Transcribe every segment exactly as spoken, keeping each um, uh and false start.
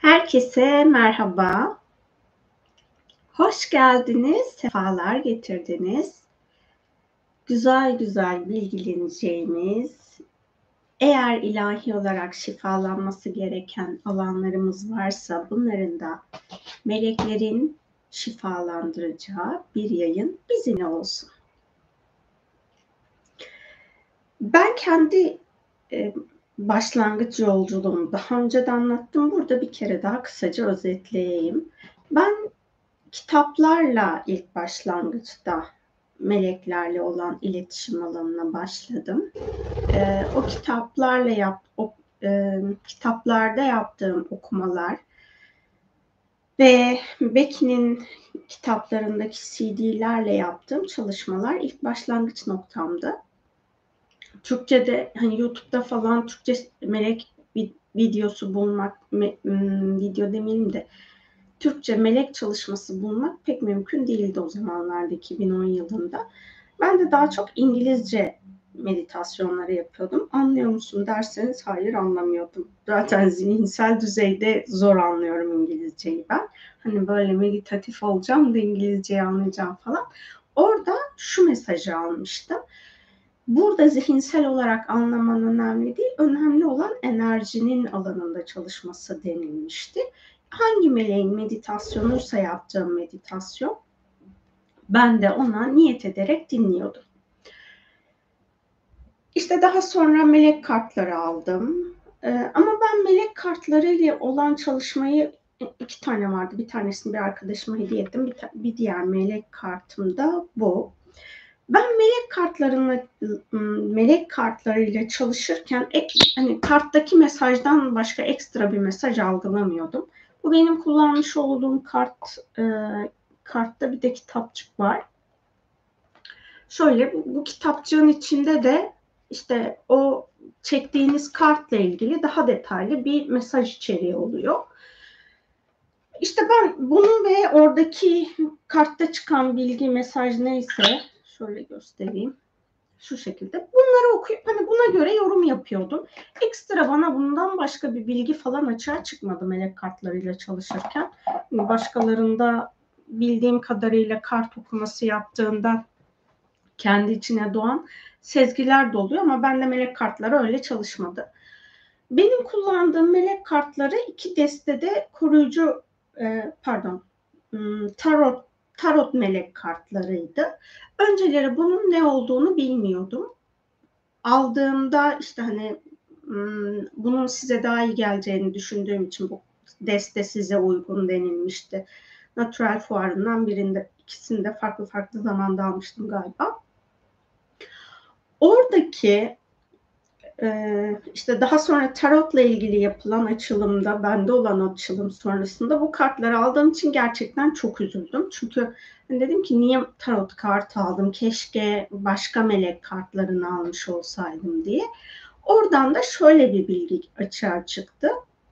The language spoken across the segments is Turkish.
Herkese merhaba. Hoş geldiniz, sefalar getirdiniz. Güzel güzel bilgileneceğimiz, eğer ilahi olarak şifalanması gereken alanlarımız varsa bunların da meleklerin şifalandıracağı bir yayın bizimle olsun. Ben kendi e, başlangıç yolculuğumu daha önce de anlattım. Burada bir kere daha kısaca özetleyeyim. Ben kitaplarla ilk başlangıçta meleklerle olan iletişim alanına başladım. Ee, o kitaplarla yap, o, e, kitaplarda yaptığım okumalar ve Becky'nin kitaplarındaki C D'lerle yaptığım çalışmalar ilk başlangıç noktamdı. Türkçe'de hani YouTube'da falan Türkçe melek videosu bulmak, video demeyeyim de Türkçe melek çalışması bulmak pek mümkün değildi o zamanlarda, iki bin on yılında. Ben de daha çok İngilizce meditasyonları yapıyordum. Anlıyor musun derseniz hayır, anlamıyordum. Zaten zihinsel düzeyde zor anlıyorum İngilizceyi ben. Hani böyle meditatif olacağım da İngilizceyi anlayacağım falan. Orada şu mesajı almıştım. Burada zihinsel olarak anlaman önemli değil, önemli olan enerjinin alanında çalışması denilmişti. Hangi meleğin meditasyonuysa yaptığım meditasyon, ben de ona niyet ederek dinliyordum. İşte daha sonra melek kartları aldım. Ee, ama ben melek kartları ile olan çalışmayı, iki tane vardı. Bir tanesini bir arkadaşıma hediye ettim. Bir, bir diğer melek kartım da bu. Ben melek kartlarını melek kartlarıyla çalışırken hani karttaki mesajdan başka ekstra bir mesaj algılamıyordum. Bu benim kullanmış olduğum kart e, kartta bir de kitapçık var. Şöyle bu, bu kitapçığın içinde de işte o çektiğiniz kartla ilgili daha detaylı bir mesaj içeriği oluyor. İşte ben bunu ve oradaki kartta çıkan bilgi, mesaj neyse şöyle göstereyim. Şu şekilde. Bunları okuyup hani buna göre yorum yapıyordum. Ekstra bana bundan başka bir bilgi falan açığa çıkmadı melek kartlarıyla çalışırken. Başkalarında bildiğim kadarıyla kart okuması yaptığında kendi içine doğan sezgiler de oluyor ama bende melek kartları öyle çalışmadı. Benim kullandığım melek kartları iki destede koruyucu pardon tarot tarot melek kartlarıydı. Önceleri bunun ne olduğunu bilmiyordum. Aldığımda işte hani bunun size daha iyi geleceğini düşündüğüm için bu deste size uygun denilmişti. Natural fuarından birinde, ikisini de farklı farklı zamanda almıştım galiba. Oradaki işte daha sonra tarotla ilgili yapılan açılımda, bende olan açılım sonrasında bu kartları aldığım için gerçekten çok üzüldüm. Çünkü dedim ki niye tarot kartı aldım, keşke başka melek kartlarını almış olsaydım diye. Oradan da şöyle bir bilgi açığa çıktı.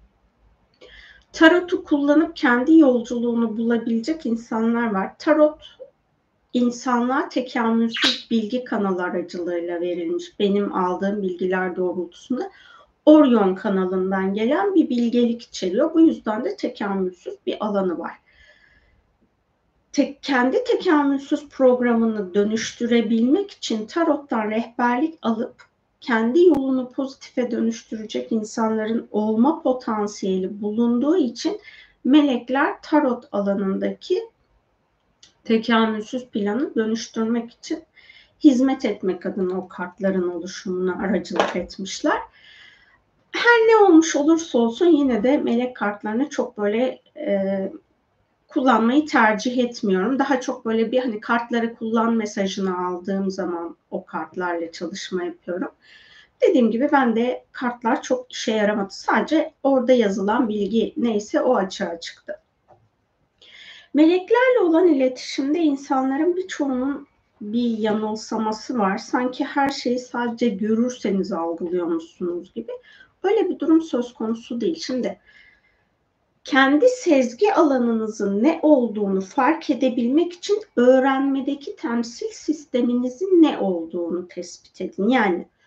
Tarotu kullanıp kendi yolculuğunu bulabilecek insanlar var. Tarot insanlığa tekamülsüz bilgi kanalı aracılığıyla verilmiş. Benim aldığım bilgiler doğrultusunda Orion kanalından gelen bir bilgelik içeriyor. Bu yüzden de tekamülsüz bir alanı var. Tek, kendi tekamülsüz programını dönüştürebilmek için tarottan rehberlik alıp kendi yolunu pozitife dönüştürecek insanların olma potansiyeli bulunduğu için melekler tarot alanındaki tekamülsüz planı dönüştürmek için hizmet etmek adına o kartların oluşumuna aracılık etmişler. Her ne olmuş olursa olsun yine de melek kartlarını çok böyle e, kullanmayı tercih etmiyorum. Daha çok böyle bir hani kartları kullan mesajını aldığım zaman o kartlarla çalışma yapıyorum. Dediğim gibi ben de kartlar çok işe yaramadı. Sadece orada yazılan bilgi neyse o açığa çıktı. Meleklerle olan iletişimde insanların birçoğunun bir yanılsaması var. Sanki her şeyi sadece görürseniz algılıyormuşsunuz gibi. Öyle bir durum söz konusu değil. Şimdi kendi sezgi alanınızın ne olduğunu fark edebilmek için öğrenmedeki temsil sisteminizin ne olduğunu tespit edin. Yani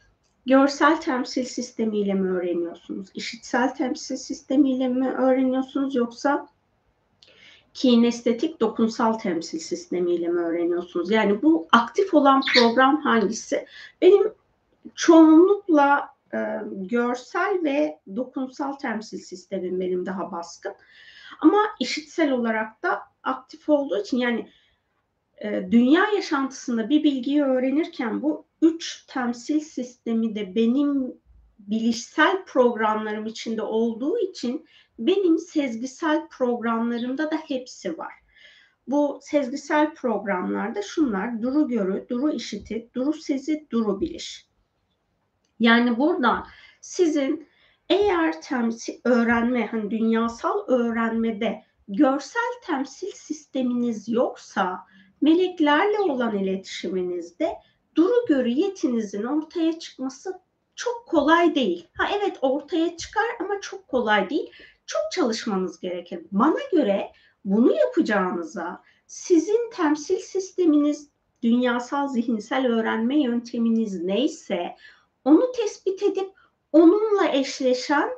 görsel temsil sistemiyle mi öğreniyorsunuz? İşitsel temsil sistemiyle mi öğreniyorsunuz yoksa kinestetik dokunsal temsil sistemiyle mi öğreniyorsunuz? Yani bu aktif olan program hangisi? Benim çoğunlukla e, görsel ve dokunsal temsil sistemim benim daha baskın. Ama işitsel olarak da aktif olduğu için yani e, dünya yaşantısında bir bilgiyi öğrenirken bu üç temsil sistemi de benim bilişsel programlarım içinde olduğu için benim sezgisel programlarımda da hepsi var. Bu sezgisel programlarda şunlar: duru görü, duru işiti, duru sezi, duru biliş. Yani burada sizin eğer temsil öğrenme, hani dünyasal öğrenmede görsel temsil sisteminiz yoksa meleklerle olan iletişiminizde duru görü yetinizin ortaya çıkması çok kolay değil. Ha evet, ortaya çıkar ama çok kolay değil. Çok çalışmanız gerekir. Bana göre bunu yapacağınıza sizin temsil sisteminiz, dünyasal zihinsel öğrenme yönteminiz neyse onu tespit edip onunla eşleşen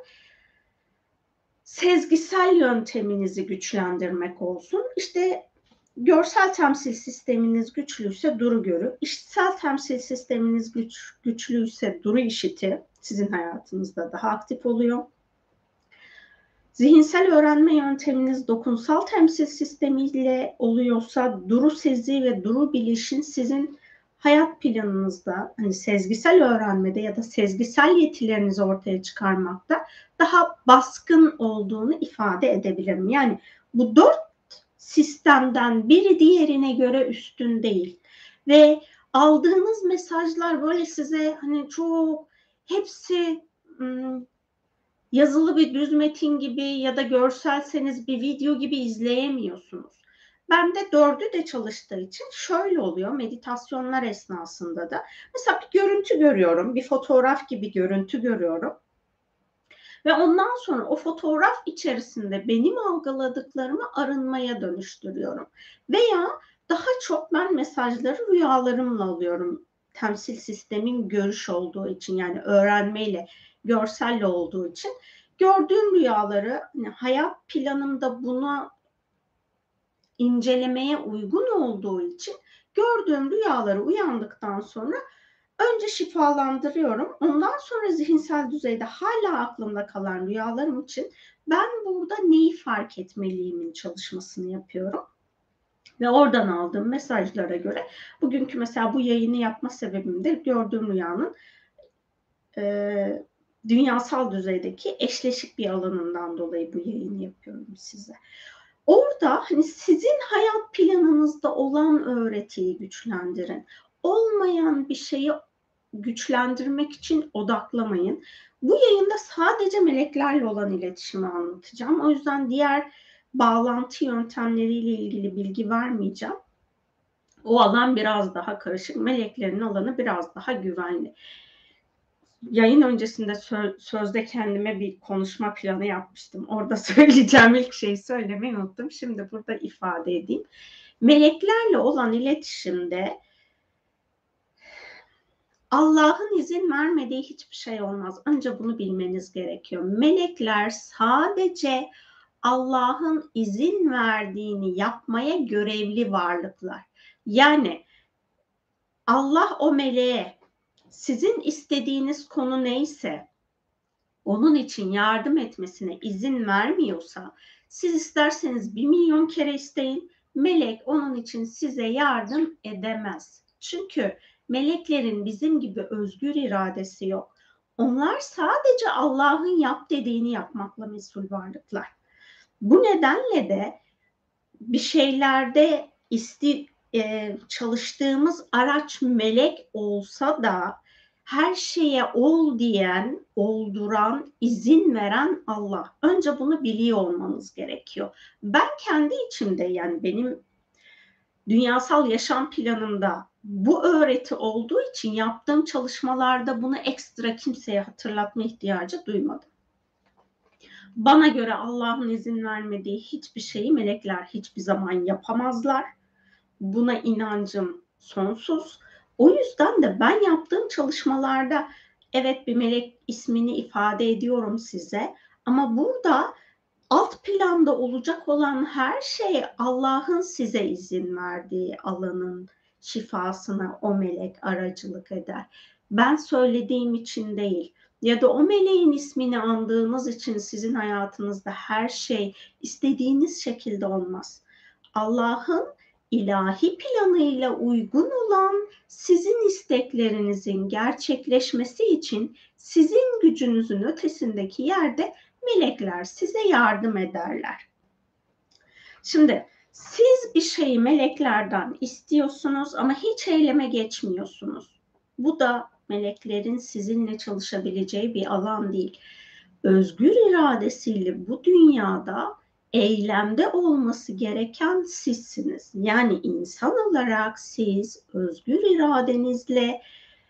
sezgisel yönteminizi güçlendirmek olsun. İşte görsel temsil sisteminiz güçlüyse duru görü, işitsel temsil sisteminiz güç, güçlüyse duru işiti sizin hayatınızda daha aktif oluyor. Zihinsel öğrenme yönteminiz dokunsal temsil sistemiyle oluyorsa duru sezi ve duru bilişin sizin hayat planınızda, hani sezgisel öğrenmede ya da sezgisel yetilerinizi ortaya çıkarmakta daha baskın olduğunu ifade edebilirim. Yani bu dört sistemden biri diğerine göre üstün değil ve aldığınız mesajlar böyle size hani çok hepsi ım, yazılı bir düz metin gibi ya da görselseniz bir video gibi izleyemiyorsunuz. Ben de dördü de çalıştığı için şöyle oluyor meditasyonlar esnasında da. Mesela bir görüntü görüyorum, bir fotoğraf gibi görüntü görüyorum. Ve ondan sonra o fotoğraf içerisinde benim algıladıklarımı arınmaya dönüştürüyorum. Veya daha çok ben mesajları rüyalarımla alıyorum. Temsil sistemin görüş olduğu için, yani öğrenmeyle, görselle olduğu için. Gördüğüm rüyaları hani hayat planımda bunu incelemeye uygun olduğu için gördüğüm rüyaları uyandıktan sonra önce şifalandırıyorum. Ondan sonra zihinsel düzeyde hala aklımda kalan rüyalarım için ben burada neyi fark etmeliyimin çalışmasını yapıyorum. Ve oradan aldığım mesajlara göre bugünkü mesela bu yayını yapma sebebim de gördüğüm rüyanın e, dünyasal düzeydeki eşleşik bir alanından dolayı bu yayını yapıyorum size. Orada hani sizin hayat planınızda olan öğretiyi güçlendirin. Olmayan bir şeyi güçlendirmek için odaklamayın. Bu yayında sadece meleklerle olan iletişimi anlatacağım. O yüzden diğer bağlantı yöntemleriyle ilgili bilgi vermeyeceğim. O alan biraz daha karışık. Meleklerin alanı biraz daha güvenli. Yayın öncesinde sözde kendime bir konuşma planı yapmıştım. Orada söyleyeceğim ilk şeyi söylemeyi unuttum. Şimdi burada ifade edeyim. Meleklerle olan iletişimde Allah'ın izin vermediği hiçbir şey olmaz. Ancak bunu bilmeniz gerekiyor. Melekler sadece Allah'ın izin verdiğini yapmaya görevli varlıklar. Yani Allah o meleğe sizin istediğiniz konu neyse onun için yardım etmesine izin vermiyorsa siz isterseniz bir milyon kere isteyin, melek onun için size yardım edemez. Çünkü meleklerin bizim gibi özgür iradesi yok. Onlar sadece Allah'ın yap dediğini yapmakla mesul varlıklar. Bu nedenle de bir şeylerde isti, e, çalıştığımız araç melek olsa da her şeye ol diyen, olduran, izin veren Allah. Önce bunu biliyor olmanız gerekiyor. Ben kendi içimde, yani benim dünyasal yaşam planımda bu öğreti olduğu için yaptığım çalışmalarda bunu ekstra kimseye hatırlatma ihtiyacı duymadım. Bana göre Allah'ın izin vermediği hiçbir şeyi melekler hiçbir zaman yapamazlar. Buna inancım sonsuz. O yüzden de ben yaptığım çalışmalarda Evet, bir melek ismini ifade ediyorum size ama burada alt planda olacak olan her şey Allah'ın size izin verdiği alanın şifasına o melek aracılık eder. Ben söylediğim için değil ya da o meleğin ismini andığınız için sizin hayatınızda her şey istediğiniz şekilde olmaz. Allah'ın ilahi planıyla uygun olan sizin isteklerinizin gerçekleşmesi için sizin gücünüzün ötesindeki yerde melekler size yardım ederler. Şimdi siz bir şeyi meleklerden istiyorsunuz ama hiç eyleme geçmiyorsunuz. Bu da meleklerin sizinle çalışabileceği bir alan değil. Özgür iradesiyle bu dünyada eylemde olması gereken sizsiniz. Yani insan olarak siz özgür iradenizle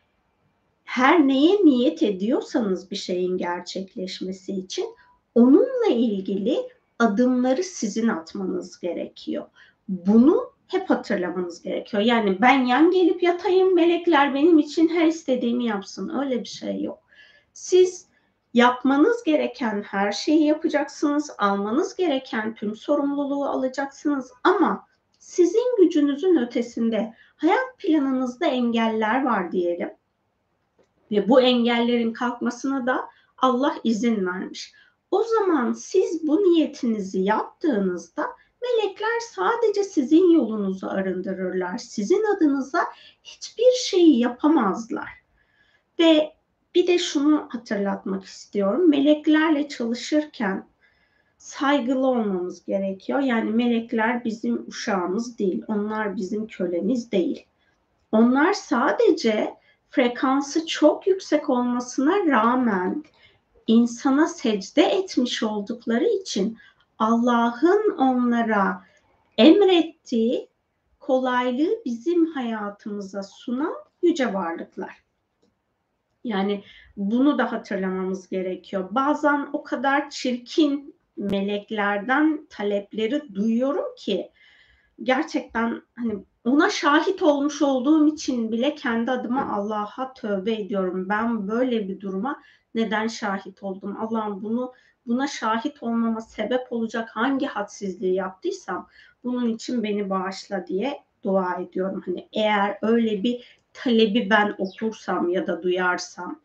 her neye niyet ediyorsanız bir şeyin gerçekleşmesi için onunla ilgili adımları sizin atmanız gerekiyor. Bunu hep hatırlamanız gerekiyor. Yani ben yan gelip yatayım, melekler benim için her istediğimi yapsın. Öyle bir şey yok. Siz yapmanız gereken her şeyi yapacaksınız, almanız gereken tüm sorumluluğu alacaksınız ama sizin gücünüzün ötesinde hayat planınızda engeller var diyelim. Ve bu engellerin kalkmasına da Allah izin vermiş. O zaman siz bu niyetinizi yaptığınızda melekler sadece sizin yolunuzu arındırırlar. Sizin adınıza hiçbir şeyi yapamazlar. Ve bir de şunu hatırlatmak istiyorum. Meleklerle çalışırken saygılı olmamız gerekiyor. Yani melekler bizim uşağımız değil. Onlar bizim kölemiz değil. Onlar sadece frekansı çok yüksek olmasına rağmen insana secde etmiş oldukları için Allah'ın onlara emrettiği kolaylığı bizim hayatımıza sunan yüce varlıklar. Yani bunu da hatırlamamız gerekiyor. Bazen o kadar çirkin meleklerden talepleri duyuyorum ki gerçekten hani ona şahit olmuş olduğum için bile kendi adıma Allah'a tövbe ediyorum. Ben böyle bir duruma neden şahit oldum? Allah'ım bunu buna şahit olmama sebep olacak hangi hadsizliği yaptıysam bunun için beni bağışla diye dua ediyorum. Hani eğer öyle bir talebi ben okursam ya da duyarsam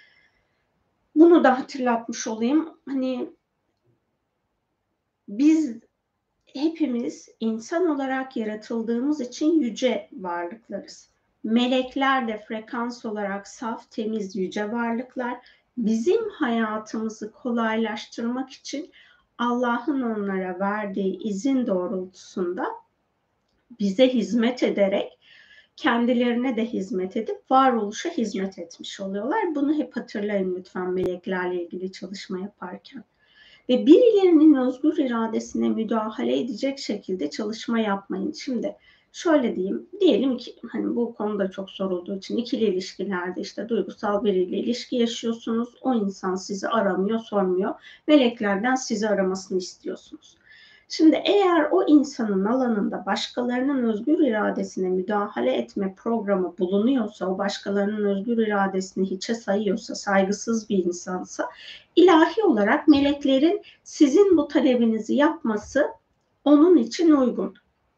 bunu da hatırlatmış olayım. Hani biz hepimiz insan olarak yaratıldığımız için yüce varlıklarız. Melekler de frekans olarak saf, temiz, yüce varlıklar. Bizim hayatımızı kolaylaştırmak için Allah'ın onlara verdiği izin doğrultusunda bize hizmet ederek kendilerine de hizmet edip varoluşa hizmet etmiş oluyorlar. Bunu hep hatırlayın lütfen meleklerle ilgili çalışma yaparken. Ve birilerinin özgür iradesine müdahale edecek şekilde çalışma yapmayın. Şimdi şöyle diyeyim, diyelim ki hani bu konuda çok sorulduğu için ikili ilişkilerde işte duygusal biriyle ilişki yaşıyorsunuz. O insan sizi aramıyor, sormuyor. Meleklerden sizi aramasını istiyorsunuz. Şimdi eğer o insanın alanında başkalarının özgür iradesine müdahale etme programı bulunuyorsa, o başkalarının özgür iradesini hiçe sayıyorsa, saygısız bir insansa, ilahi olarak meleklerin sizin bu talebinizi yapması onun için uygun.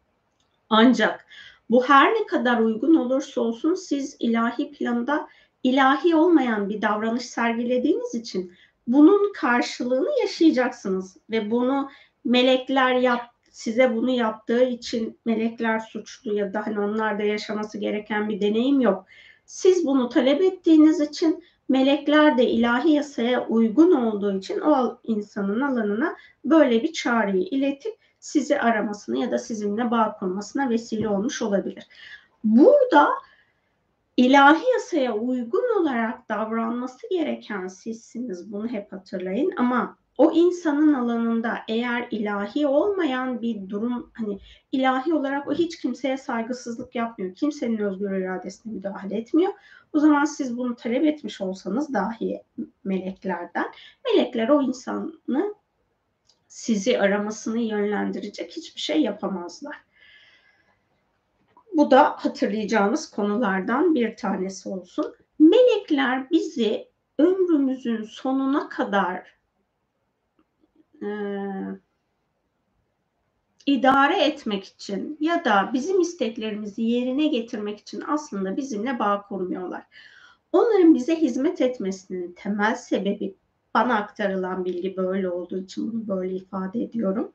Ancak bu her ne kadar uygun olursa olsun siz ilahi planda ilahi olmayan bir davranış sergilediğiniz için bunun karşılığını yaşayacaksınız ve bunu melekler yap, size bunu yaptığı için melekler suçlu ya da hani onlar da yaşaması gereken bir deneyim yok. Siz bunu talep ettiğiniz için melekler de ilahi yasaya uygun olduğu için o insanın alanına böyle bir çağrıyı iletip sizi aramasına ya da sizinle bağ kurmasına vesile olmuş olabilir. Burada ilahi yasaya uygun olarak davranması gereken sizsiniz. Bunu hep hatırlayın ama o insanın alanında eğer ilahi olmayan bir durum, hani ilahi olarak o hiç kimseye saygısızlık yapmıyor. Kimsenin özgür iradesine müdahale etmiyor. O zaman siz bunu talep etmiş olsanız dahi meleklerden, melekler o insanı sizi aramasını yönlendirecek hiçbir şey yapamazlar. Bu da hatırlayacağımız konulardan bir tanesi olsun. Melekler bizi ömrümüzün sonuna kadar e, idare etmek için ya da bizim isteklerimizi yerine getirmek için aslında bizimle bağ kurmuyorlar. Onların bize hizmet etmesinin temel sebebi, bana aktarılan bilgi böyle olduğu için bunu böyle ifade ediyorum.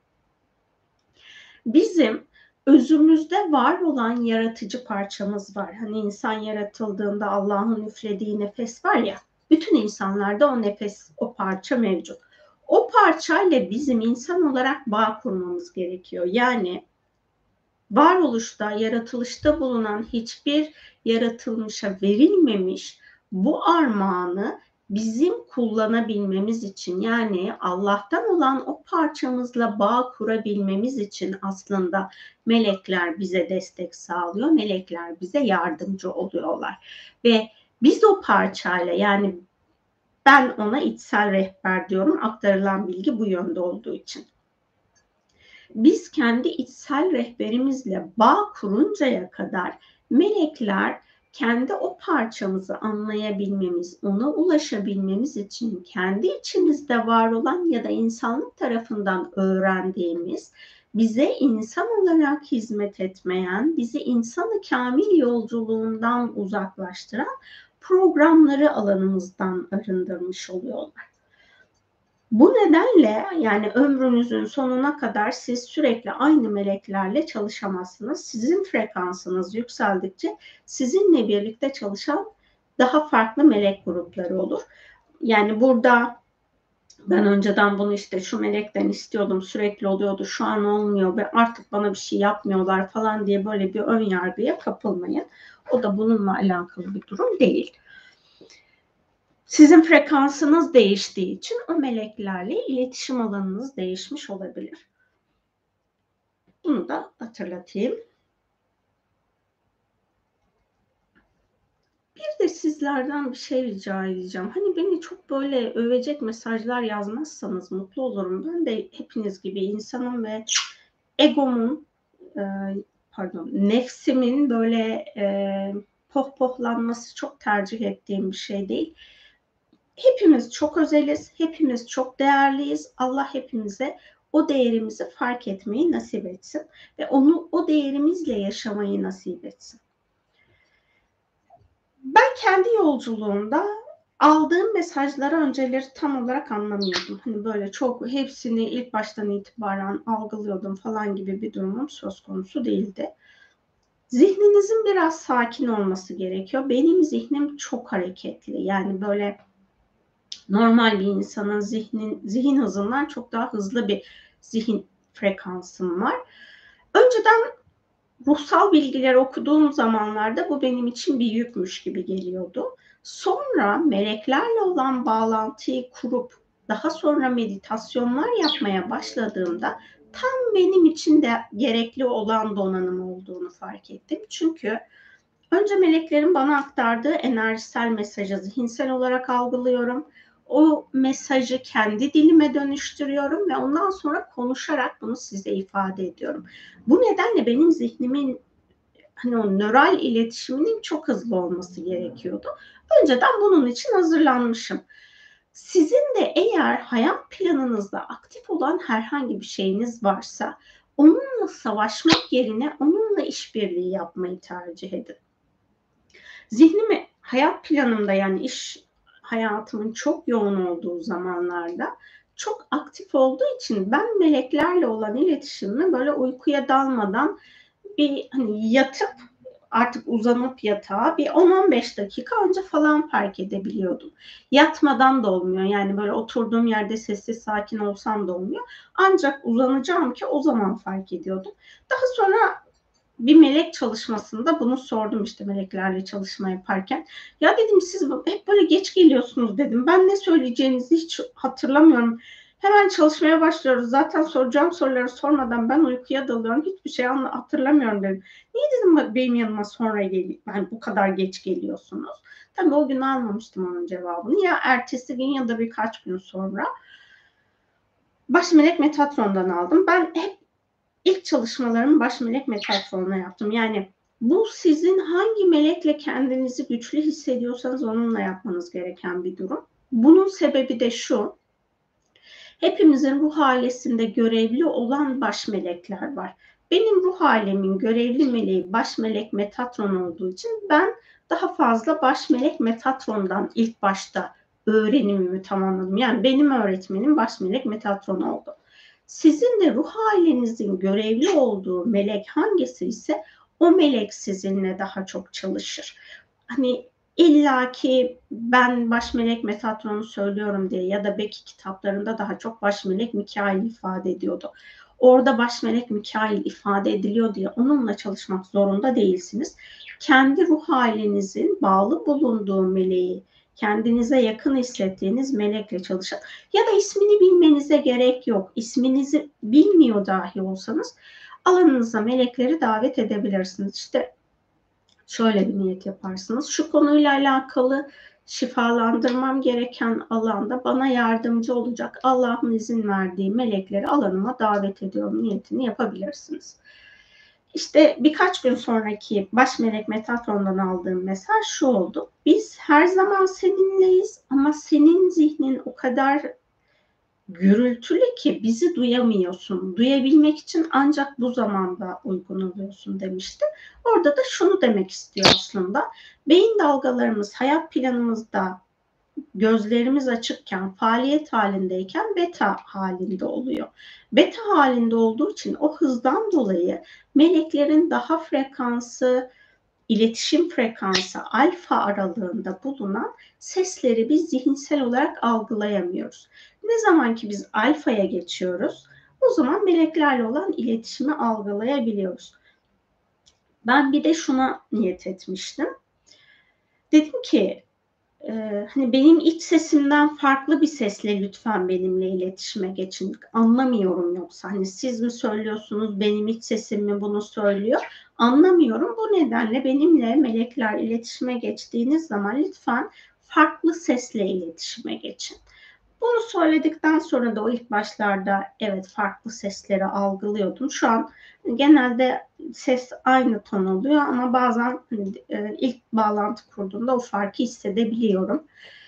Bizim özümüzde var olan yaratıcı parçamız var. Hani insan yaratıldığında Allah'ın üflediği nefes var ya, bütün insanlarda o nefes, o parça mevcut. O parçayla bizim insan olarak bağ kurmamız gerekiyor. Yani varoluşta, yaratılışta bulunan hiçbir yaratılmışa verilmemiş bu armağanı bizim kullanabilmemiz için, yani Allah'tan olan o parçamızla bağ kurabilmemiz için aslında melekler bize destek sağlıyor, melekler bize yardımcı oluyorlar. Ve biz o parçayla, yani ben ona içsel rehber diyorum, aktarılan bilgi bu yönde olduğu için. Biz kendi içsel rehberimizle bağ kuruncaya kadar melekler kendi o parçamızı anlayabilmemiz, ona ulaşabilmemiz için kendi içimizde var olan ya da insanlık tarafından öğrendiğimiz, bize insan olarak hizmet etmeyen, bizi insanı kamil yolculuğundan uzaklaştıran programları alanımızdan arındırmış oluyorlar. Bu nedenle yani ömrünüzün sonuna kadar siz sürekli aynı meleklerle çalışamazsınız. Sizin frekansınız yükseldikçe sizinle birlikte çalışan daha farklı melek grupları olur. Yani burada ben önceden bunu işte şu melekten istiyordum, sürekli oluyordu, şu an olmuyor ve artık bana bir şey yapmıyorlar falan diye böyle bir ön yargıya kapılmayın. O da bununla alakalı bir durum değil. Sizin frekansınız değiştiği için o meleklerle iletişim alanınız değişmiş olabilir. Bunu da hatırlatayım. Bir de sizlerden bir şey rica edeceğim. Hani beni çok böyle övecek mesajlar yazmazsanız mutlu olurum. Ben de hepiniz gibi insanım ve egomun, pardon, nefsimin böyle e, pohpohlanması çok tercih ettiğim bir şey değil. Hepimiz çok özeliz, hepimiz çok değerliyiz. Allah hepimize o değerimizi fark etmeyi nasip etsin ve onu o değerimizle yaşamayı nasip etsin. Ben kendi yolculuğumda aldığım mesajları önceleri tam olarak anlamıyordum. Hani böyle çok hepsini ilk baştan itibaren algılıyordum falan gibi bir durumum söz konusu değildi. Zihninizin biraz sakin olması gerekiyor. Benim zihnim çok hareketli. Yani böyle normal bir insanın zihnin, zihin hızından çok daha hızlı bir zihin frekansım var. Önceden ruhsal bilgiler okuduğum zamanlarda bu benim için bir yükmüş gibi geliyordu. Sonra meleklerle olan bağlantıyı kurup daha sonra meditasyonlar yapmaya başladığımda tam benim için de gerekli olan donanım olduğunu fark ettim. Çünkü önce meleklerin bana aktardığı enerjisel mesajı zihinsel olarak algılıyorum. O mesajı kendi dilime dönüştürüyorum ve ondan sonra konuşarak bunu size ifade ediyorum. Bu nedenle benim zihnimin hani o nöral iletişiminin çok hızlı olması gerekiyordu. Önceden bunun için hazırlanmışım. Sizin de eğer hayat planınızda aktif olan herhangi bir şeyiniz varsa onunla savaşmak yerine onunla işbirliği yapmayı tercih edin. Zihnimi hayat planımda, yani iş hayatımın çok yoğun olduğu zamanlarda çok aktif olduğu için ben meleklerle olan iletişimimi böyle uykuya dalmadan bir hani yatıp artık uzanıp yatağa bir on on beş dakika önce falan fark edebiliyordum. Yatmadan da olmuyor. Yani böyle oturduğum yerde sessiz sakin olsam da olmuyor. Ancak uzanacağım ki o zaman fark ediyordum. Daha sonra bir melek çalışmasında bunu sordum işte meleklerle çalışma yaparken. Ya dedim siz hep böyle geç geliyorsunuz dedim. Ben ne söyleyeceğinizi hiç hatırlamıyorum. Hemen çalışmaya başlıyoruz. Zaten soracağım soruları sormadan ben uykuya dalıyorum. Hiçbir şey hatırlamıyorum dedim. Niye dedim benim yanıma sonra gel yani bu kadar geç geliyorsunuz? Tabii o gün almamıştım onun cevabını. Ya ertesi gün ya da birkaç gün sonra baş melek Metatron'dan aldım. Ben hep İlk çalışmalarımı baş melek Metatron'la yaptım. Yani Bu sizin hangi melekle kendinizi güçlü hissediyorsanız onunla yapmanız gereken bir durum. Bunun sebebi de şu: hepimizin ruh ailesinde görevli olan baş melekler var. Benim ruh alemin görevli meleği baş melek Metatron olduğu için ben daha fazla baş melek Metatron'dan ilk başta öğrenimimi tamamladım. Yani benim öğretmenim baş melek Metatron oldu. Sizin de ruh ailenizin görevli olduğu melek hangisi ise o melek sizinle daha çok çalışır. Hani İlla ki ben baş melek Metatron'u söylüyorum diye ya da Becky kitaplarında daha çok baş melek Mikail ifade ediyordu. Orada baş melek Mikail ifade ediliyor diye onunla çalışmak zorunda değilsiniz. Kendi ruh halinizin bağlı bulunduğu meleği, kendinize yakın hissettiğiniz melekle çalışın. Ya da ismini bilmenize gerek yok. İsminizi bilmiyor dahi olsanız alanınıza melekleri davet edebilirsiniz. İşte şöyle bir niyet yaparsınız: şu konuyla alakalı şifalandırmam gereken alanda bana yardımcı olacak Allah'ın izin verdiği melekleri alanıma davet ediyorum niyetini yapabilirsiniz. İşte birkaç gün sonraki baş melek Metatron'dan aldığım mesaj şu oldu: biz her zaman seninleyiz ama senin zihnin o kadar gürültülü ki bizi duyamıyorsun. Duyabilmek için ancak bu zamanda uygun oluyorsun demişti. Orada da şunu demek istiyor aslında: beyin dalgalarımız hayat planımızda gözlerimiz açıkken, faaliyet halindeyken beta halinde oluyor. Beta halinde olduğu için o hızdan dolayı meleklerin daha frekansı, iletişim frekansı alfa aralığında bulunan sesleri biz zihinsel olarak algılayamıyoruz. Ne zaman ki biz alfaya geçiyoruz, o zaman meleklerle olan iletişimi algılayabiliyoruz. Ben bir de şuna niyet etmiştim. Dedim ki Ee, hani benim iç sesimden farklı bir sesle lütfen benimle iletişime geçin. Anlamıyorum yoksa. Hani siz mi söylüyorsunuz, benim iç sesim mi bunu söylüyor? Anlamıyorum. Bu nedenle benimle melekler iletişime geçtiğiniz zaman lütfen farklı sesle iletişime geçin. Bunu söyledikten sonra da o ilk başlarda evet farklı sesleri algılıyordum. Şu an genelde ses aynı ton oluyor ama bazen e, ilk bağlantı kurduğumda o farkı hissedebiliyorum.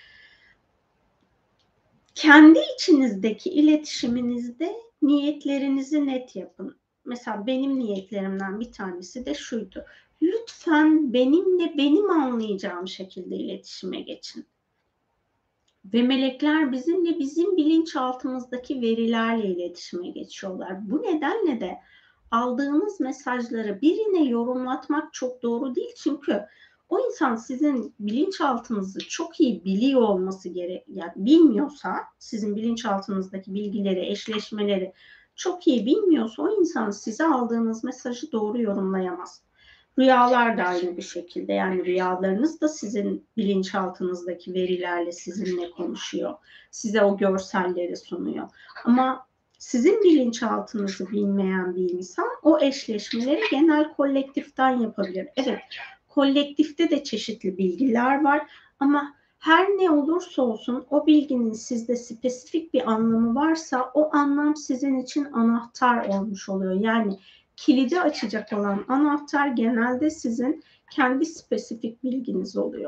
Kendi içinizdeki iletişiminizde niyetlerinizi net yapın. Mesela benim niyetlerimden bir tanesi de şuydu: lütfen benimle benim anlayacağım şekilde iletişime geçin. Ve melekler bizimle bizim bilinçaltımızdaki verilerle iletişime geçiyorlar. Bu nedenle de aldığınız mesajları birine yorumlatmak çok doğru değil. Çünkü o insan sizin bilinçaltınızı çok iyi biliyor olması gerek. Yani bilmiyorsa, sizin bilinçaltınızdaki bilgileri, eşleşmeleri çok iyi bilmiyorsa o insan size aldığınız mesajı doğru yorumlayamaz. Rüyalar da aynı bir şekilde. Yani rüyalarınız da sizin bilinçaltınızdaki verilerle sizinle konuşuyor. Size o görselleri sunuyor. Ama sizin bilinçaltınızı bilmeyen bir insan o eşleşmeleri genel kolektiften yapabilir. Evet, kolektifte de çeşitli bilgiler var ama her ne olursa olsun o bilginin sizde spesifik bir anlamı varsa o anlam sizin için anahtar olmuş oluyor. Yani kilidi açacak olan anahtar genelde sizin kendi spesifik bilginiz oluyor.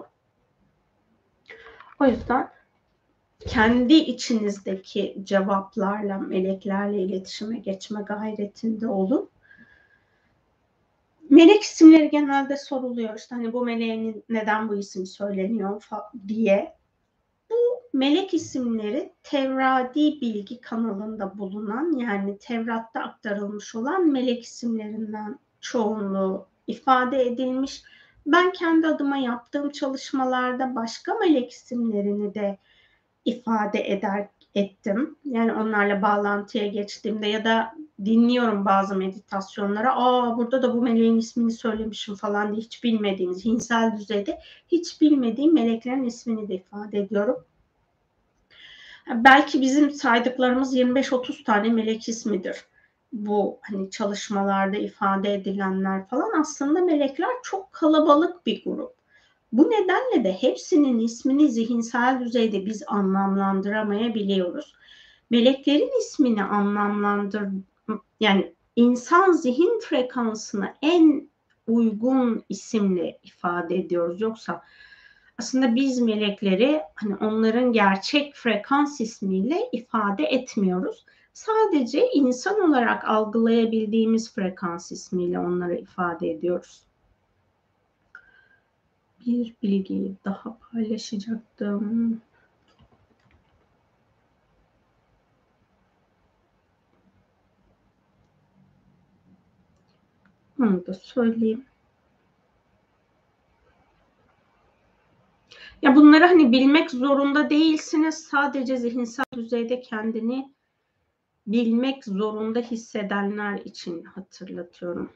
O yüzden kendi içinizdeki cevaplarla, meleklerle iletişime geçme gayretinde olun. Melek isimleri genelde soruluyor. İşte hani bu meleğin neden bu isim söyleniyor diye. Bu melek isimleri Tevradi bilgi kanalında bulunan, yani Tevrat'ta aktarılmış olan melek isimlerinden çoğunluğu ifade edilmiş. Ben kendi adıma yaptığım çalışmalarda başka melek isimlerini de ifade eder ettim. Yani onlarla bağlantıya geçtiğimde ya da dinliyorum bazı meditasyonlara. Aa, burada da bu meleğin ismini söylemişim falan diye hiç bilmediğimiz, zihinsel düzeyde hiç bilmediğim meleklerin ismini de ifade ediyorum. Belki bizim saydıklarımız yirmi beş otuz tane melek ismidir. Bu hani çalışmalarda ifade edilenler falan, aslında melekler çok kalabalık bir grup. Bu nedenle de hepsinin ismini zihinsel düzeyde biz anlamlandıramayabiliyoruz. Meleklerin ismini anlamlandır, yani insan zihin frekansına en uygun isimle ifade ediyoruz. Yoksa aslında biz melekleri hani onların gerçek frekans ismiyle ifade etmiyoruz. Sadece insan olarak algılayabildiğimiz frekans ismiyle onları ifade ediyoruz. Bir bilgiyi daha paylaşacaktım. Onu da söyleyeyim. Ya bunları hani bilmek zorunda değilsiniz. Sadece zihinsel düzeyde kendini bilmek zorunda hissedenler için hatırlatıyorum.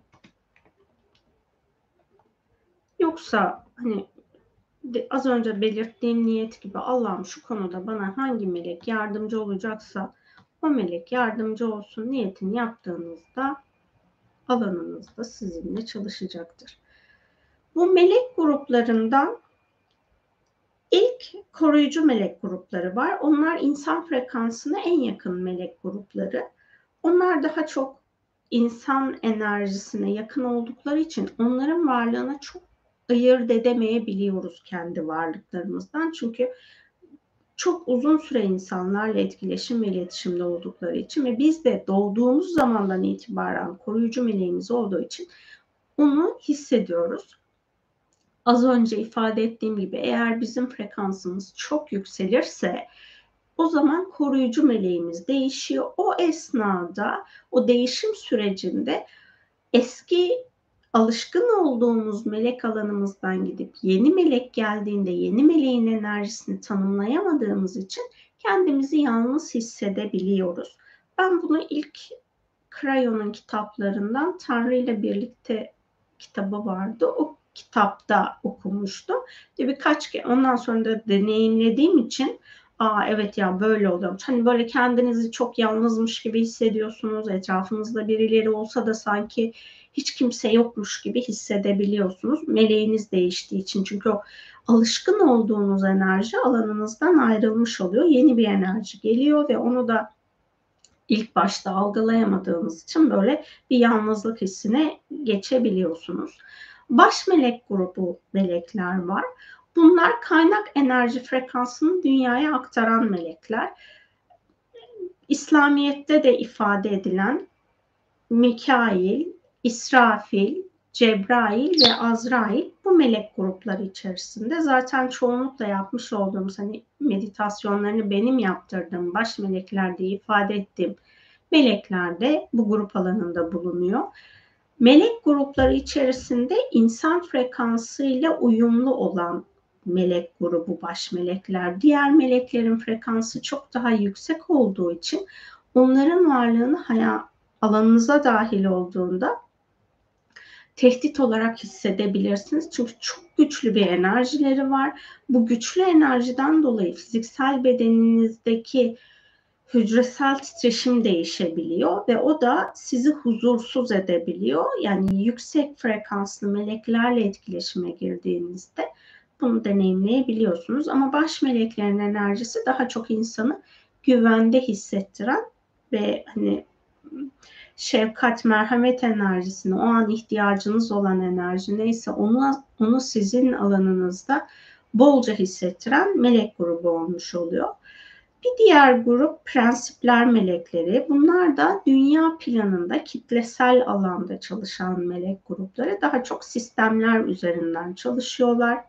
Yoksa hani az önce belirttiğim niyet gibi Allah'ım şu konuda bana hangi melek yardımcı olacaksa o melek yardımcı olsun niyetini yaptığınızda alanınızda sizinle çalışacaktır. Bu melek gruplarından ilk koruyucu melek grupları var. Onlar insan frekansına en yakın melek grupları. Onlar daha çok insan enerjisine yakın oldukları için onların varlığına çok ayırt edemeyebiliyoruz kendi varlıklarımızdan. Çünkü çok uzun süre insanlarla etkileşim ve iletişimde oldukları için ve biz de doğduğumuz zamandan itibaren koruyucu meleğimiz olduğu için onu hissediyoruz. Az önce ifade ettiğim gibi eğer bizim frekansımız çok yükselirse o zaman koruyucu meleğimiz değişiyor. O esnada, o değişim sürecinde eski alışkın olduğumuz melek alanımızdan gidip yeni melek geldiğinde yeni meleğin enerjisini tanımlayamadığımız için kendimizi yalnız hissedebiliyoruz. Ben bunu ilk Crayon'un kitaplarından Tanrı ile Birlikte kitabı vardı. O kitapta okumuştum. Birkaç kere ondan sonra da deneyimlediğim için aa evet ya böyle oluyormuş. Hani böyle kendinizi çok yalnızmış gibi hissediyorsunuz. Etrafınızda birileri olsa da sanki hiç kimse yokmuş gibi hissedebiliyorsunuz. Meleğiniz değiştiği için. Çünkü o alışkın olduğunuz enerji alanınızdan ayrılmış oluyor. Yeni bir enerji geliyor ve onu da ilk başta algılayamadığınız için böyle bir yalnızlık hissine geçebiliyorsunuz. Baş melek grubu melekler var. Bunlar kaynak enerji frekansını dünyaya aktaran melekler. İslamiyet'te de ifade edilen Mikail, İsrafil, Cebrail ve Azrail bu melek grupları içerisinde. Zaten çoğunlukla yapmış olduğumuz hani meditasyonlarını benim yaptırdığım baş melekler diye ifade ettiğim melekler de bu grup alanında bulunuyor. Melek grupları içerisinde insan frekansıyla uyumlu olan melek grubu baş melekler. Diğer meleklerin frekansı çok daha yüksek olduğu için onların varlığını hayal alanınıza dahil olduğunda tehdit olarak hissedebilirsiniz. Çünkü çok güçlü bir enerjileri var. Bu güçlü enerjiden dolayı fiziksel bedeninizdeki hücresel titreşim değişebiliyor ve o da sizi huzursuz edebiliyor. Yani yüksek frekanslı meleklerle etkileşime girdiğinizde bunu deneyimleyebiliyorsunuz. Ama baş meleklerin enerjisi daha çok insanı güvende hissettiren ve hani şefkat, merhamet enerjisini, o an ihtiyacınız olan enerji neyse onu, onu sizin alanınızda bolca hissettiren melek grubu olmuş oluyor. Bir diğer grup prensipler melekleri. Bunlar da dünya planında kitlesel alanda çalışan melek grupları. Daha çok sistemler üzerinden çalışıyorlar.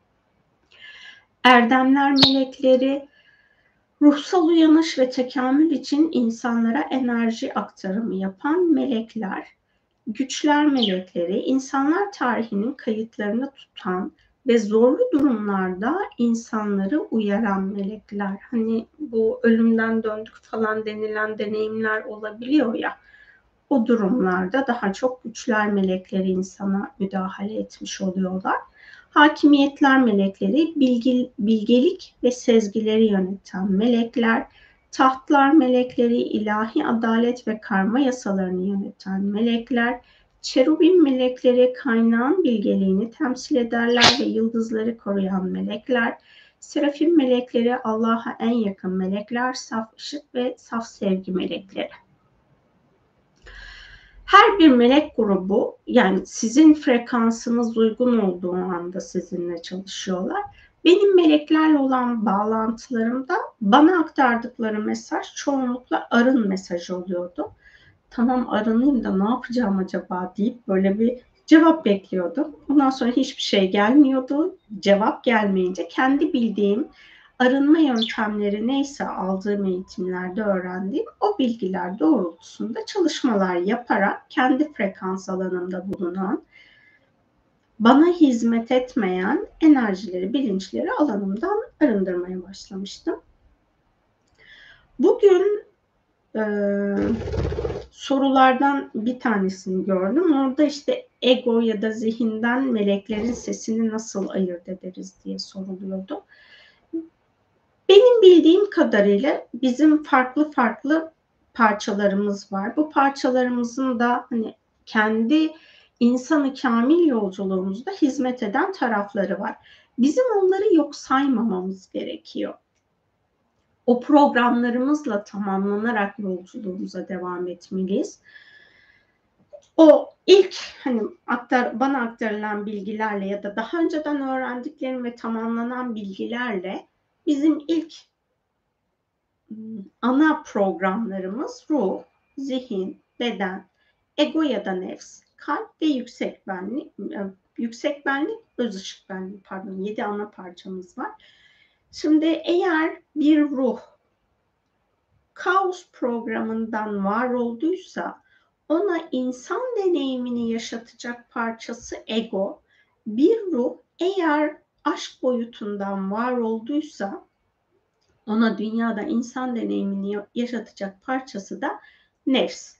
Erdemler melekleri ruhsal uyanış ve tekamül için insanlara enerji aktarımı yapan melekler. Güçler melekleri insanlar tarihinin kayıtlarını tutan ve zorlu durumlarda insanları uyaran melekler. Hani bu ölümden döndük falan denilen deneyimler olabiliyor ya. O durumlarda daha çok güçler melekleri insana müdahale etmiş oluyorlar. Hakimiyetler melekleri bilgi, bilgelik ve sezgileri yöneten melekler, tahtlar melekleri ilahi adalet ve karma yasalarını yöneten melekler, çerubim melekleri kaynağın bilgeliğini temsil ederler ve yıldızları koruyan melekler, serafim melekleri Allah'a en yakın melekler, saf ışık ve saf sevgi melekleri. Her bir melek grubu, yani sizin frekansınız uygun olduğu anda sizinle çalışıyorlar. Benim meleklerle olan bağlantılarımda bana aktardıkları mesaj çoğunlukla arın mesajı oluyordu. Tamam, arınayım da ne yapacağım acaba deyip böyle bir cevap bekliyordum. Ondan sonra hiçbir şey gelmiyordu. Cevap gelmeyince kendi bildiğim arınma yöntemleri neyse aldığım eğitimlerde öğrendiğim o bilgiler doğrultusunda çalışmalar yaparak kendi frekans alanımda bulunan, bana hizmet etmeyen enerjileri, bilinçleri alanımdan arındırmaya başlamıştım. Bugün e, sorulardan bir tanesini gördüm. Orada işte ego ya da zihinden meleklerin sesini nasıl ayırt ederiz diye soruluyordu. Benim bildiğim kadarıyla bizim farklı farklı parçalarımız var. Bu parçalarımızın da hani kendi insanı kamil yolculuğumuzda hizmet eden tarafları var. Bizim onları yok saymamamız gerekiyor. O programlarımızla tamamlanarak yolculuğumuza devam etmeliyiz. O ilk hani aktar, bana aktarılan bilgilerle ya da daha önceden öğrendiklerim ve tamamlanan bilgilerle bizim ilk ana programlarımız ruh, zihin, beden, ego ya da nefs, kalp ve yüksek benlik, yüksek benlik, öz ışık benlik, pardon, yedi ana parçamız var. Şimdi eğer bir ruh kaos programından var olduysa ona insan deneyimini yaşatacak parçası ego. Bir ruh eğer aşk boyutundan var olduysa ona dünyada insan deneyimini yaşatacak parçası da nefs.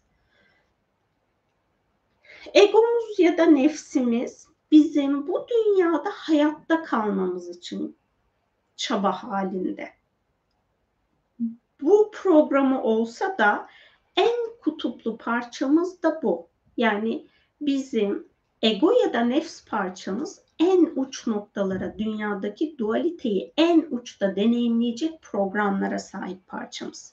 Egomuz ya da nefsimiz bizim bu dünyada hayatta kalmamız için çaba halinde. Bu programı olsa da en kutuplu parçamız da bu. Yani bizim ego ya da nefs parçamız en uç noktalara, dünyadaki dualiteyi en uçta deneyimleyecek programlara sahip parçamız.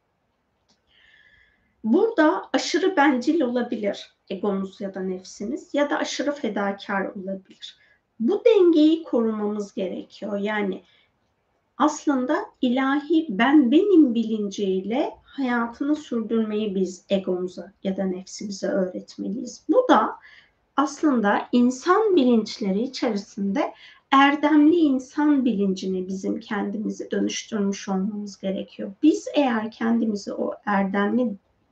Burada aşırı bencil olabilir egomuz ya da nefsimiz ya da aşırı fedakar olabilir. Bu dengeyi korumamız gerekiyor. Yani aslında ilahi ben benim bilinciyle hayatını sürdürmeyi biz egomuza ya da nefsimize öğretmeliyiz. Bu da aslında insan bilinçleri içerisinde erdemli insan bilincine bizim kendimizi dönüştürmüş olmamız gerekiyor. Biz eğer kendimizi o erdemli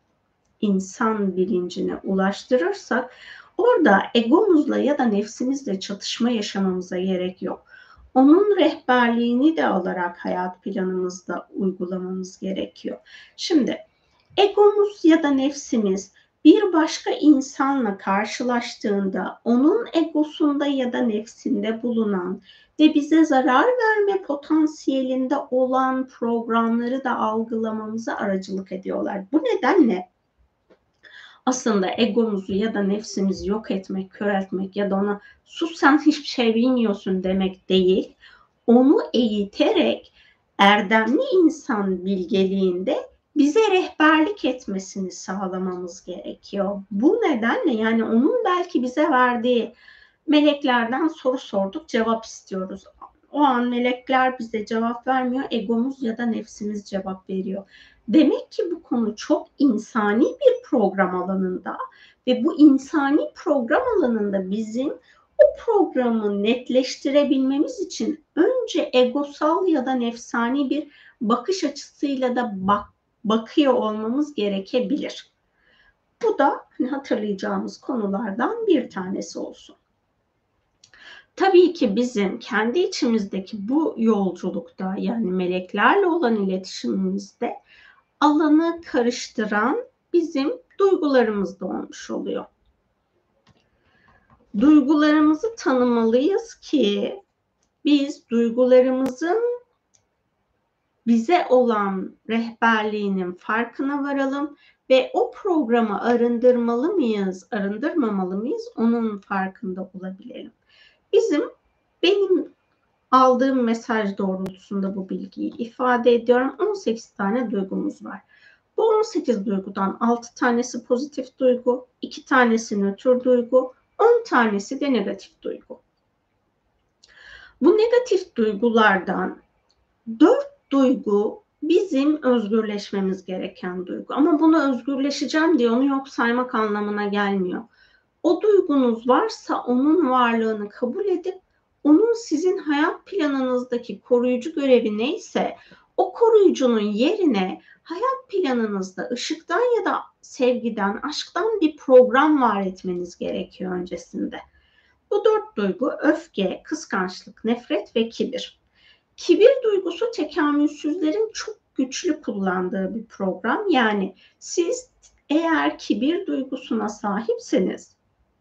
insan bilincine ulaştırırsak orada egomuzla ya da nefsimizle çatışma yaşamamıza gerek yok. Onun rehberliğini de alarak hayat planımızda uygulamamız gerekiyor. Şimdi egomuz ya da nefsimiz bir başka insanla karşılaştığında onun egosunda ya da nefsinde bulunan ve bize zarar verme potansiyelinde olan programları da algılamamıza aracılık ediyorlar. Bu nedenle aslında egomuzu ya da nefsimizi yok etmek, köreltmek ya da ona sus sen hiçbir şey bilmiyorsun demek değil. Onu eğiterek erdemli insan bilgeliğinde bize rehberlik etmesini sağlamamız gerekiyor. Bu nedenle yani onun belki bize verdiği meleklerden soru sorduk, cevap istiyoruz. O an melekler bize cevap vermiyor, egomuz ya da nefsimiz cevap veriyor. Demek ki bu konu çok insani bir program alanında ve bu insani program alanında bizim o programı netleştirebilmemiz için önce egosal ya da nefsani bir bakış açısıyla da bak, bakıyor olmamız gerekebilir. Bu da hatırlayacağımız konulardan bir tanesi olsun. Tabii ki bizim kendi içimizdeki bu yolculukta yani meleklerle olan iletişimimizde alanı karıştıran bizim duygularımız da olmuş oluyor. Duygularımızı tanımalıyız ki biz duygularımızın bize olan rehberliğinin farkına varalım ve o programı arındırmalı mıyız, arındırmamalı mıyız onun farkında olabilelim. Bizim, benim aldığım mesaj doğrultusunda bu bilgiyi ifade ediyorum. on sekiz tane duygumuz var. Bu on sekiz duygudan altı tanesi pozitif duygu, iki tanesi nötr duygu, on tanesi de negatif duygu. Bu negatif duygulardan dört duygu bizim özgürleşmemiz gereken duygu. Ama bunu özgürleşeceğim diye onu yok saymak anlamına gelmiyor. O duygunuz varsa onun varlığını kabul edip onun sizin hayat planınızdaki koruyucu görevi neyse o koruyucunun yerine hayat planınızda ışıktan ya da sevgiden, aşktan bir program var etmeniz gerekiyor öncesinde. Bu dört duygu öfke, kıskançlık, nefret ve kibir. Kibir duygusu tekamülsüzlerin çok güçlü kullandığı bir program. Yani siz eğer kibir duygusuna sahipseniz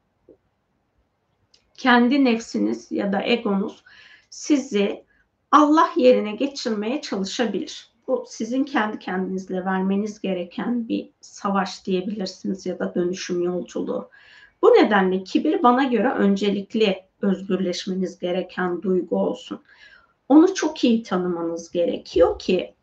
kendi nefsiniz ya da egonuz sizi Allah yerine geçirmeye çalışabilir. Bu sizin kendi kendinizle vermeniz gereken bir savaş diyebilirsiniz ya da dönüşüm yolculuğu. Bu nedenle kibir bana göre öncelikli özgürleşmeniz gereken duygu olsun. Onu çok iyi tanımanız gerekiyor ki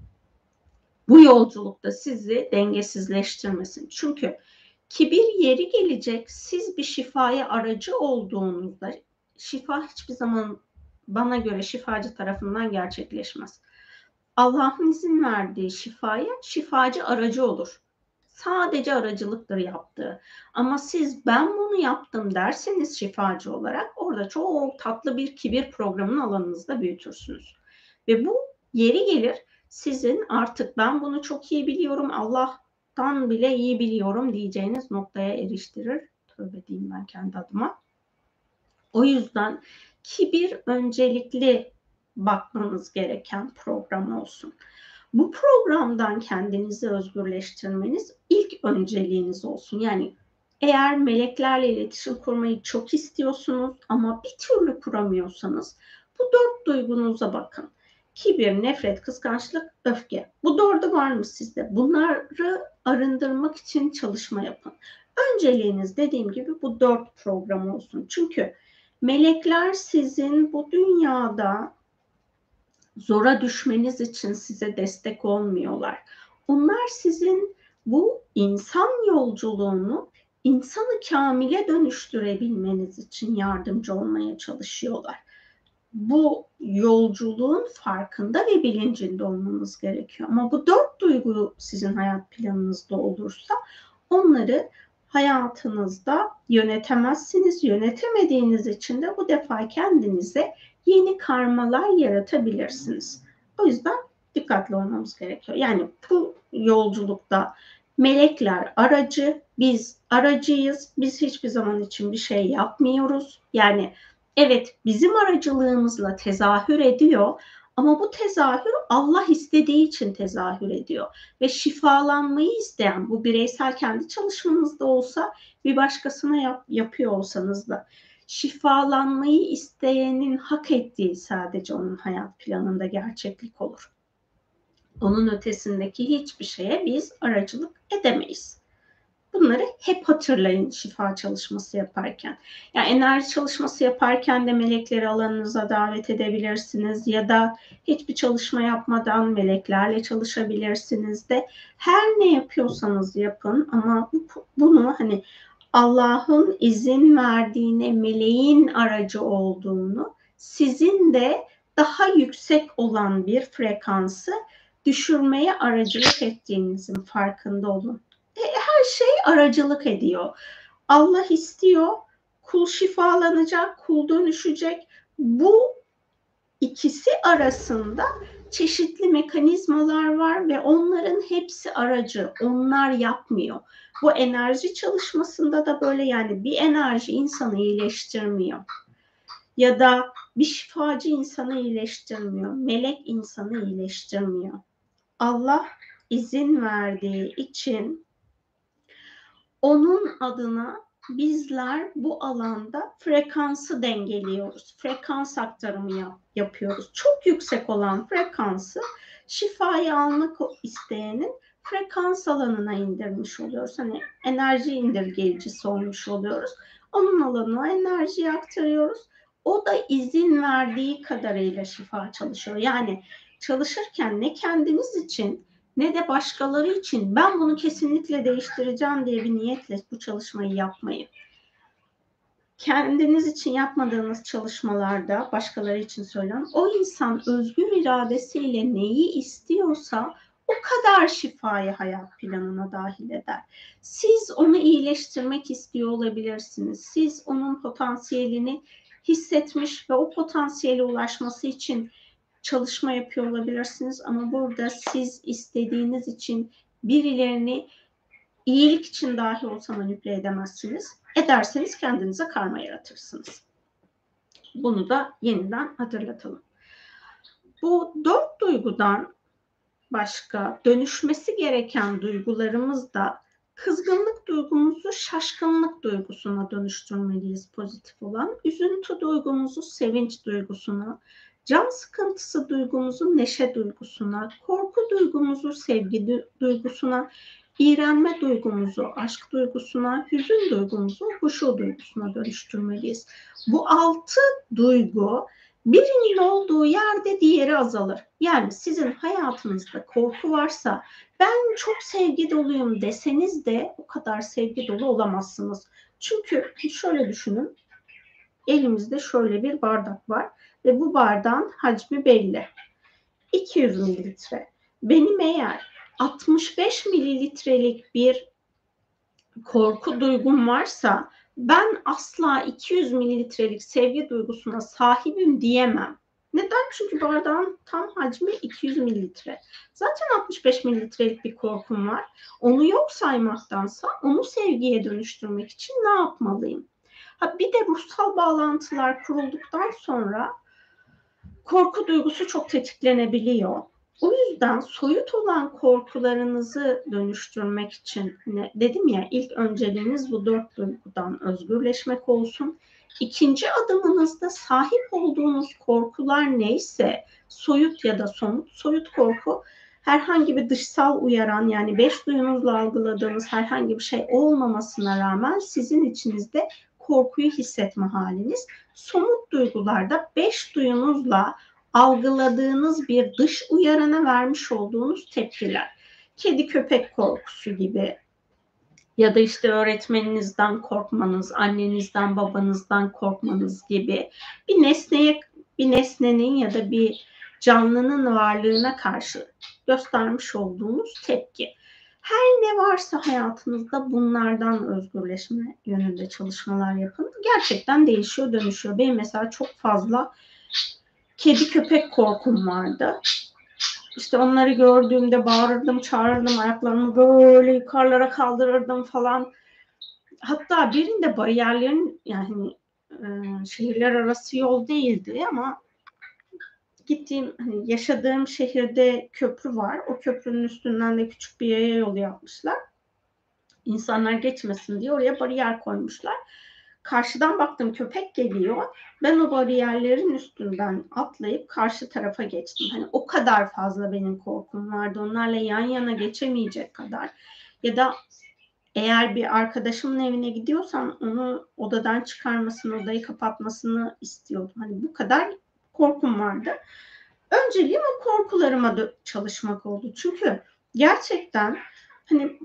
bu yolculukta sizi dengesizleştirmesin. Çünkü kibir yeri gelecek, siz bir şifaya aracı olduğunuzda, şifa hiçbir zaman bana göre şifacı tarafından gerçekleşmez. Allah'ın izin verdiği şifaya şifacı aracı olur. Sadece aracılıktır yaptığı. Ama siz ben bunu yaptım derseniz şifacı olarak orada çok tatlı bir kibir programını alanınızda büyütürsünüz. Ve bu yeri gelir sizin artık ben bunu çok iyi biliyorum, Allah'tan bile iyi biliyorum diyeceğiniz noktaya eriştirir. Tövbe diyeyim ben kendi adıma. O yüzden kibir öncelikli bakmanız gereken program olsun. Bu programdan kendinizi özgürleştirmeniz ilk önceliğiniz olsun. Yani eğer meleklerle iletişim kurmayı çok istiyorsunuz ama bir türlü kuramıyorsanız bu dört duygunuza bakın. Kibir, nefret, kıskançlık, öfke. Bu dördü var mı sizde? Bunları arındırmak için çalışma yapın. Önceliğiniz dediğim gibi bu dört program olsun. Çünkü melekler sizin bu dünyada zora düşmeniz için size destek olmuyorlar. Onlar sizin bu insan yolculuğunu insanı kamile dönüştürebilmeniz için yardımcı olmaya çalışıyorlar. Bu yolculuğun farkında ve bilincinde olmanız gerekiyor. Ama bu dört duygu sizin hayat planınızda olursa onları hayatınızda yönetemezsiniz. Yönetemediğiniz için de bu defa kendinize yeni karmalar yaratabilirsiniz. O yüzden dikkatli olmamız gerekiyor. Yani bu yolculukta melekler aracı, biz aracıyız. Biz hiçbir zaman için bir şey yapmıyoruz. Yani evet bizim aracılığımızla tezahür ediyor ama bu tezahür Allah istediği için tezahür ediyor. Ve şifalanmayı isteyen bu bireysel kendi çalışmanızda olsa bir başkasına yap, yapıyor olsanız da şifalanmayı isteyenin hak ettiği sadece onun hayat planında gerçeklik olur. Onun ötesindeki hiçbir şeye biz aracılık edemeyiz. Bunları hep hatırlayın şifa çalışması yaparken. Yani enerji çalışması yaparken de melekleri alanınıza davet edebilirsiniz ya da hiçbir çalışma yapmadan meleklerle çalışabilirsiniz de her ne yapıyorsanız yapın ama bunu hani Allah'ın izin verdiğine meleğin aracı olduğunu sizin de daha yüksek olan bir frekansı düşürmeye aracılık ettiğinizin farkında olun. Her şey aracılık ediyor. Allah istiyor, kul şifalanacak, kul dönüşecek. Bu ikisi arasında çeşitli mekanizmalar var ve onların hepsi aracı. Onlar yapmıyor. Bu enerji çalışmasında da böyle yani bir enerji insanı iyileştirmiyor. Ya da bir şifacı insanı iyileştirmiyor. Melek insanı iyileştirmiyor. Allah izin verdiği için onun adına bizler bu alanda frekansı dengeliyoruz. Frekans aktarımı yap, yapıyoruz. Çok yüksek olan frekansı şifayı almak isteyenin frekans alanına indirmiş oluyoruz. Hani enerji indirgeyicisi olmuş oluyoruz. Onun alanına enerjiyi aktarıyoruz. O da izin verdiği kadarıyla şifa çalışıyor. Yani çalışırken ne kendiniz için ne de başkaları için ben bunu kesinlikle değiştireceğim diye bir niyetle bu çalışmayı yapmayın. Kendiniz için yapmadığınız çalışmalarda, başkaları için söylüyorum, o insan özgür iradesiyle neyi istiyorsa o kadar şifayı hayat planına dahil eder. Siz onu iyileştirmek istiyor olabilirsiniz. Siz onun potansiyelini hissetmiş ve o potansiyele ulaşması için çalışma yapıyor olabilirsiniz. Ama burada siz istediğiniz için birilerini iyilik için dahi olsa manipüle edemezsiniz. Ederseniz kendinize karma yaratırsınız. Bunu da yeniden hatırlatalım. Bu dört duygudan başka dönüşmesi gereken duygularımız da kızgınlık duygumuzu şaşkınlık duygusuna dönüştürmeliyiz pozitif olan. Üzüntü duygumuzu sevinç duygusuna, can sıkıntısı duygumuzu neşe duygusuna, korku duygumuzu sevgi duygusuna, İğrenme duygumuzu aşk duygusuna, hüzün duygumuzu huşu duygusuna dönüştürmeliyiz. Bu altı duygu birinin olduğu yerde diğeri azalır. Yani sizin hayatınızda korku varsa ben çok sevgi doluyum deseniz de o kadar sevgi dolu olamazsınız. Çünkü şöyle düşünün. Elimizde şöyle bir bardak var ve bu bardağın hacmi belli. iki yüz mililitre. Benim eğer altmış beş mililitrelik bir korku duygum varsa ben asla iki yüz mililitrelik sevgi duygusuna sahibim diyemem. Neden? Çünkü bardağın tam hacmi iki yüz mililitre. Zaten altmış beş mililitrelik bir korkum var. Onu yok saymaktansa onu sevgiye dönüştürmek için ne yapmalıyım? Ha, bir de ruhsal bağlantılar kurulduktan sonra korku duygusu çok tetiklenebiliyor. O yüzden soyut olan korkularınızı dönüştürmek için hani dedim ya ilk önceliğiniz bu dört duygudan özgürleşmek olsun. İkinci adımınızda sahip olduğunuz korkular neyse soyut ya da somut. Soyut korku herhangi bir dışsal uyaran yani beş duyunuzla algıladığınız herhangi bir şey olmamasına rağmen sizin içinizde korkuyu hissetme haliniz. Somut duygularda beş duyunuzla algıladığınız bir dış uyarana vermiş olduğunuz tepkiler. Kedi köpek korkusu gibi ya da işte öğretmeninizden korkmanız, annenizden, babanızdan korkmanız gibi bir nesneye, bir nesnenin ya da bir canlının varlığına karşı göstermiş olduğunuz tepki. Her ne varsa hayatınızda bunlardan özgürleşme yönünde çalışmalar yapın. Gerçekten değişiyor, dönüşüyor. Benim mesela çok fazla kedi köpek korkum vardı. İşte onları gördüğümde bağırırdım, çağırırdım, ayaklarımı böyle yukarılara kaldırırdım falan. Hatta birinde bariyerlerin yani e, şehirler arası yol değildi ama gittiğim, hani yaşadığım şehirde köprü var. O köprünün üstünden de küçük bir yaya yolu yapmışlar. İnsanlar geçmesin diye oraya bariyer koymuşlar. Karşıdan baktım köpek geliyor. Ben o bariyerlerin üstünden atlayıp karşı tarafa geçtim. Hani o kadar fazla benim korkum vardı. Onlarla yan yana geçemeyecek kadar. Ya da eğer bir arkadaşımın evine gidiyorsam onu odadan çıkarmasını, odayı kapatmasını istiyordum. Hani bu kadar korkum vardı. Önceliğim o korkularıma çalışmak oldu. Çünkü gerçekten hani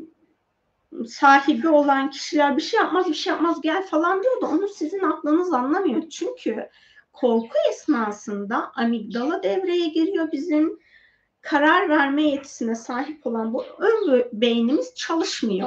sahibi olan kişiler bir şey yapmaz bir şey yapmaz gel falan diyor da onu sizin aklınız anlamıyor. Çünkü korku esnasında amigdala devreye giriyor, bizim karar verme yetisine sahip olan bu ön beynimiz çalışmıyor.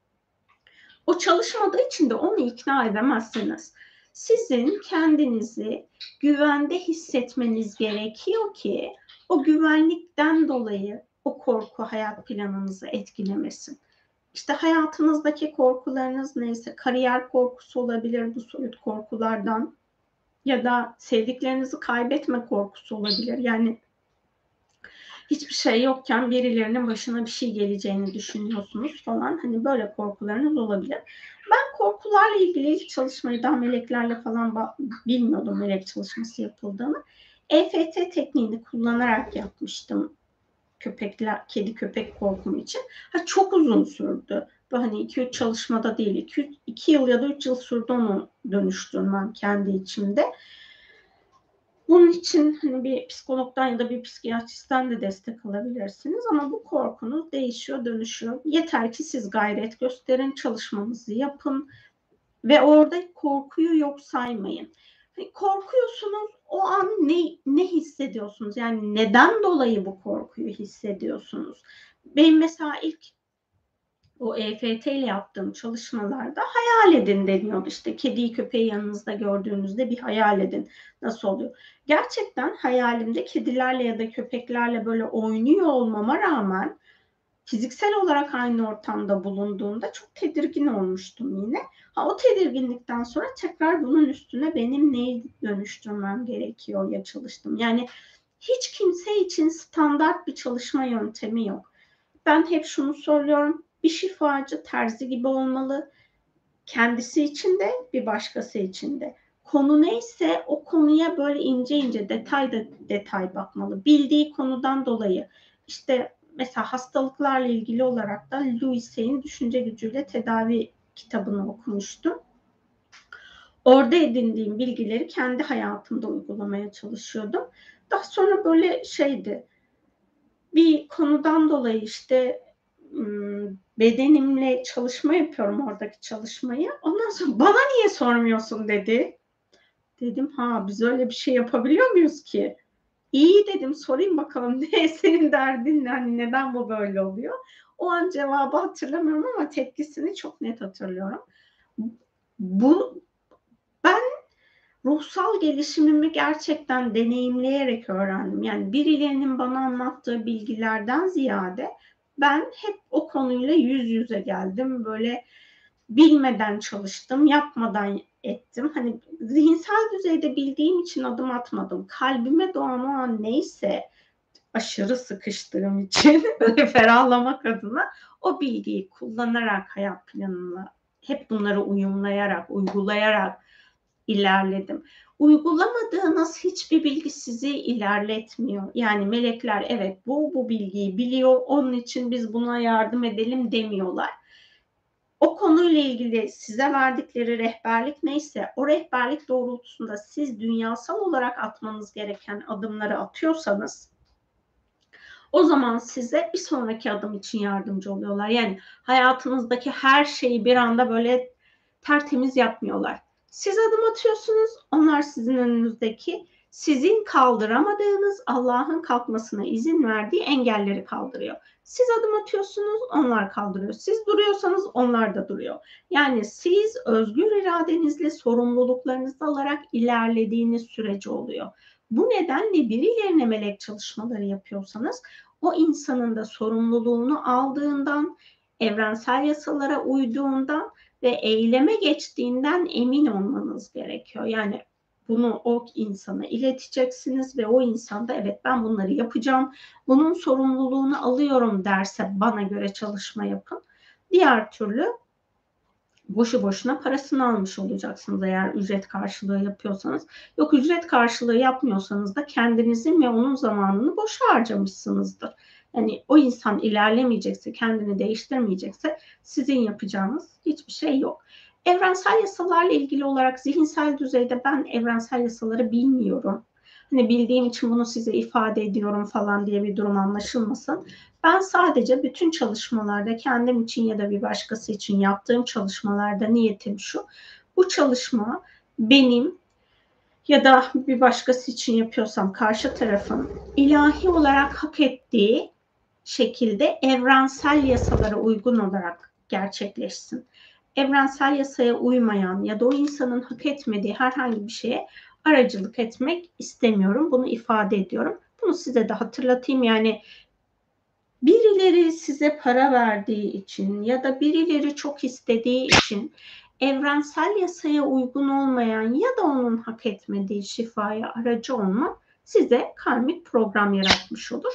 O çalışmadığı için de onu ikna edemezsiniz. Sizin kendinizi güvende hissetmeniz gerekiyor ki o güvenlikten dolayı o korku hayat planınızı etkilemesin. İşte hayatınızdaki korkularınız neyse, kariyer korkusu olabilir bu soyut korkulardan ya da sevdiklerinizi kaybetme korkusu olabilir. Yani hiçbir şey yokken birilerinin başına bir şey geleceğini düşünüyorsunuz falan. Hani böyle korkularınız olabilir. Ben korkularla ilgili ilk çalışmayı daha meleklerle falan bilmiyordum melek çalışması yapıldığını. E F T tekniğini kullanarak yapmıştım. Köpekler, kedi köpek korkum için. Ha, çok uzun sürdü. Bu hani iki üç çalışmada değil. iki yıl ya da üç yıl sürdü onu dönüştürmem kendi içimde. Bunun için hani bir psikologdan ya da bir psikiyatristten de destek alabilirsiniz ama bu korkunuz değişiyor, dönüşüyor. Yeter ki siz gayret gösterin, çalışmanızı yapın ve orada korkuyu yok saymayın. Hani korkuyorsunuz, o an ne, ne hissediyorsunuz? Yani neden dolayı bu korkuyu hissediyorsunuz? Benim mesela ilk o E F T ile yaptığım çalışmalarda hayal edin deniyordu. İşte kediyi köpeği yanınızda gördüğünüzde bir hayal edin. Nasıl oluyor? Gerçekten hayalimde kedilerle ya da köpeklerle böyle oynuyor olmama rağmen fiziksel olarak aynı ortamda bulunduğumda çok tedirgin olmuştum yine. Ha, o tedirginlikten sonra tekrar bunun üstüne benim neyi dönüştürmem gerekiyor ya çalıştım. Yani hiç kimse için standart bir çalışma yöntemi yok. Ben hep şunu söylüyorum. Bir şifacı terzi gibi olmalı. Kendisi için de bir başkası için de. Konu neyse o konuya böyle ince ince detay da detay bakmalı. Bildiği konudan dolayı işte mesela hastalıklarla ilgili olarak da Louis Hay'in Düşünce Gücüyle Tedavi kitabını okumuştum. Orada edindiğim bilgileri kendi hayatımda uygulamaya çalışıyordum. Daha sonra böyle şeydi, bir konudan dolayı işte bedenimle çalışma yapıyorum oradaki çalışmayı. Ondan sonra bana niye sormuyorsun dedi. Dedim ha biz öyle bir şey yapabiliyor muyuz ki? İyi dedim sorayım bakalım ne senin derdin ne? Hani neden bu böyle oluyor? O an cevabı hatırlamıyorum ama tepkisini çok net hatırlıyorum. Bu ben ruhsal gelişimimi gerçekten deneyimleyerek öğrendim. Yani birilerinin bana anlattığı bilgilerden ziyade ben hep o konuyla yüz yüze geldim. Böyle bilmeden çalıştım, yapmadan ettim. Hani zihinsel düzeyde bildiğim için adım atmadım. Kalbime doğan o an neyse, aşırı sıkıştığım için böyle ferahlamak adına o bilgiyi kullanarak hayat planımla hep bunları uyumlayarak, uygulayarak ilerledim. Uygulamadığınız hiçbir bilgi sizi ilerletmiyor. Yani melekler evet bu bu bilgiyi biliyor, onun için biz buna yardım edelim demiyorlar. O konuyla ilgili size verdikleri rehberlik neyse, o rehberlik doğrultusunda siz dünyasal olarak atmanız gereken adımları atıyorsanız, o zaman size bir sonraki adım için yardımcı oluyorlar. Yani hayatınızdaki her şeyi bir anda böyle tertemiz yapmıyorlar. Siz adım atıyorsunuz, onlar sizin önünüzdeki, sizin kaldıramadığınız, Allah'ın kalkmasına izin verdiği engelleri kaldırıyor. Siz adım atıyorsunuz, onlar kaldırıyor. Siz duruyorsanız onlar da duruyor. Yani siz özgür iradenizle sorumluluklarınızı alarak ilerlediğiniz süreci oluyor. Bu nedenle birilerine melek çalışmaları yapıyorsanız o insanın da sorumluluğunu aldığından, evrensel yasalara uyduğundan ve eyleme geçtiğinden emin olmanız gerekiyor. Yani bunu o insana ileteceksiniz ve o insan da evet ben bunları yapacağım, bunun sorumluluğunu alıyorum derse bana göre çalışma yapın. Diğer türlü boşu boşuna parasını almış olacaksınız eğer ücret karşılığı yapıyorsanız. Yok ücret karşılığı yapmıyorsanız da kendinizin ve onun zamanını boşa harcamışsınızdır. Yani o insan ilerlemeyecekse, kendini değiştirmeyecekse sizin yapacağınız hiçbir şey yok. Evrensel yasalarla ilgili olarak zihinsel düzeyde ben evrensel yasaları bilmiyorum. Hani bildiğim için bunu size ifade ediyorum falan diye bir durum anlaşılmasın. Ben sadece bütün çalışmalarda kendim için ya da bir başkası için yaptığım çalışmalarda niyetim şu. Bu çalışma benim ya da bir başkası için yapıyorsam karşı tarafın ilahi olarak hak ettiği şekilde evrensel yasalara uygun olarak gerçekleşsin. Evrensel yasaya uymayan ya da o insanın hak etmediği herhangi bir şeye aracılık etmek istemiyorum. Bunu ifade ediyorum. Bunu size de hatırlatayım. Yani birileri size para verdiği için ya da birileri çok istediği için evrensel yasaya uygun olmayan ya da onun hak etmediği şifaya aracı olma size karmik program yaratmış olur.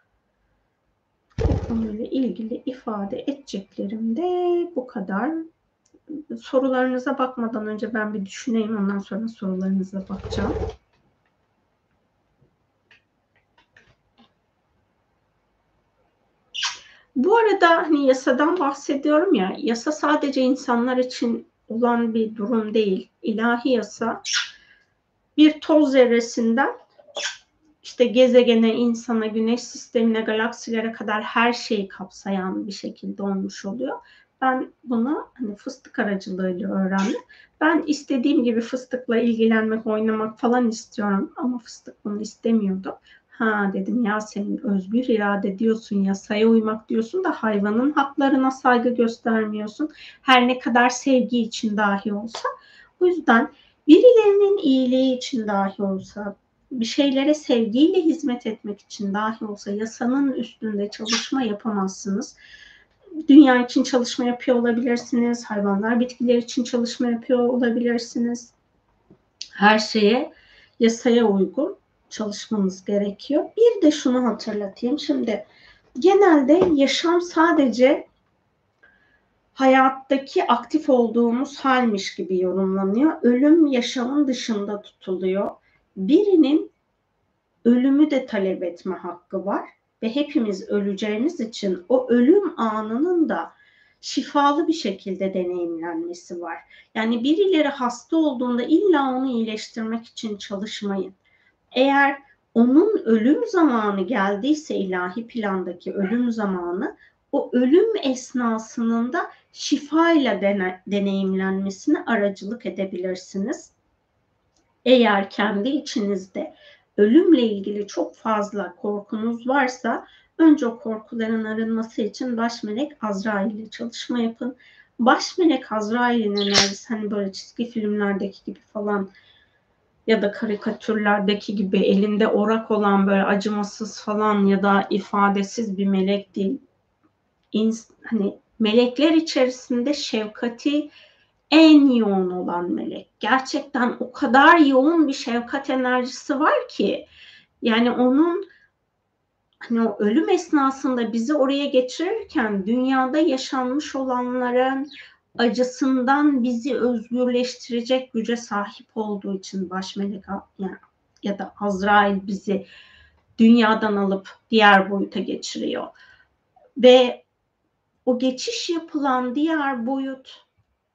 Bu konuyla ilgili ifade edeceklerim de bu kadar. Sorularınıza bakmadan önce ben bir düşüneyim, ondan sonra sorularınıza bakacağım. Bu arada hani yasadan bahsediyorum ya, yasa sadece insanlar için olan bir durum değil. İlahi yasa bir toz zerresinden işte gezegene, insana, güneş sistemine, galaksilere kadar her şeyi kapsayan bir şekilde olmuş oluyor. Ben bunu hani fıstık aracılığıyla öğrendim. Ben istediğim gibi fıstıkla ilgilenmek, oynamak falan istiyorum ama fıstık bunu istemiyordu. Ha dedim ya, senin özgür irade diyorsun, yasaya uymak diyorsun da hayvanın haklarına saygı göstermiyorsun. Her ne kadar sevgi için dahi olsa. O yüzden birilerinin iyiliği için dahi olsa, bir şeylere sevgiyle hizmet etmek için dahi olsa yasanın üstünde çalışma yapamazsınız. Dünya için çalışma yapıyor olabilirsiniz, hayvanlar, bitkiler için çalışma yapıyor olabilirsiniz. Her şeye yasaya uygun çalışmanız gerekiyor. Bir de şunu hatırlatayım. Şimdi genelde yaşam sadece hayattaki aktif olduğumuz halmiş gibi yorumlanıyor. Ölüm yaşamın dışında tutuluyor. Birinin ölümü de talep etme hakkı var ve hepimiz öleceğimiz için o ölüm anının da şifalı bir şekilde deneyimlenmesi var. Yani birileri hasta olduğunda illa onu iyileştirmek için çalışmayın. Eğer onun ölüm zamanı geldiyse, ilahi plandaki ölüm zamanı, o ölüm esnasının da şifayla dene, deneyimlenmesine aracılık edebilirsiniz. Eğer kendi içinizde ölümle ilgili çok fazla korkunuz varsa, önce o korkuların arınması için baş melek Azrail ile çalışma yapın. Baş melek Azrail'in enerjisi hani böyle çizgi filmlerdeki gibi falan ya da karikatürlerdeki gibi elinde orak olan böyle acımasız falan ya da ifadesiz bir melek değil. İns- hani melekler içerisinde şefkati en yoğun olan melek. Gerçekten o kadar yoğun bir şefkat enerjisi var ki, yani onun hani o ölüm esnasında bizi oraya geçirirken dünyada yaşanmış olanların acısından bizi özgürleştirecek güce sahip olduğu için baş melek yani, ya da Azrail bizi dünyadan alıp diğer boyuta geçiriyor. Ve o geçiş yapılan diğer boyut,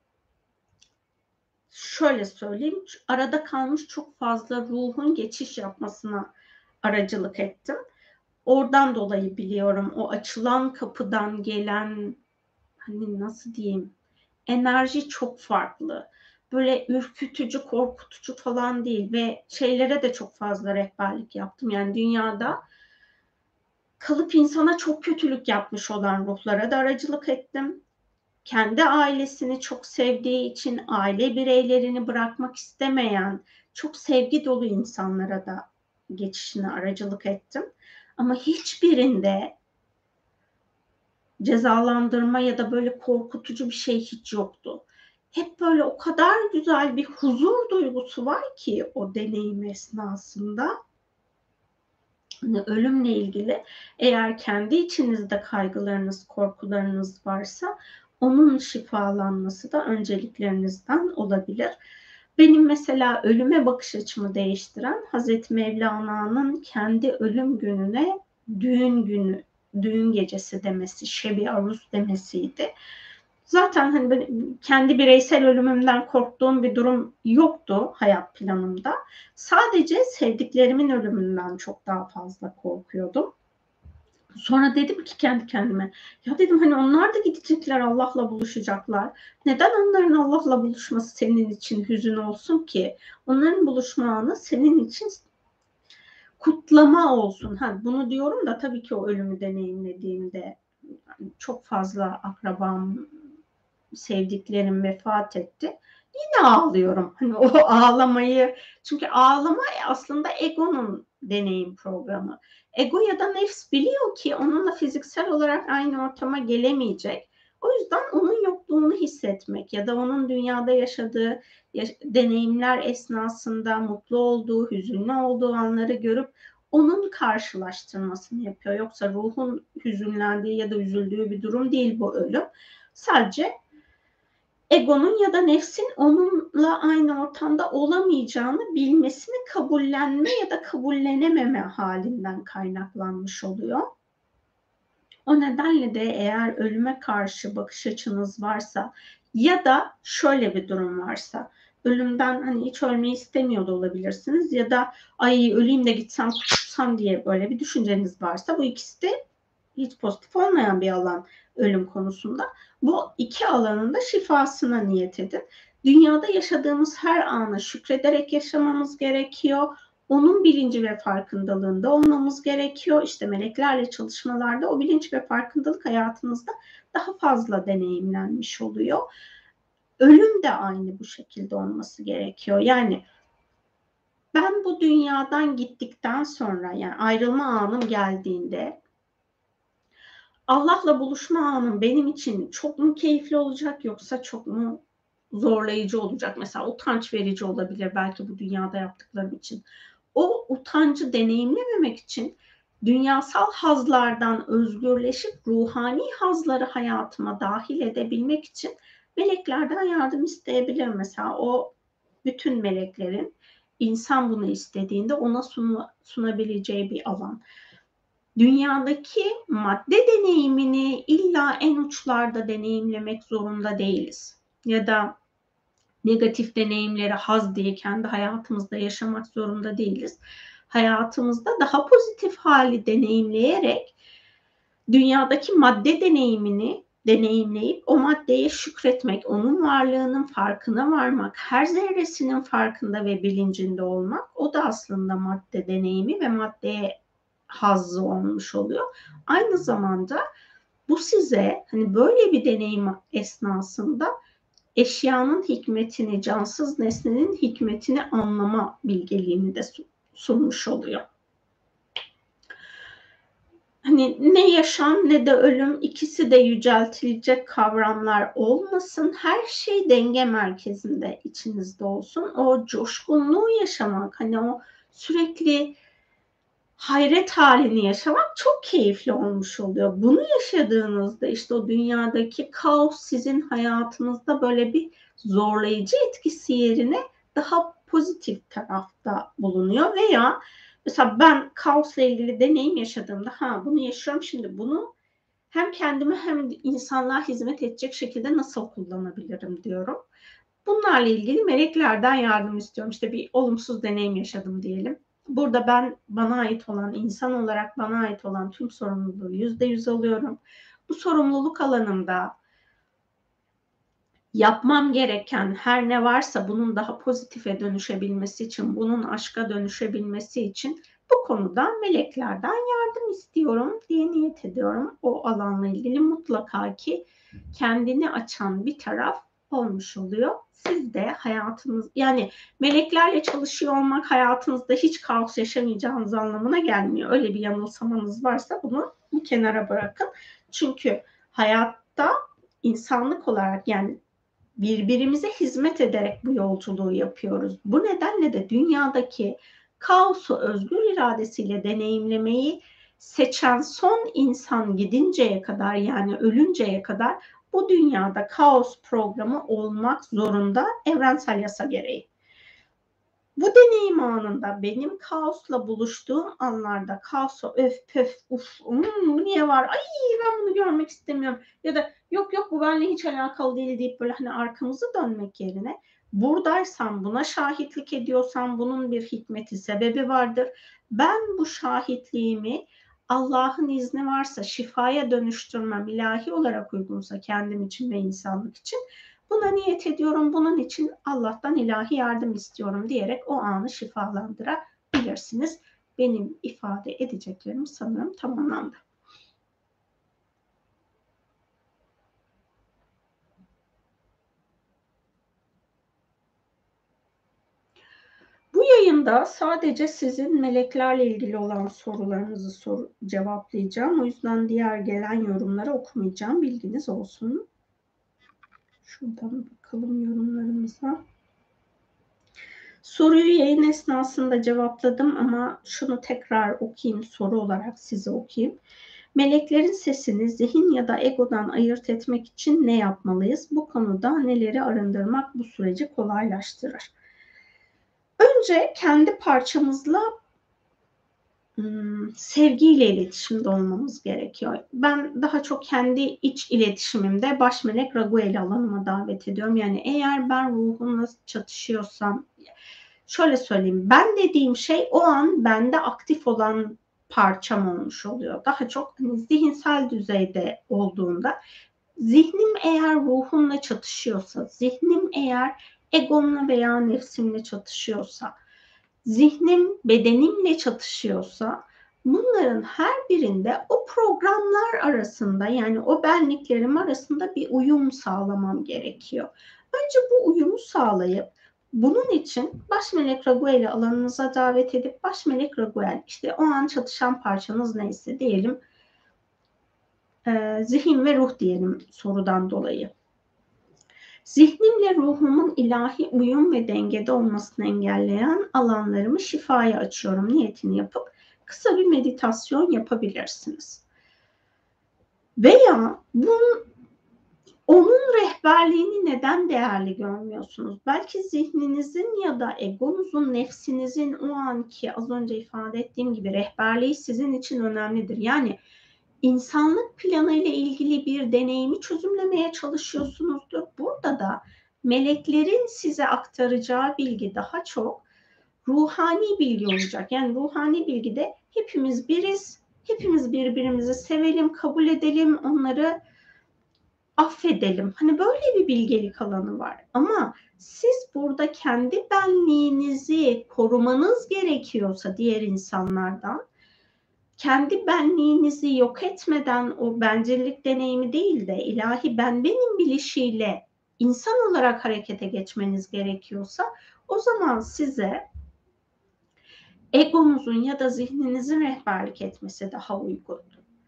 şöyle söyleyeyim, arada kalmış çok fazla ruhun geçiş yapmasına aracılık ettim. Oradan dolayı biliyorum, o açılan kapıdan gelen, hani nasıl diyeyim, enerji çok farklı. Böyle ürkütücü, korkutucu falan değil ve şeylere de çok fazla rehberlik yaptım. Yani dünyada kalıp insana çok kötülük yapmış olan ruhlara da aracılık ettim. Kendi ailesini çok sevdiği için aile bireylerini bırakmak istemeyen, çok sevgi dolu insanlara da geçişine aracılık ettim. Ama hiçbirinde cezalandırma ya da böyle korkutucu bir şey hiç yoktu. Hep böyle o kadar güzel bir huzur duygusu var ki o deneyim esnasında. Hani ölümle ilgili eğer kendi içinizde kaygılarınız, korkularınız varsa onun şifalanması da önceliklerinizden olabilir. Benim mesela ölüme bakış açımı değiştiren Hazreti Mevlana'nın kendi ölüm gününe düğün günü, düğün gecesi demesi, şebi aruz demesiydi. Zaten hani ben kendi bireysel ölümümden korktuğum bir durum yoktu hayat planımda. Sadece sevdiklerimin ölümünden çok daha fazla korkuyordum. Sonra dedim ki kendi kendime, ya dedim hani onlar da gidecekler, Allah'la buluşacaklar. Neden onların Allah'la buluşması senin için hüzün olsun ki? Onların buluşma anı senin için kutlama olsun. Ha, bunu diyorum da tabii ki o ölümü deneyimlediğimde çok fazla akrabam, sevdiklerim vefat etti. Yine ağlıyorum. Hani o ağlamayı, çünkü ağlama aslında egonun deneyim programı. Ego ya da nefs biliyor ki onunla fiziksel olarak aynı ortama gelemeyecek. O yüzden onun yokluğunu hissetmek ya da onun dünyada yaşadığı deneyimler esnasında mutlu olduğu, hüzünlü olduğu anları görüp onun karşılaştırmasını yapıyor. Yoksa ruhun hüzünlendiği ya da üzüldüğü bir durum değil bu ölüm. Sadece egonun ya da nefsin onunla aynı ortamda olamayacağını bilmesini kabullenme ya da kabullenememe halinden kaynaklanmış oluyor. O nedenle de eğer ölüme karşı bakış açınız varsa ya da şöyle bir durum varsa, ölümden hani hiç ölmeyi istemiyor da olabilirsiniz ya da ay öleyim de gitsem kurtulsam diye böyle bir düşünceniz varsa bu ikisi de hiç pozitif olmayan bir alan ölüm konusunda. Bu iki alanın da şifasına niyet edin. Dünyada yaşadığımız her anı şükrederek yaşamamız gerekiyor. Onun bilinci ve farkındalığında olmamız gerekiyor. İşte meleklerle çalışmalarda o bilinç ve farkındalık hayatımızda daha fazla deneyimlenmiş oluyor. Ölüm de aynı bu şekilde olması gerekiyor. Yani ben bu dünyadan gittikten sonra, yani ayrılma anım geldiğinde Allah'la buluşma anım benim için çok mu keyifli olacak yoksa çok mu zorlayıcı olacak? Mesela utanç verici olabilir belki bu dünyada yaptıklarım için. O utancı deneyimlememek için dünyasal hazlardan özgürleşip ruhani hazları hayatıma dahil edebilmek için meleklerden yardım isteyebilirim. Mesela o bütün meleklerin insan bunu istediğinde ona sunabileceği bir alan. Dünyadaki madde deneyimini illa en uçlarda deneyimlemek zorunda değiliz. Ya da negatif deneyimleri haz diye kendi hayatımızda yaşamak zorunda değiliz. Hayatımızda daha pozitif hali deneyimleyerek dünyadaki madde deneyimini deneyimleyip o maddeye şükretmek, onun varlığının farkına varmak, her zerresinin farkında ve bilincinde olmak, o da aslında madde deneyimi ve maddeye hazzı olmuş oluyor. Aynı zamanda bu size hani böyle bir deneyim esnasında eşyanın hikmetini, cansız nesnenin hikmetini anlama bilgeliğini de sunmuş oluyor. Hani ne yaşam ne de ölüm, ikisi de yüceltilecek kavramlar olmasın. Her şey denge merkezinde içinizde olsun. O coşkunluğu yaşamak, hani o sürekli hayret halini yaşamak çok keyifli olmuş oluyor. Bunu yaşadığınızda işte o dünyadaki kaos sizin hayatınızda böyle bir zorlayıcı etkisi yerine daha pozitif tarafta bulunuyor veya mesela ben kaosla ilgili deneyim yaşadığımda ha bunu yaşıyorum şimdi bunu hem kendime hem insanlığa hizmet edecek şekilde nasıl kullanabilirim diyorum. Bunlarla ilgili meleklerden yardım istiyorum. İşte bir olumsuz deneyim yaşadım diyelim. Burada ben bana ait olan, insan olarak bana ait olan tüm sorumluluğu yüzde yüz alıyorum. Bu sorumluluk alanımda yapmam gereken her ne varsa bunun daha pozitife dönüşebilmesi için, bunun aşka dönüşebilmesi için bu konudan meleklerden yardım istiyorum diye niyet ediyorum. O alanla ilgili mutlaka ki kendini açan bir taraf olmuş oluyor. Siz de hayatınız, yani meleklerle çalışıyor olmak hayatınızda hiç kaos yaşamayacağınız anlamına gelmiyor. Öyle bir yanılsamanız varsa bunu bir kenara bırakın. Çünkü hayatta insanlık olarak yani birbirimize hizmet ederek bu yolculuğu yapıyoruz. Bu nedenle de dünyadaki kaosu özgür iradesiyle deneyimlemeyi seçen son insan gidinceye kadar, yani ölünceye kadar bu dünyada kaos programı olmak zorunda evrensel yasa gereği. Bu deneyim anında benim kaosla buluştuğum anlarda kaosa öf pöf uf hmm, bu niye var ay ben bunu görmek istemiyorum ya da yok yok bu benimle hiç alakalı değil deyip böyle hani arkamızı dönmek yerine buradaysam buna şahitlik ediyorsam bunun bir hikmeti sebebi vardır. Ben bu şahitliğimi Allah'ın izni varsa şifaya dönüştürmem ilahi olarak uygunsa kendim için ve insanlık için buna niyet ediyorum. Bunun için Allah'tan ilahi yardım istiyorum diyerek o anı şifalandırabilirsiniz. Benim ifade edeceklerim sanırım tamamlandı. Bu yayında sadece sizin meleklerle ilgili olan sorularınızı sor cevaplayacağım. O yüzden diğer gelen yorumları okumayacağım. Bilginiz olsun. Şuradan bakalım yorumlarımıza. Soruyu yayın esnasında cevapladım ama şunu tekrar okuyayım, soru olarak size okuyayım. Meleklerin sesini zihin ya da egodan ayırt etmek için ne yapmalıyız? Bu konuda neleri arındırmak bu süreci kolaylaştırır? Önce kendi parçamızla ımm, sevgiyle iletişimde olmamız gerekiyor. Ben daha çok kendi iç iletişimimde baş melek Raguel'i alanıma davet ediyorum. Yani eğer ben ruhumla çatışıyorsam, şöyle söyleyeyim, ben dediğim şey o an bende aktif olan parçam olmuş oluyor. Daha çok hani zihinsel düzeyde olduğunda, zihnim eğer ruhumla çatışıyorsa, zihnim eğer egomla veya nefsimle çatışıyorsa, zihnim bedenimle çatışıyorsa, bunların her birinde o programlar arasında, yani o benliklerim arasında bir uyum sağlamam gerekiyor. Önce bu uyumu sağlayıp bunun için baş melek Raguel'i alanınıza davet edip baş melek Raguel, işte o an çatışan parçanız neyse diyelim, e, zihin ve ruh diyelim sorudan dolayı. Zihnimle ruhumun ilahi uyum ve dengede olmasını engelleyen alanlarımı şifaya açıyorum niyetini yapıp kısa bir meditasyon yapabilirsiniz. Veya bunun, onun rehberliğini neden değerli görmüyorsunuz? Belki zihninizin ya da egonuzun, nefsinizin o anki az önce ifade ettiğim gibi rehberliği sizin için önemlidir. Yani insanlık planı ile ilgili bir deneyimi çözümlemeye çalışıyorsunuzdur. Burada da meleklerin size aktaracağı bilgi daha çok ruhani bilgi olacak. Yani ruhani bilgide hepimiz biriz, hepimiz birbirimizi sevelim, kabul edelim, onları affedelim. Hani böyle bir bilgelik alanı var. Ama siz burada kendi benliğinizi korumanız gerekiyorsa diğer insanlardan, kendi benliğinizi yok etmeden o bencillik deneyimi değil de ilahi ben benim bilişiyle insan olarak harekete geçmeniz gerekiyorsa, o zaman size egonuzun ya da zihninizin rehberlik etmesi daha uygun.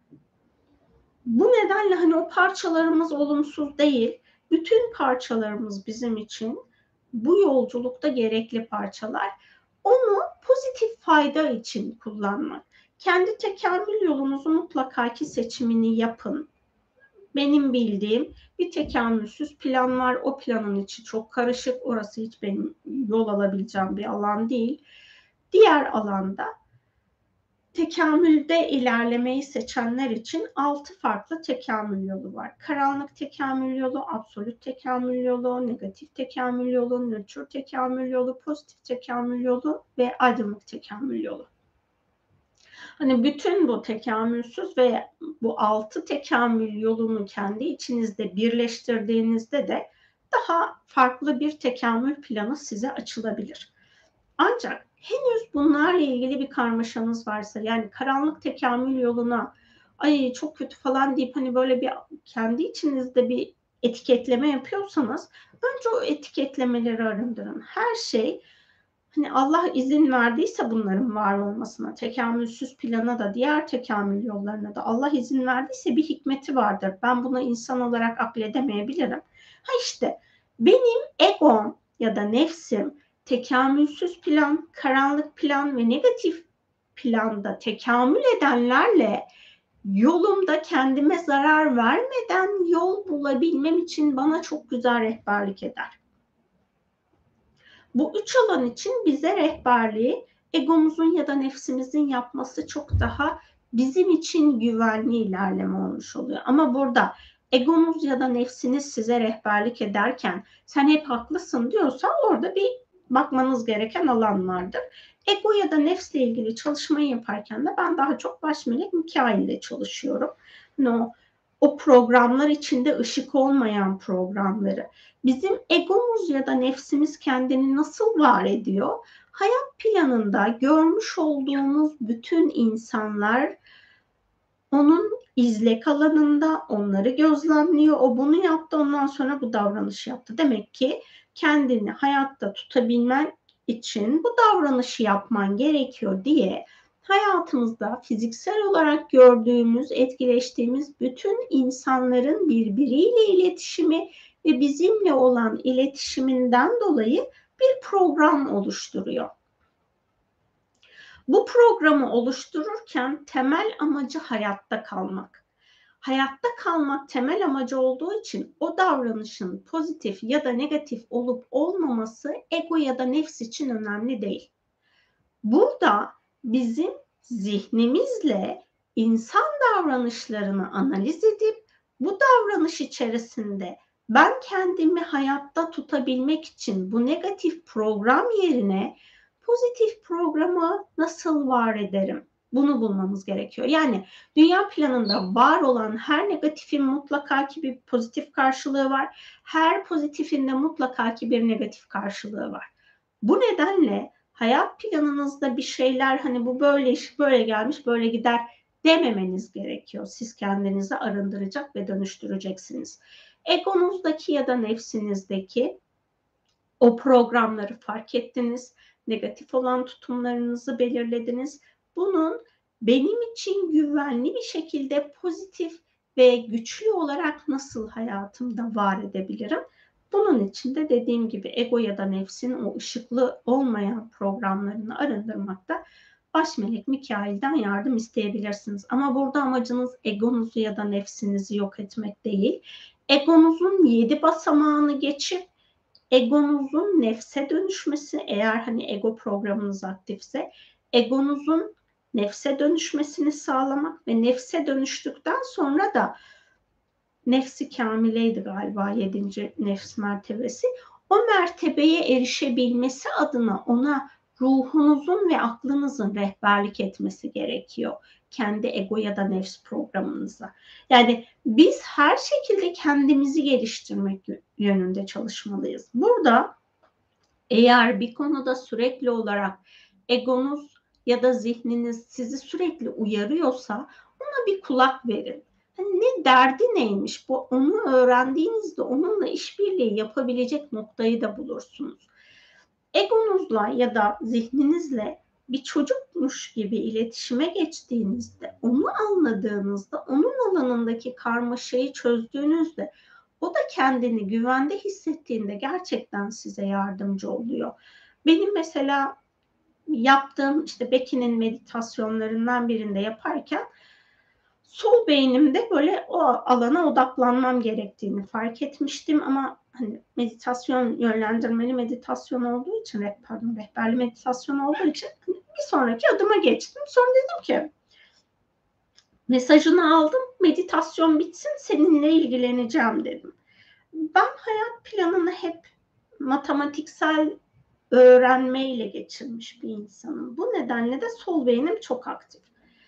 Bu nedenle hani o parçalarımız olumsuz değil, bütün parçalarımız bizim için bu yolculukta gerekli parçalar. Onu pozitif fayda için kullanmak. Kendi tekamül yolunuzu mutlaka ki seçimini yapın. Benim bildiğim bir tekamülsüz plan var. O planın içi çok karışık. Orası hiç benim yol alabileceğim bir alan değil. Diğer alanda tekamülde ilerlemeyi seçenler için altı farklı tekamül yolu var. Karanlık tekamül yolu, absolut tekamül yolu, negatif tekamül yolu, nötr tekamül yolu, pozitif tekamül yolu ve aydınlık tekamül yolu. Hani bütün bu tekamülsüz ve bu altı tekamül yolunu kendi içinizde birleştirdiğinizde de daha farklı bir tekamül planı size açılabilir. Ancak henüz bunlarla ilgili bir karmaşanız varsa, yani karanlık tekamül yoluna ay çok kötü falan deyip hani böyle bir kendi içinizde bir etiketleme yapıyorsanız, önce o etiketlemeleri arındırın. Her şey hani Allah izin verdiyse bunların var olmasına, tekamülsüz plana da diğer tekamül yollarına da Allah izin verdiyse bir hikmeti vardır. Ben buna insan olarak akledemeyebilirim. Ha işte benim egom ya da nefsim tekamülsüz plan, karanlık plan ve negatif planda tekamül edenlerle yolumda kendime zarar vermeden yol bulabilmem için bana çok güzel rehberlik eder. Bu üç alan için bize rehberliği egomuzun ya da nefsimizin yapması çok daha bizim için güvenli ilerleme olmuş oluyor. Ama burada egomuz ya da nefsiniz size rehberlik ederken sen hep haklısın diyorsa orada bir bakmanız gereken alan vardır. Ego ya da nefsle ilgili çalışmayı yaparken de ben daha çok baş melek Mikail ile çalışıyorum. No, o programlar içinde ışık olmayan programları. Bizim egomuz ya da nefsimiz kendini nasıl var ediyor? Hayat planında görmüş olduğumuz bütün insanlar onun izlek alanında, onları gözlemliyor. O bunu yaptı, ondan sonra bu davranışı yaptı. Demek ki kendini hayatta tutabilmen için bu davranışı yapman gerekiyor diye hayatımızda fiziksel olarak gördüğümüz, etkileştiğimiz bütün insanların birbiriyle iletişimi ve bizimle olan iletişiminden dolayı bir program oluşturuyor. Bu programı oluştururken temel amacı hayatta kalmak. Hayatta kalmak temel amacı olduğu için o davranışın pozitif ya da negatif olup olmaması ego ya da nefs için önemli değil. Burada bizim zihnimizle insan davranışlarını analiz edip bu davranış içerisinde ben kendimi hayatta tutabilmek için bu negatif program yerine pozitif programı nasıl var ederim? Bunu bulmamız gerekiyor. Yani dünya planında var olan her negatifin mutlaka ki bir pozitif karşılığı var. Her pozitifin de mutlaka ki bir negatif karşılığı var. Bu nedenle hayat planınızda bir şeyler hani bu böyle iş böyle gelmiş böyle gider dememeniz gerekiyor. Siz kendinizi arındıracak ve dönüştüreceksiniz. Egonuzdaki ya da nefsinizdeki o programları fark ettiniz. Negatif olan tutumlarınızı belirlediniz. Bunun benim için güvenli bir şekilde pozitif ve güçlü olarak nasıl hayatımda var edebilirim? Bunun için de dediğim gibi ego ya da nefsin o ışıklı olmayan programlarını arındırmakta baş melek Mikail'den yardım isteyebilirsiniz. Ama burada amacınız egonuzu ya da nefsinizi yok etmek değil. Egonuzun yedi basamağını geçip egonuzun nefse dönüşmesi, eğer hani ego programınız aktifse egonuzun nefse dönüşmesini sağlamak ve nefse dönüştükten sonra da nefsi kamileydi galiba yedinci nefs mertebesi. O mertebeye erişebilmesi adına ona ruhunuzun ve aklınızın rehberlik etmesi gerekiyor. Kendi ego ya da nefs programınıza. Yani biz her şekilde kendimizi geliştirmek yönünde çalışmalıyız. Burada eğer bir konuda sürekli olarak egonuz ya da zihniniz sizi sürekli uyarıyorsa ona bir kulak verin. Hani ne derdi neymiş bu, onu öğrendiğinizde onunla işbirliği yapabilecek noktayı da bulursunuz. Egonuzla ya da zihninizle bir çocukmuş gibi iletişime geçtiğinizde, onu anladığınızda, onun alanındaki karmaşayı çözdüğünüzde o da kendini güvende hissettiğinde gerçekten size yardımcı oluyor. Benim mesela yaptığım işte Becky'nin meditasyonlarından birinde yaparken sol beynimde böyle o alana odaklanmam gerektiğini fark etmiştim ama hani meditasyon yönlendirmeli meditasyon olduğu için pardon rehberli meditasyon olduğu için hani bir sonraki adıma geçtim. Sonra dedim ki mesajını aldım, meditasyon bitsin seninle ilgileneceğim dedim. Ben hayat planını hep matematiksel öğrenmeyle geçirmiş bir insanım. Bu nedenle de sol beynim çok aktif.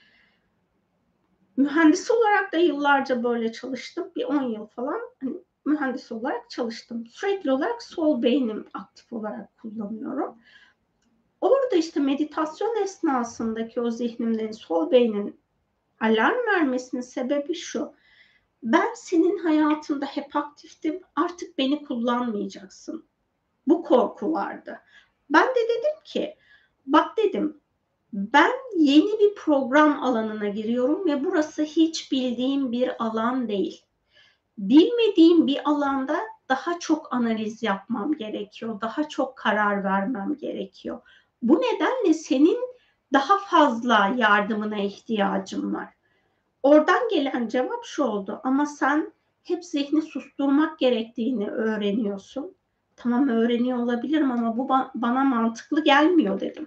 Mühendis olarak da yıllarca böyle çalıştım. Bir on yıl falan hani mühendis olarak çalıştım. Sürekli olarak sol beynim aktif olarak kullanıyorum. Orada işte meditasyon esnasındaki o zihnimden sol beynin alarm vermesinin sebebi şu. Ben senin hayatında hep aktiftim. Artık beni kullanmayacaksın. Bu korku vardı. Ben de dedim ki bak dedim ben yeni bir program alanına giriyorum ve burası hiç bildiğim bir alan değil. Bilmediğim bir alanda daha çok analiz yapmam gerekiyor. Daha çok karar vermem gerekiyor. Bu nedenle senin daha fazla yardımına ihtiyacım var. Oradan gelen cevap şu oldu. Ama sen hep zihni susturmak gerektiğini öğreniyorsun. Tamam öğreniyor olabilirim ama bu bana mantıklı gelmiyor dedim.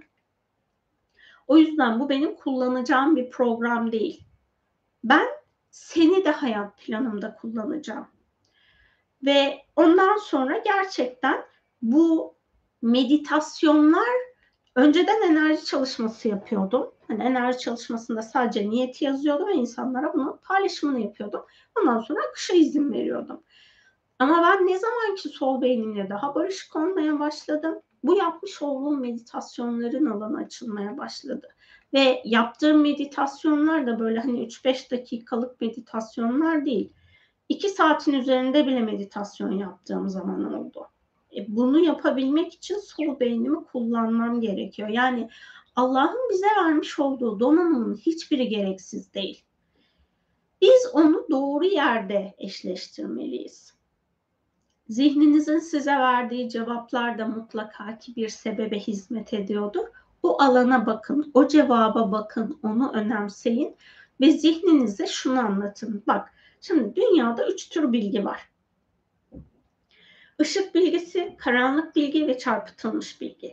O yüzden bu benim kullanacağım bir program değil. Ben seni de hayat planımda kullanacağım. Ve ondan sonra gerçekten bu meditasyonlar önceden enerji çalışması yapıyordum. Hani enerji çalışmasında sadece niyeti yazıyordum ve insanlara bunun paylaşımını yapıyordum. Ondan sonra akışa izin veriyordum. Ama ben ne zaman ki sol beynimle daha barışık olmaya başladım, bu yapmış olduğum meditasyonların alanı açılmaya başladı. Ve yaptığım meditasyonlar da böyle hani üç beş dakikalık meditasyonlar değil. iki saatin üzerinde bile meditasyon yaptığım zaman oldu. E bunu yapabilmek için sol beynimi kullanmam gerekiyor. Yani Allah'ın bize vermiş olduğu donanımın hiçbiri gereksiz değil. Biz onu doğru yerde eşleştirmeliyiz. Zihninizin size verdiği cevaplar da mutlaka ki bir sebebe hizmet ediyordur. O alana bakın, o cevaba bakın, onu önemseyin ve zihninize şunu anlatın. Bak, şimdi dünyada üç tür bilgi var. Işık bilgisi, karanlık bilgi ve çarpıtılmış bilgi.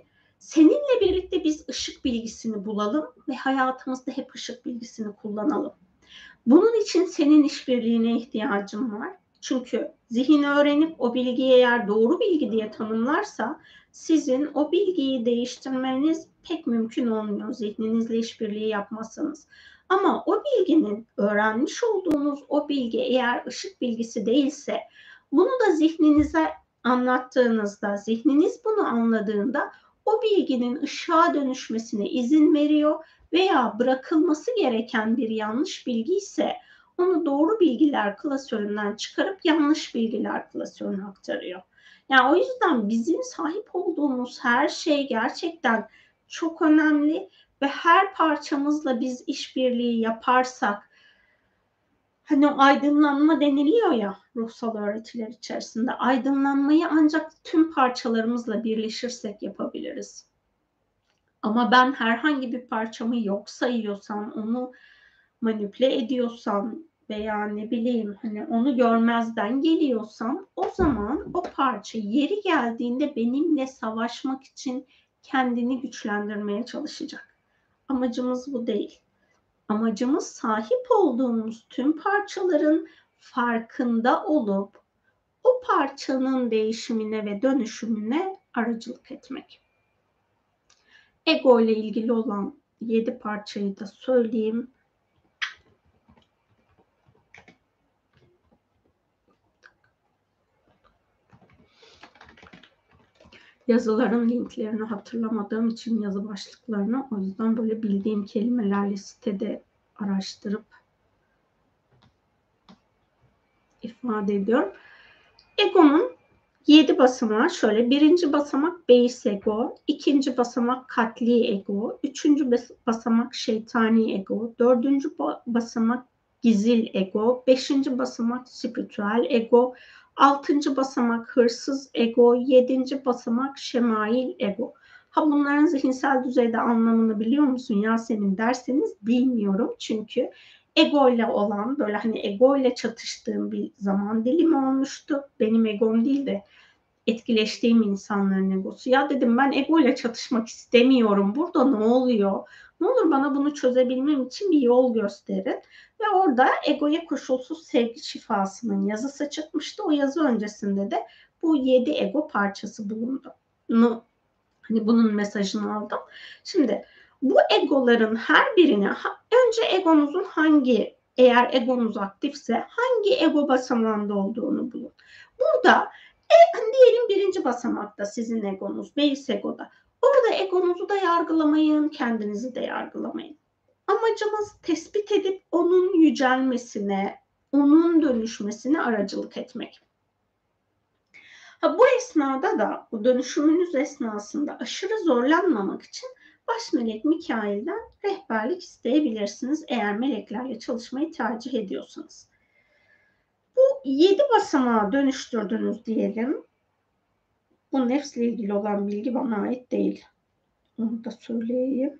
Seninle birlikte biz ışık bilgisini bulalım ve hayatımızda hep ışık bilgisini kullanalım. Bunun için senin işbirliğine ihtiyacım var. Çünkü zihin öğrenip o bilgiyi eğer doğru bilgi diye tanımlarsa sizin o bilgiyi değiştirmeniz pek mümkün olmuyor zihninizle işbirliği yapmazsanız. Ama o bilginin, öğrenmiş olduğunuz o bilgi eğer ışık bilgisi değilse, bunu da zihninize anlattığınızda, zihniniz bunu anladığında o bilginin ışığa dönüşmesine izin veriyor veya bırakılması gereken bir yanlış bilgi ise onu doğru bilgiler klasöründen çıkarıp yanlış bilgiler klasörüne aktarıyor. Yani o yüzden bizim sahip olduğumuz her şey gerçekten çok önemli ve her parçamızla biz işbirliği yaparsak, hani o aydınlanma deniliyor ya ruhsal öğretiler içerisinde, aydınlanmayı ancak tüm parçalarımızla birleşirsek yapabiliriz. Ama ben herhangi bir parçamı yok sayıyorsam, onu manipüle ediyorsam veya ne bileyim hani onu görmezden geliyorsam, o zaman o parça yeri geldiğinde benimle savaşmak için kendini güçlendirmeye çalışacak. Amacımız bu değil. Amacımız sahip olduğumuz tüm parçaların farkında olup o parçanın değişimine ve dönüşümüne aracılık etmek. Ego ile ilgili olan yedi parçayı da söyleyeyim. Yazıların linklerini hatırlamadığım için yazı başlıklarını, o yüzden böyle bildiğim kelimelerle sitede araştırıp ifade ediyorum. Egonun yedi basamağı şöyle: birinci basamak base ego, ikinci basamak katli ego, üçüncü basamak şeytani ego, dördüncü basamak gizil ego, beşinci basamak spiritüel ego, altıncı basamak hırsız ego, yedinci basamak şemail ego. Ha, bunların zihinsel düzeyde anlamını biliyor musun Yasemin derseniz, bilmiyorum. Çünkü ego ile olan, böyle hani ego ile çatıştığım bir zaman dilimi olmuştu. Benim egom değil de etkileştiğim insanların egosu. Ya dedim, ben ego ile çatışmak istemiyorum. Burada ne oluyor? Ne olur bana bunu çözebilmem için bir yol gösterin. Ve orada Egoya Koşulsuz Sevgi Şifası'nın yazısı çıkmıştı. O yazı öncesinde de bu yedi ego parçası bulundu. Hani bunun mesajını aldım. Şimdi bu egoların her birine önce egonuzun hangi, eğer egonuz aktifse hangi ego basamağında olduğunu bulun. Burada e, diyelim birinci basamakta sizin egonuz, base egoda. Orada egonuzu da yargılamayın, kendinizi de yargılamayın. Amacımız tespit edip onun yücelmesine, onun dönüşmesine aracılık etmek. Ha, bu esnada da, bu dönüşümünüz esnasında aşırı zorlanmamak için baş melek Mikail'den rehberlik isteyebilirsiniz eğer meleklerle çalışmayı tercih ediyorsanız. Bu yedi basamağa dönüştürdünüz diyelim. Bu nefsle ilgili olan bilgi bana ait değil. Onu da söyleyeyim.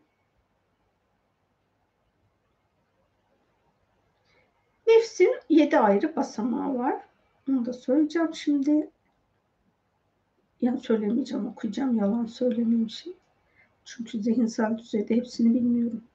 Nefsin yedi ayrı basamağı var. Onu da söyleyeceğim şimdi. Yani söylemeyeceğim, okuyacağım, yalan söylemeyeyim şimdi. Çünkü zihinsel düzeyde hepsini bilmiyorum.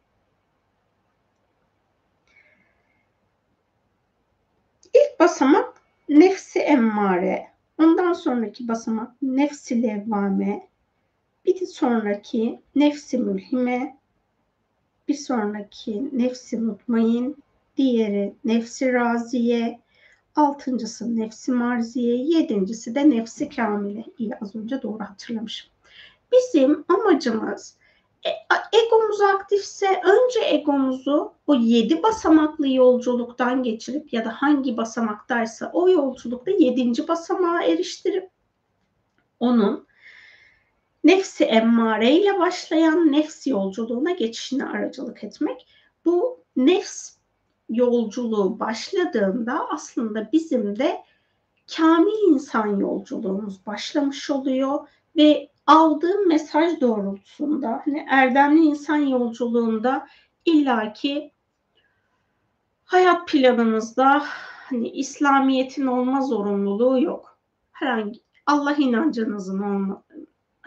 İlk basamak nefsi emmare. Ondan sonraki basamak nefsi levvame. Bir sonraki nefsi mülhime. Bir sonraki nefsi mutmain. Diğeri nefsi raziye. Altıncısı nefsi marziye. Yedincisi de nefsi kamile. İyi, az önce doğru hatırlamışım. Bizim amacımız, egomuz aktifse önce egomuzu o yedi basamaklı yolculuktan geçirip ya da hangi basamaktaysa o yolculukta yedinci basamağa eriştirip onun nefsi emmare ile başlayan nefs yolculuğuna geçişine aracılık etmek. Bu nefs yolculuğu başladığında aslında bizim de kamil insan yolculuğumuz başlamış oluyor ve aldığım mesaj doğrultusunda, hani erdemli insan yolculuğunda illaki hayat planınızda hani İslamiyet'in olma zorunluluğu yok. Herhangi Allah inancınızın olma,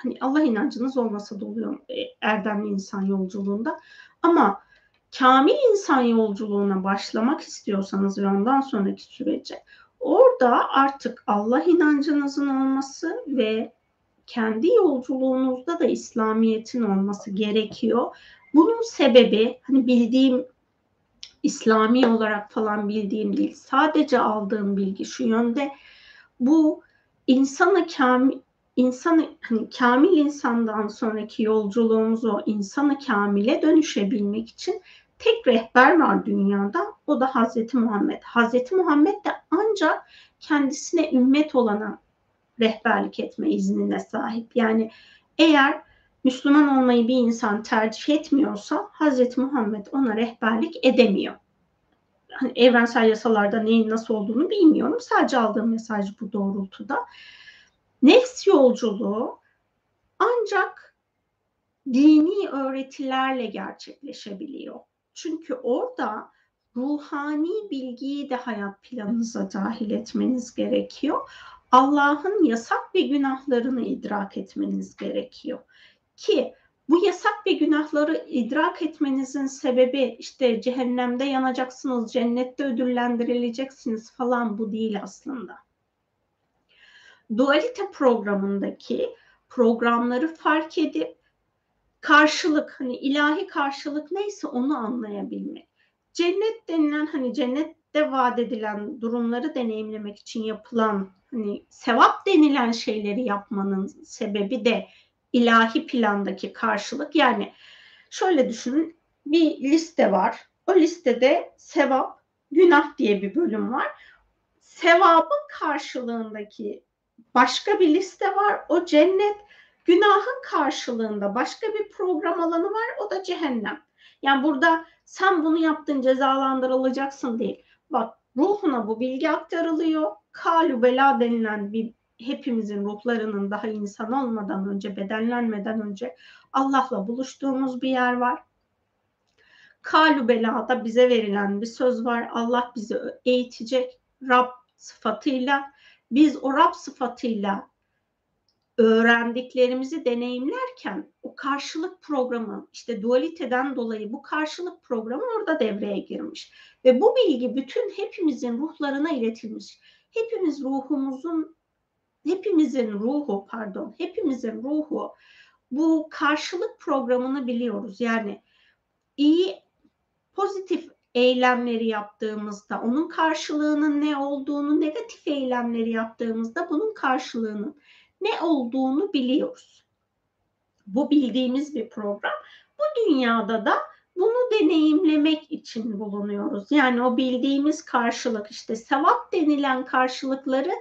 hani Allah inancınız olmasa da oluyor e, erdemli insan yolculuğunda. Ama kamil insan yolculuğuna başlamak istiyorsanız ve ondan sonraki sürece orada artık Allah inancınızın olması ve kendi yolculuğunuzda da İslamiyet'in olması gerekiyor. Bunun sebebi hani bildiğim İslami olarak falan bildiğim değil. Sadece aldığım bilgi şu yönde. Bu insanı kamil insanı hani kamil insandan sonraki yolculuğumuz o insanı kamile dönüşebilmek için tek rehber var dünyada. O da Hazreti Muhammed. Hazreti Muhammed de ancak kendisine ümmet olana rehberlik etme iznine sahip. Yani eğer Müslüman olmayı bir insan tercih etmiyorsa Hazreti Muhammed ona rehberlik edemiyor. Hani evrensel yasalarda neyin nasıl olduğunu bilmiyorum. Sadece aldığım mesaj bu doğrultuda. Nefs yolculuğu ancak dini öğretilerle gerçekleşebiliyor. Çünkü orada ruhani bilgiyi de hayat planınıza dahil etmeniz gerekiyor. Allah'ın yasak ve günahlarını idrak etmeniz gerekiyor. Ki bu yasak ve günahları idrak etmenizin sebebi işte cehennemde yanacaksınız, cennette ödüllendirileceksiniz falan bu değil aslında. Dualite programındaki programları fark edip karşılık, hani ilahi karşılık neyse onu anlayabilmek. Cennet denilen, hani cennette vaat edilen durumları deneyimlemek için yapılan, hani sevap denilen şeyleri yapmanın sebebi de ilahi plandaki karşılık. Yani şöyle düşünün, bir liste var. O listede sevap, günah diye bir bölüm var. Sevabın karşılığındaki başka bir liste var. O cennet. Günahın karşılığında başka bir program alanı var. O da cehennem. Yani burada sen bunu yaptın cezalandırılacaksın değil. Bak, ruhuna bu bilgi aktarılıyor. Kalü bela denilen bir, hepimizin ruhlarının daha insan olmadan önce, bedenlenmeden önce Allah'la buluştuğumuz bir yer var. Kalü belada bize verilen bir söz var. Allah bizi eğitecek Rab sıfatıyla. Biz o Rab sıfatıyla öğrendiklerimizi deneyimlerken o karşılık programı, işte dualiteden dolayı bu karşılık programı orada devreye girmiş. Ve bu bilgi bütün hepimizin ruhlarına iletilmiş. Hepimiz ruhumuzun, hepimizin ruhu pardon, hepimizin ruhu bu karşılık programını biliyoruz. Yani iyi, pozitif eylemleri yaptığımızda onun karşılığının ne olduğunu, negatif eylemleri yaptığımızda bunun karşılığının ne olduğunu biliyoruz. Bu bildiğimiz bir program. Bu dünyada da bunu deneyimlemek için bulunuyoruz. Yani o bildiğimiz karşılık, işte sevap denilen karşılıkları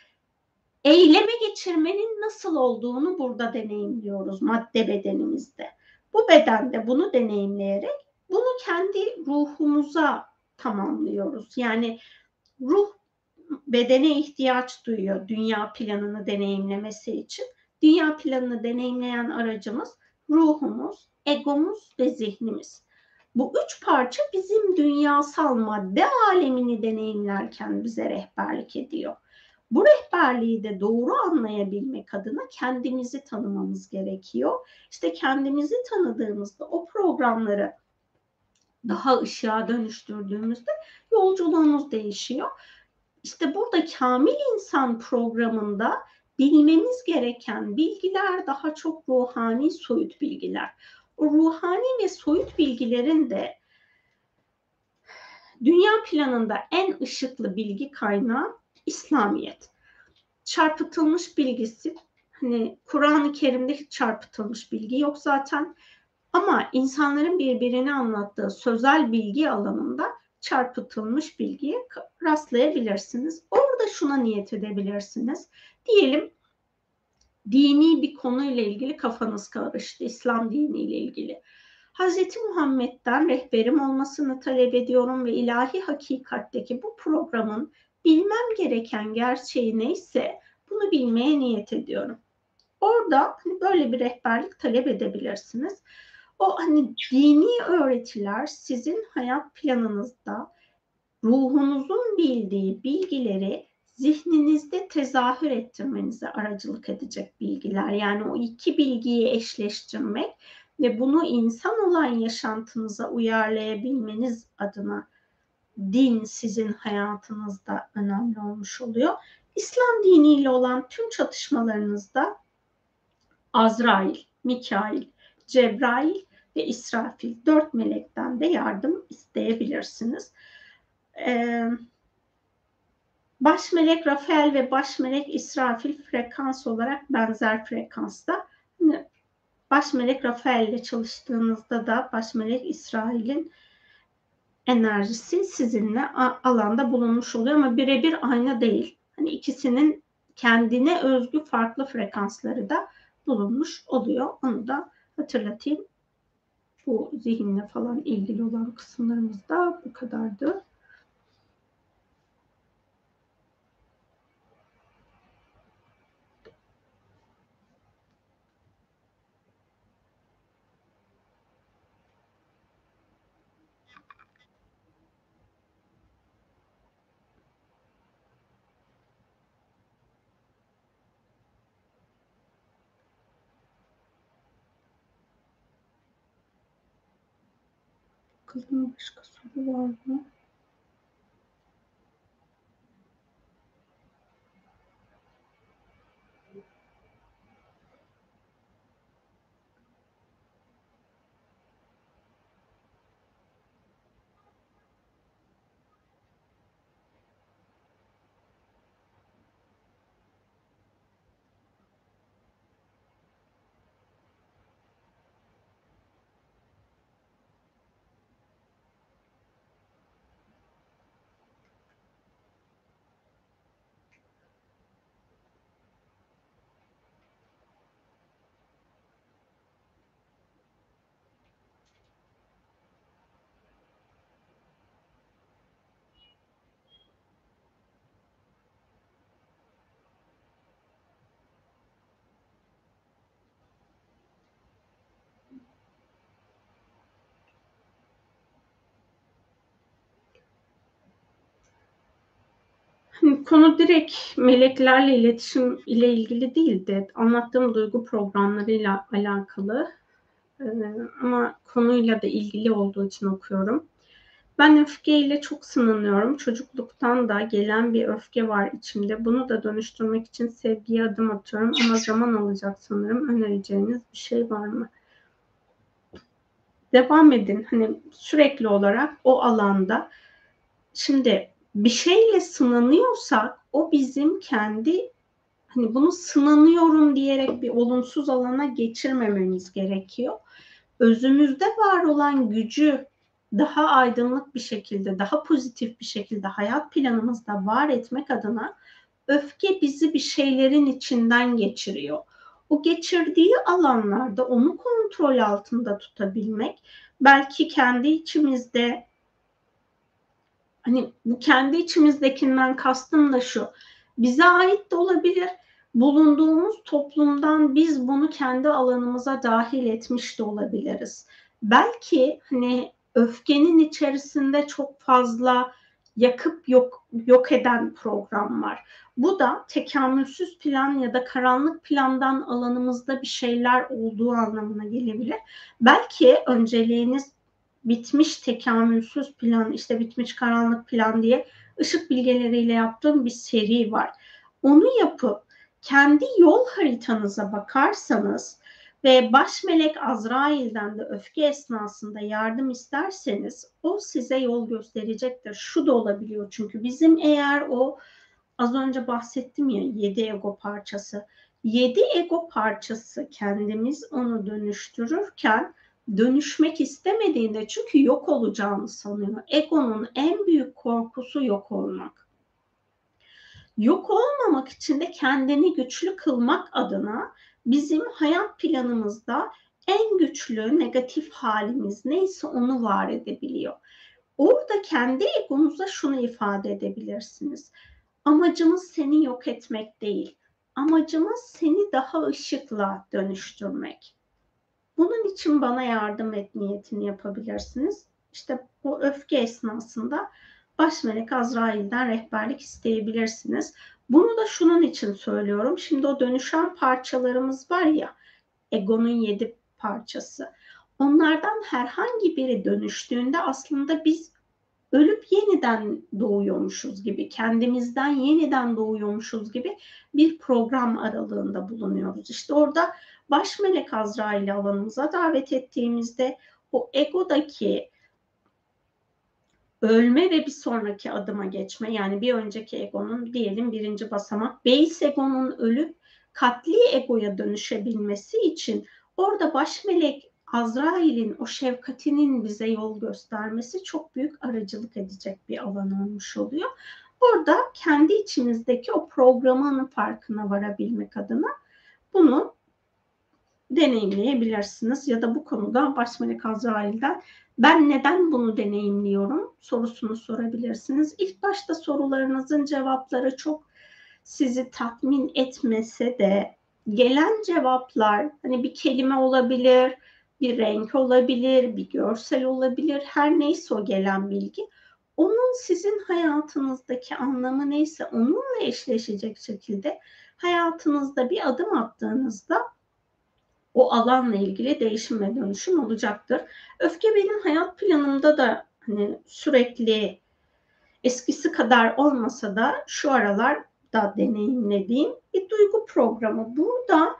eyleme geçirmenin nasıl olduğunu burada deneyimliyoruz madde bedenimizde. Bu bedende bunu deneyimleyerek bunu kendi ruhumuza tamamlıyoruz. Yani ruh bedene ihtiyaç duyuyor dünya planını deneyimlemesi için. Dünya planını deneyimleyen aracımız ruhumuz, egomuz ve zihnimiz. Bu üç parça bizim dünyasal madde alemini deneyimlerken bize rehberlik ediyor. Bu rehberliği de doğru anlayabilmek adına kendimizi tanımamız gerekiyor. İşte kendimizi tanıdığımızda o programları daha ışığa dönüştürdüğümüzde yolculuğumuz değişiyor. İşte burada kamil insan programında bilmemiz gereken bilgiler daha çok ruhani, soyut bilgiler. O ruhani ve soyut bilgilerin de dünya planında en ışıklı bilgi kaynağı İslamiyet. Çarpıtılmış bilgisi, hani Kur'an-ı Kerim'de hiç çarpıtılmış bilgi yok zaten. Ama insanların birbirini anlattığı sözel bilgi alanında çarpıtılmış bilgiye rastlayabilirsiniz. Orada şuna niyet edebilirsiniz. Diyelim dini bir konuyla ilgili kafanız karıştı. İslam diniyle ilgili. Hazreti Muhammed'den rehberim olmasını talep ediyorum ve ilahi hakikatteki bu programın bilmem gereken gerçeği neyse bunu bilmeye niyet ediyorum. Orada hani böyle bir rehberlik talep edebilirsiniz. O hani dini öğretiler sizin hayat planınızda ruhunuzun bildiği bilgileri zihninizde tezahür ettirmenize aracılık edecek bilgiler. Yani o iki bilgiyi eşleştirmek ve bunu insan olan yaşantınıza uyarlayabilmeniz adına din sizin hayatınızda önemli olmuş oluyor. İslam diniyle olan tüm çatışmalarınızda Azrail, Mikail, Cebrail ve İsrafil dört melekten de yardım isteyebilirsiniz. Ee, baş melek Rafael ve baş melek İsrafil frekans olarak benzer frekansta. Baş melek Rafael ile çalıştığınızda da baş melek İsrail'in enerjisi sizinle alanda bulunmuş oluyor ama birebir aynı değil. Hani ikisinin kendine özgü farklı frekansları da bulunmuş oluyor. Onu da hatırlatayım. Bu zihinle falan ilgili olan kısımlarımız da bu kadardı. Bakalım başka soru var mı? Konu direkt meleklerle iletişim ile ilgili değil de anlattığım duygu programlarıyla alakalı. Ee, ama konuyla da ilgili olduğu için okuyorum. Ben öfkeyle çok sınanıyorum. Çocukluktan da gelen bir öfke var içimde. Bunu da dönüştürmek için sevgiye adım atıyorum ama zaman alacak sanırım. Önereceğiniz bir şey var mı? Devam edin. Hani sürekli olarak o alanda. Şimdi bir şeyle sınanıyorsak o bizim kendi hani bunu sınanıyorum diyerek bir olumsuz alana geçirmememiz gerekiyor. Özümüzde var olan gücü daha aydınlık bir şekilde, daha pozitif bir şekilde hayat planımızda var etmek adına öfke bizi bir şeylerin içinden geçiriyor. O geçirdiği alanlarda onu kontrol altında tutabilmek, belki kendi içimizde, hani bu kendi içimizdekinden kastım da şu, bize ait de olabilir, bulunduğumuz toplumdan biz bunu kendi alanımıza dahil etmiş de olabiliriz. Belki hani öfkenin içerisinde çok fazla yakıp yok, yok eden program var. Bu da tekamülsüz plan ya da karanlık plandan alanımızda bir şeyler olduğu anlamına gelebilir. Belki önceliğiniz bitmiş tekamülsüz plan, işte bitmiş karanlık plan diye ışık bilgeleriyle yaptığım bir seri var. Onu yapıp kendi yol haritanıza bakarsanız ve baş melek Azrail'den de öfke esnasında yardım isterseniz o size yol gösterecektir. Şu da olabiliyor çünkü bizim eğer o az önce bahsettim ya yedi ego parçası. Yedi ego parçası kendimiz onu dönüştürürken dönüşmek istemediğinde çünkü yok olacağını sanıyor. Egonun en büyük korkusu yok olmak. Yok olmamak için de kendini güçlü kılmak adına bizim hayat planımızda en güçlü negatif halimiz neyse onu var edebiliyor. Orada kendi egonuza şunu ifade edebilirsiniz. Amacımız seni yok etmek değil. Amacımız seni daha ışıkla dönüştürmek. Bunun için bana yardım et niyetini yapabilirsiniz. İşte o öfke esnasında baş melek Azrail'den rehberlik isteyebilirsiniz. Bunu da şunun için söylüyorum. Şimdi o dönüşen parçalarımız var ya, egonun yedi parçası. Onlardan herhangi biri dönüştüğünde aslında biz ölüp yeniden doğuyormuşuz gibi, kendimizden yeniden doğuyormuşuz gibi bir program aralığında bulunuyoruz. İşte orada baş melek Azrail'i alanımıza davet ettiğimizde o egodaki ölme ve bir sonraki adıma geçme, yani bir önceki egonun diyelim birinci basamak base egonun ölüp katli egoya dönüşebilmesi için orada baş melek Azrail'in o şefkatinin bize yol göstermesi çok büyük aracılık edecek bir alan olmuş oluyor. Orada kendi içimizdeki o programın farkına varabilmek adına bunu deneyimleyebilirsiniz ya da bu konuda baş melek Azrail'den ben neden bunu deneyimliyorum sorusunu sorabilirsiniz. İlk başta sorularınızın cevapları çok sizi tatmin etmese de gelen cevaplar, hani bir kelime olabilir, bir renk olabilir, bir görsel olabilir, her neyse o gelen bilgi, onun sizin hayatınızdaki anlamı neyse onunla eşleşecek şekilde hayatınızda bir adım attığınızda o alanla ilgili değişim ve dönüşüm olacaktır. Öfke benim hayat planımda da hani sürekli eskisi kadar olmasa da şu aralar da deneyimlediğim bir duygu programı. Burada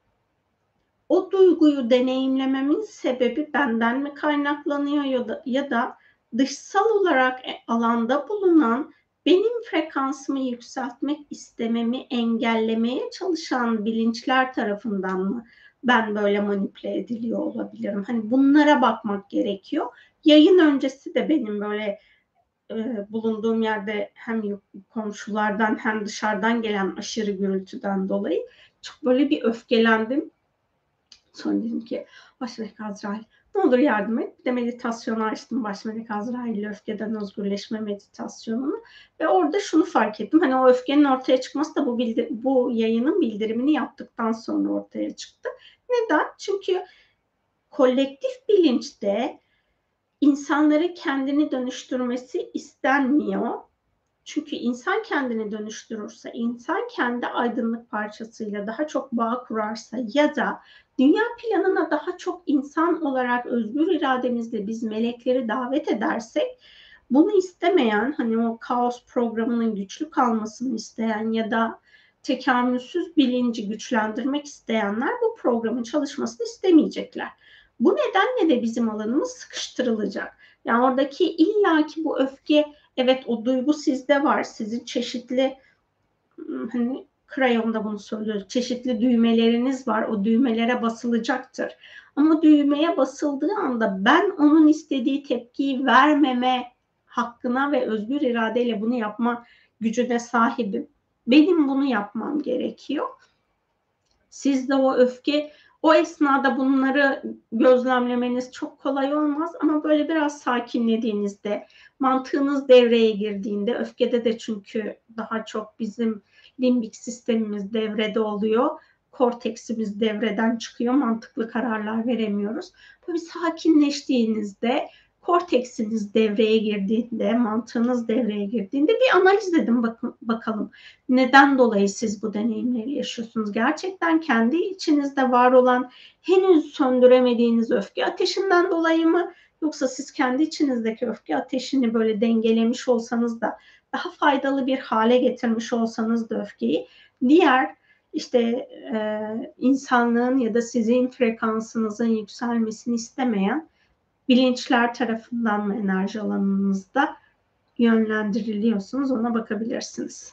o duyguyu deneyimlememin sebebi benden mi kaynaklanıyor ya da, ya da dışsal olarak alanda bulunan benim frekansımı yükseltmek istememi engellemeye çalışan bilinçler tarafından mı ben böyle manipüle ediliyor olabilirim? Hani bunlara bakmak gerekiyor. Yayın öncesi de benim böyle e, bulunduğum yerde hem komşulardan hem dışarıdan gelen aşırı gürültüden dolayı çok böyle bir öfkelendim. Sonra dedim ki baş melek Azrail ne olur yardım et. Bir de meditasyonu açtım, baş melek Azrail ile öfkeden özgürleşme meditasyonunu ve orada şunu fark ettim. Hani o öfkenin ortaya çıkması da bu, bildir- bu yayının bildirimini yaptıktan sonra ortaya çıktı. Neden? Çünkü kolektif bilinçte insanları kendini dönüştürmesi istenmiyor. Çünkü insan kendini dönüştürürse, insan kendi aydınlık parçasıyla daha çok bağ kurarsa ya da dünya planına daha çok insan olarak özgür irademizle biz melekleri davet edersek, bunu istemeyen, hani o kaos programının güçlü kalmasını isteyen ya da tekamülsüz bilinci güçlendirmek isteyenler bu programın çalışmasını istemeyecekler. Bu nedenle de bizim alanımız sıkıştırılacak. Yani oradaki illaki bu öfke, evet o duygu sizde var. Sizin çeşitli, hani krayonda bunu söylüyoruz, çeşitli düğmeleriniz var. O düğmelere basılacaktır. Ama düğmeye basıldığı anda ben onun istediği tepkiyi vermeme hakkına ve özgür iradeyle bunu yapma gücüne sahibim. Benim bunu yapmam gerekiyor. Sizde o öfke, o esnada bunları gözlemlemeniz çok kolay olmaz ama böyle biraz sakinlediğinizde, mantığınız devreye girdiğinde, öfkede de çünkü daha çok bizim limbik sistemimiz devrede oluyor. Korteksimiz devreden çıkıyor, mantıklı kararlar veremiyoruz. Böyle sakinleştiğinizde, korteksiniz devreye girdiğinde, mantığınız devreye girdiğinde bir analiz edin bakın, bakalım. Neden dolayı siz bu deneyimleri yaşıyorsunuz? Gerçekten kendi içinizde var olan henüz söndüremediğiniz öfke ateşinden dolayı mı? Yoksa siz kendi içinizdeki öfke ateşini böyle dengelemiş olsanız da daha faydalı bir hale getirmiş olsanız da öfkeyi diğer işte e, insanlığın ya da sizin frekansınızın yükselmesini istemeyen bilinçler tarafından mı enerji alanınızda yönlendiriliyorsunuz, ona bakabilirsiniz.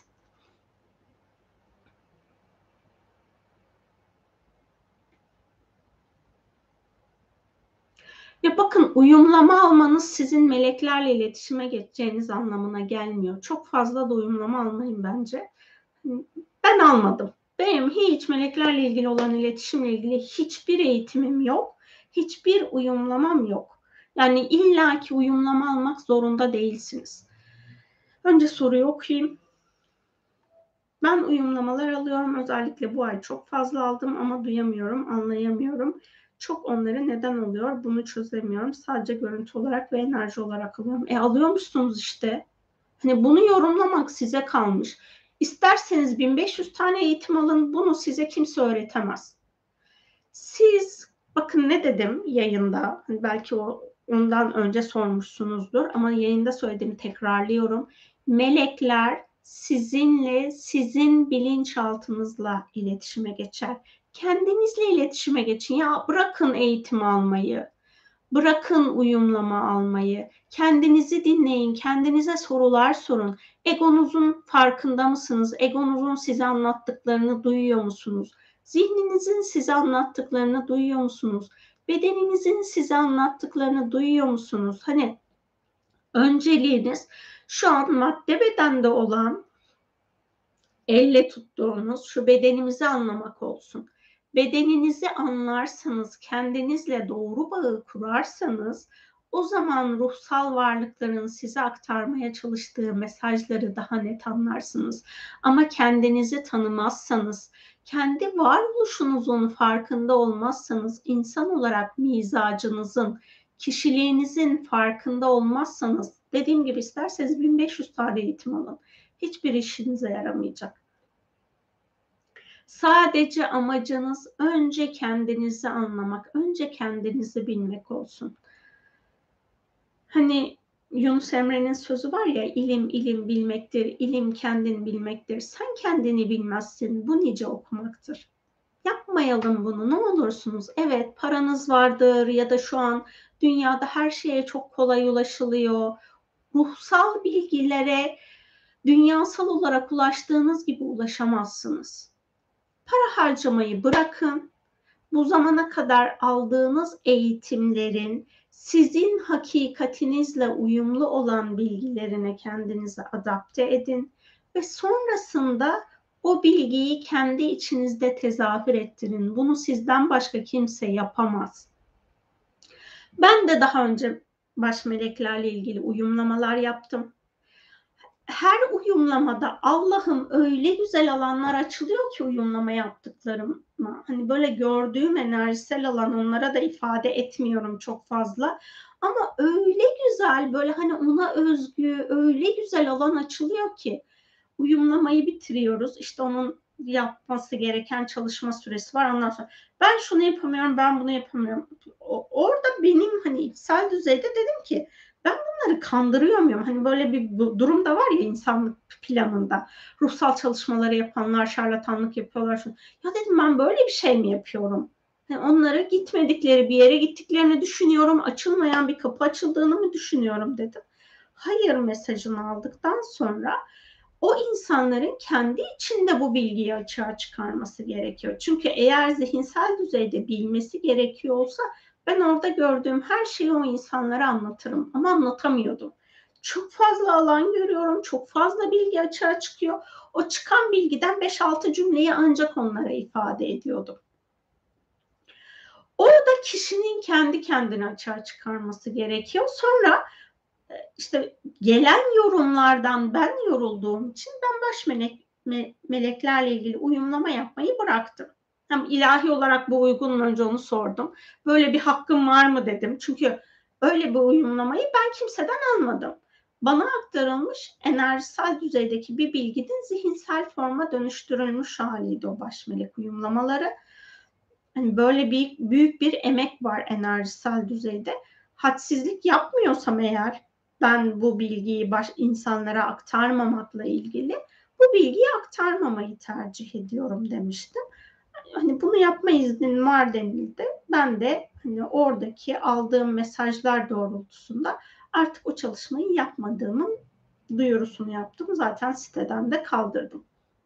Ya bakın, uyumlama almanız sizin meleklerle iletişime geçeceğiniz anlamına gelmiyor. Çok fazla da uyumlama almayın bence. Ben almadım. Benim hiç meleklerle ilgili olan iletişimle ilgili hiçbir eğitimim yok. Hiçbir uyumlamam yok. Yani illaki uyumlama almak zorunda değilsiniz. Önce soruyu okuyayım. Ben uyumlamalar alıyorum. Özellikle bu ay çok fazla aldım ama duyamıyorum, anlayamıyorum. Çok onları neden oluyor? Bunu çözemiyorum. Sadece görüntü olarak ve enerji olarak alıyorum. E alıyormuşsunuz işte. Hani bunu yorumlamak size kalmış. İsterseniz bin beş yüz tane eğitim alın, bunu size kimse öğretemez. Siz, bakın ne dedim yayında, hani belki o ondan önce sormuşsunuzdur ama yayında söylediğimi tekrarlıyorum. Melekler sizinle, sizin bilinçaltınızla iletişime geçer. Kendinizle iletişime geçin. Ya bırakın eğitim almayı, bırakın uyumlama almayı. Kendinizi dinleyin, kendinize sorular sorun. Egonuzun farkında mısınız? Egonuzun size anlattıklarını duyuyor musunuz? Zihninizin size anlattıklarını duyuyor musunuz? Bedeninizin size anlattıklarını duyuyor musunuz? Hani önceliğiniz şu an madde bedende olan, elle tuttuğunuz şu bedenimizi anlamak olsun. Bedeninizi anlarsanız, kendinizle doğru bağı kurarsanız, o zaman ruhsal varlıkların size aktarmaya çalıştığı mesajları daha net anlarsınız. Ama kendinizi tanımazsanız, kendi varoluşunuzun farkında olmazsanız, insan olarak mizacınızın, kişiliğinizin farkında olmazsanız, dediğim gibi isterseniz bin beş yüz tane eğitim alın. Hiçbir işinize yaramayacak. Sadece amacınız önce kendinizi anlamak, önce kendinizi bilmek olsun. Hani Yunus Emre'nin sözü var ya, ilim ilim bilmektir, ilim kendini bilmektir. Sen kendini bilmezsin, bu nice okumaktır. Yapmayalım bunu, ne olursunuz. Evet, paranız vardır ya da şu an dünyada her şeye çok kolay ulaşılıyor. Ruhsal bilgilere dünyasal olarak ulaştığınız gibi ulaşamazsınız. Para harcamayı bırakın. Bu zamana kadar aldığınız eğitimlerin sizin hakikatinizle uyumlu olan bilgilerine kendinizi adapte edin ve sonrasında o bilgiyi kendi içinizde tezahür ettirin. Bunu sizden başka kimse yapamaz. Ben de daha önce baş meleklerle ilgili uyumlamalar yaptım. Her uyumlamada Allah'ım öyle güzel alanlar açılıyor ki uyumlama yaptıklarıma. Hani böyle gördüğüm enerjisel alan, onlara da ifade etmiyorum çok fazla. Ama öyle güzel, böyle hani ona özgü, öyle güzel alan açılıyor ki uyumlamayı bitiriyoruz. İşte onun yapması gereken çalışma süresi var. Ondan sonra ben şunu yapamıyorum, ben bunu yapamıyorum. O, orada benim hani içsel düzeyde dedim ki ben bunları kandırıyor muyum? Hani böyle bir durum da var ya insanlık planında. Ruhsal çalışmaları yapanlar şarlatanlık yapıyorlar. Ya dedim, ben böyle bir şey mi yapıyorum? Yani onlara gitmedikleri bir yere gittiklerini düşünüyorum. Açılmayan bir kapı açıldığını mı düşünüyorum dedim. Hayır mesajını aldıktan sonra o insanların kendi içinde bu bilgiyi açığa çıkarması gerekiyor. Çünkü eğer zihinsel düzeyde bilmesi gerekiyor olsa ben orada gördüğüm her şeyi o insanlara anlatırım ama anlatamıyordum. Çok fazla alan görüyorum, çok fazla bilgi açığa çıkıyor. O çıkan bilgiden beş altı cümleyi ancak onlara ifade ediyordum. Orada kişinin kendi kendini açığa çıkarması gerekiyor. Sonra işte gelen yorumlardan ben yorulduğum için ben baş melek, me, meleklerle ilgili uyumlama yapmayı bıraktım. Hem ilahi olarak bu uygun mu, önce onu sordum. Böyle bir hakkım var mı dedim. Çünkü öyle bir uyumlamayı ben kimseden almadım. Bana aktarılmış enerjisel düzeydeki bir bilginin zihinsel forma dönüştürülmüş haliydi o baş melek uyumlamaları. Hani böyle bir büyük bir emek var enerjisel düzeyde. Hadsizlik yapmıyorsam eğer, ben bu bilgiyi baş insanlara aktarmamakla ilgili, bu bilgiyi aktarmamayı tercih ediyorum demiştim. Hani bunu yapma iznin var denildi. Ben de hani oradaki aldığım mesajlar doğrultusunda artık o çalışmayı yapmadığımın duyurusunu yaptım. Zaten siteden de kaldırdım.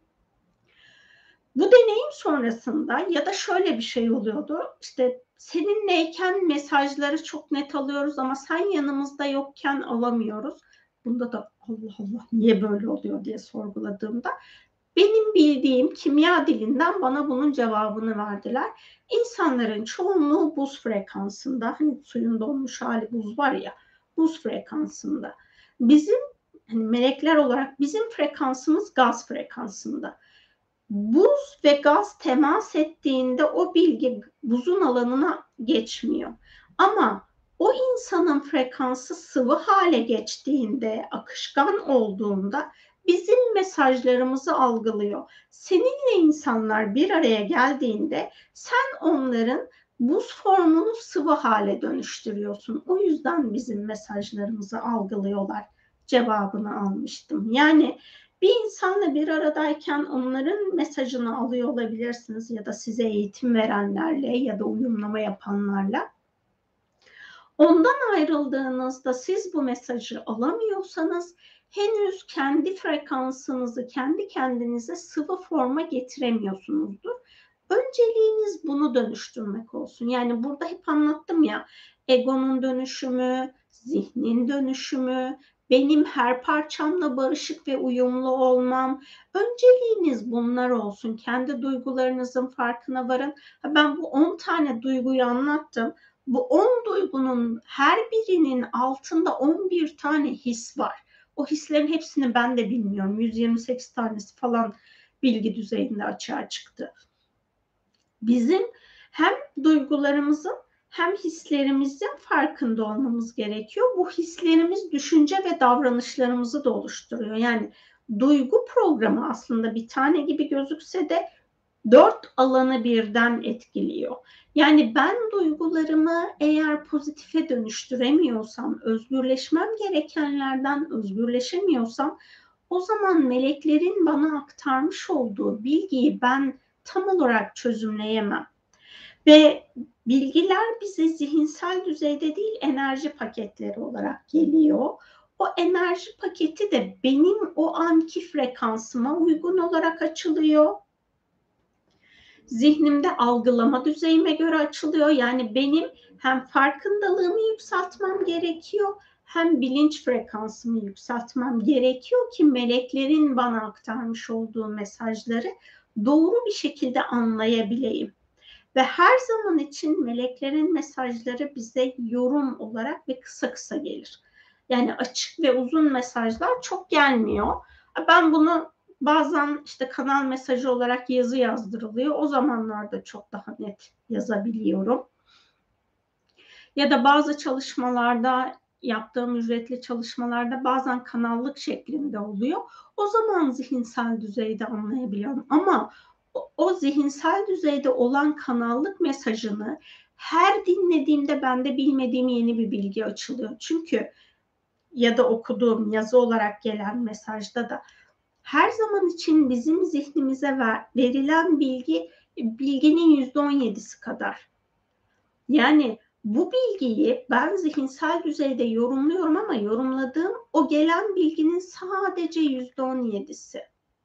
Bu deneyim sonrasında ya da şöyle bir şey oluyordu. İşte seninleyken mesajları çok net alıyoruz ama sen yanımızda yokken alamıyoruz. Bunda da Allah Allah niye böyle oluyor diye sorguladığımda benim bildiğim kimya dilinden bana bunun cevabını verdiler. İnsanların çoğunluğu buz frekansında, hani suyun donmuş hali buz var ya, buz frekansında. Bizim hani melekler olarak bizim frekansımız gaz frekansında. Buz ve gaz temas ettiğinde o bilgi buzun alanına geçmiyor. Ama O insanın frekansı sıvı hale geçtiğinde, akışkan olduğunda bizim mesajlarımızı algılıyor. Seninle insanlar bir araya geldiğinde sen onların buz formunu sıvı hale dönüştürüyorsun. O yüzden bizim mesajlarımızı algılıyorlar cevabını almıştım. Yani bir insanla bir aradayken onların mesajını alıyor olabilirsiniz ya da size eğitim verenlerle ya da uyumlama yapanlarla. Ondan ayrıldığınızda siz bu mesajı alamıyorsanız henüz kendi frekansınızı kendi kendinize sıvı forma getiremiyorsunuzdur. Önceliğiniz bunu dönüştürmek olsun. Yani burada hep anlattım ya, egonun dönüşümü, zihnin dönüşümü, benim her parçamla barışık ve uyumlu olmam. Önceliğiniz bunlar olsun. Kendi duygularınızın farkına varın. Ben bu on tane duyguyu anlattım. Bu on duygunun her birinin altında on bir tane his var. O hislerin hepsini ben de bilmiyorum. yüz yirmi sekiz tanesi falan bilgi düzeyinde açığa çıktı. Bizim hem duygularımızın hem hislerimizin farkında olmamız gerekiyor. Bu hislerimiz düşünce ve davranışlarımızı da oluşturuyor. Yani duygu programı aslında bir tane gibi gözükse de dört alanı birden etkiliyor. Yani ben duygularımı eğer pozitife dönüştüremiyorsam, özgürleşmem gerekenlerden özgürleşemiyorsam, o zaman meleklerin bana aktarmış olduğu bilgiyi ben tam olarak çözümleyemem. Ve bilgiler bize zihinsel düzeyde değil, enerji paketleri olarak geliyor. O enerji paketi de benim o anki frekansıma uygun olarak açılıyor. Zihnimde algılama düzeyime göre açılıyor. Yani benim hem farkındalığımı yükseltmem gerekiyor, hem bilinç frekansımı yükseltmem gerekiyor ki meleklerin bana aktarmış olduğu mesajları doğru bir şekilde anlayabileyim. Ve her zaman için meleklerin mesajları bize yorum olarak ve kısa kısa gelir. Yani açık ve uzun mesajlar çok gelmiyor. Ben bunu bazen işte kanal mesajı olarak yazı yazdırılıyor. O zamanlarda çok daha net yazabiliyorum. Ya da bazı çalışmalarda, yaptığım ücretli çalışmalarda bazen kanallık şeklinde oluyor. O zaman zihinsel düzeyde anlayabiliyorum. Ama o, o zihinsel düzeyde olan kanallık mesajını her dinlediğimde bende bilmediğim yeni bir bilgi açılıyor. Çünkü ya da okuduğum yazı olarak gelen mesajda da her zaman için bizim zihnimize ver, verilen bilgi bilginin yüzde on yedisi kadar. Yani bu bilgiyi ben zihinsel düzeyde yorumluyorum ama yorumladığım o gelen bilginin sadece yüzde on yedisi.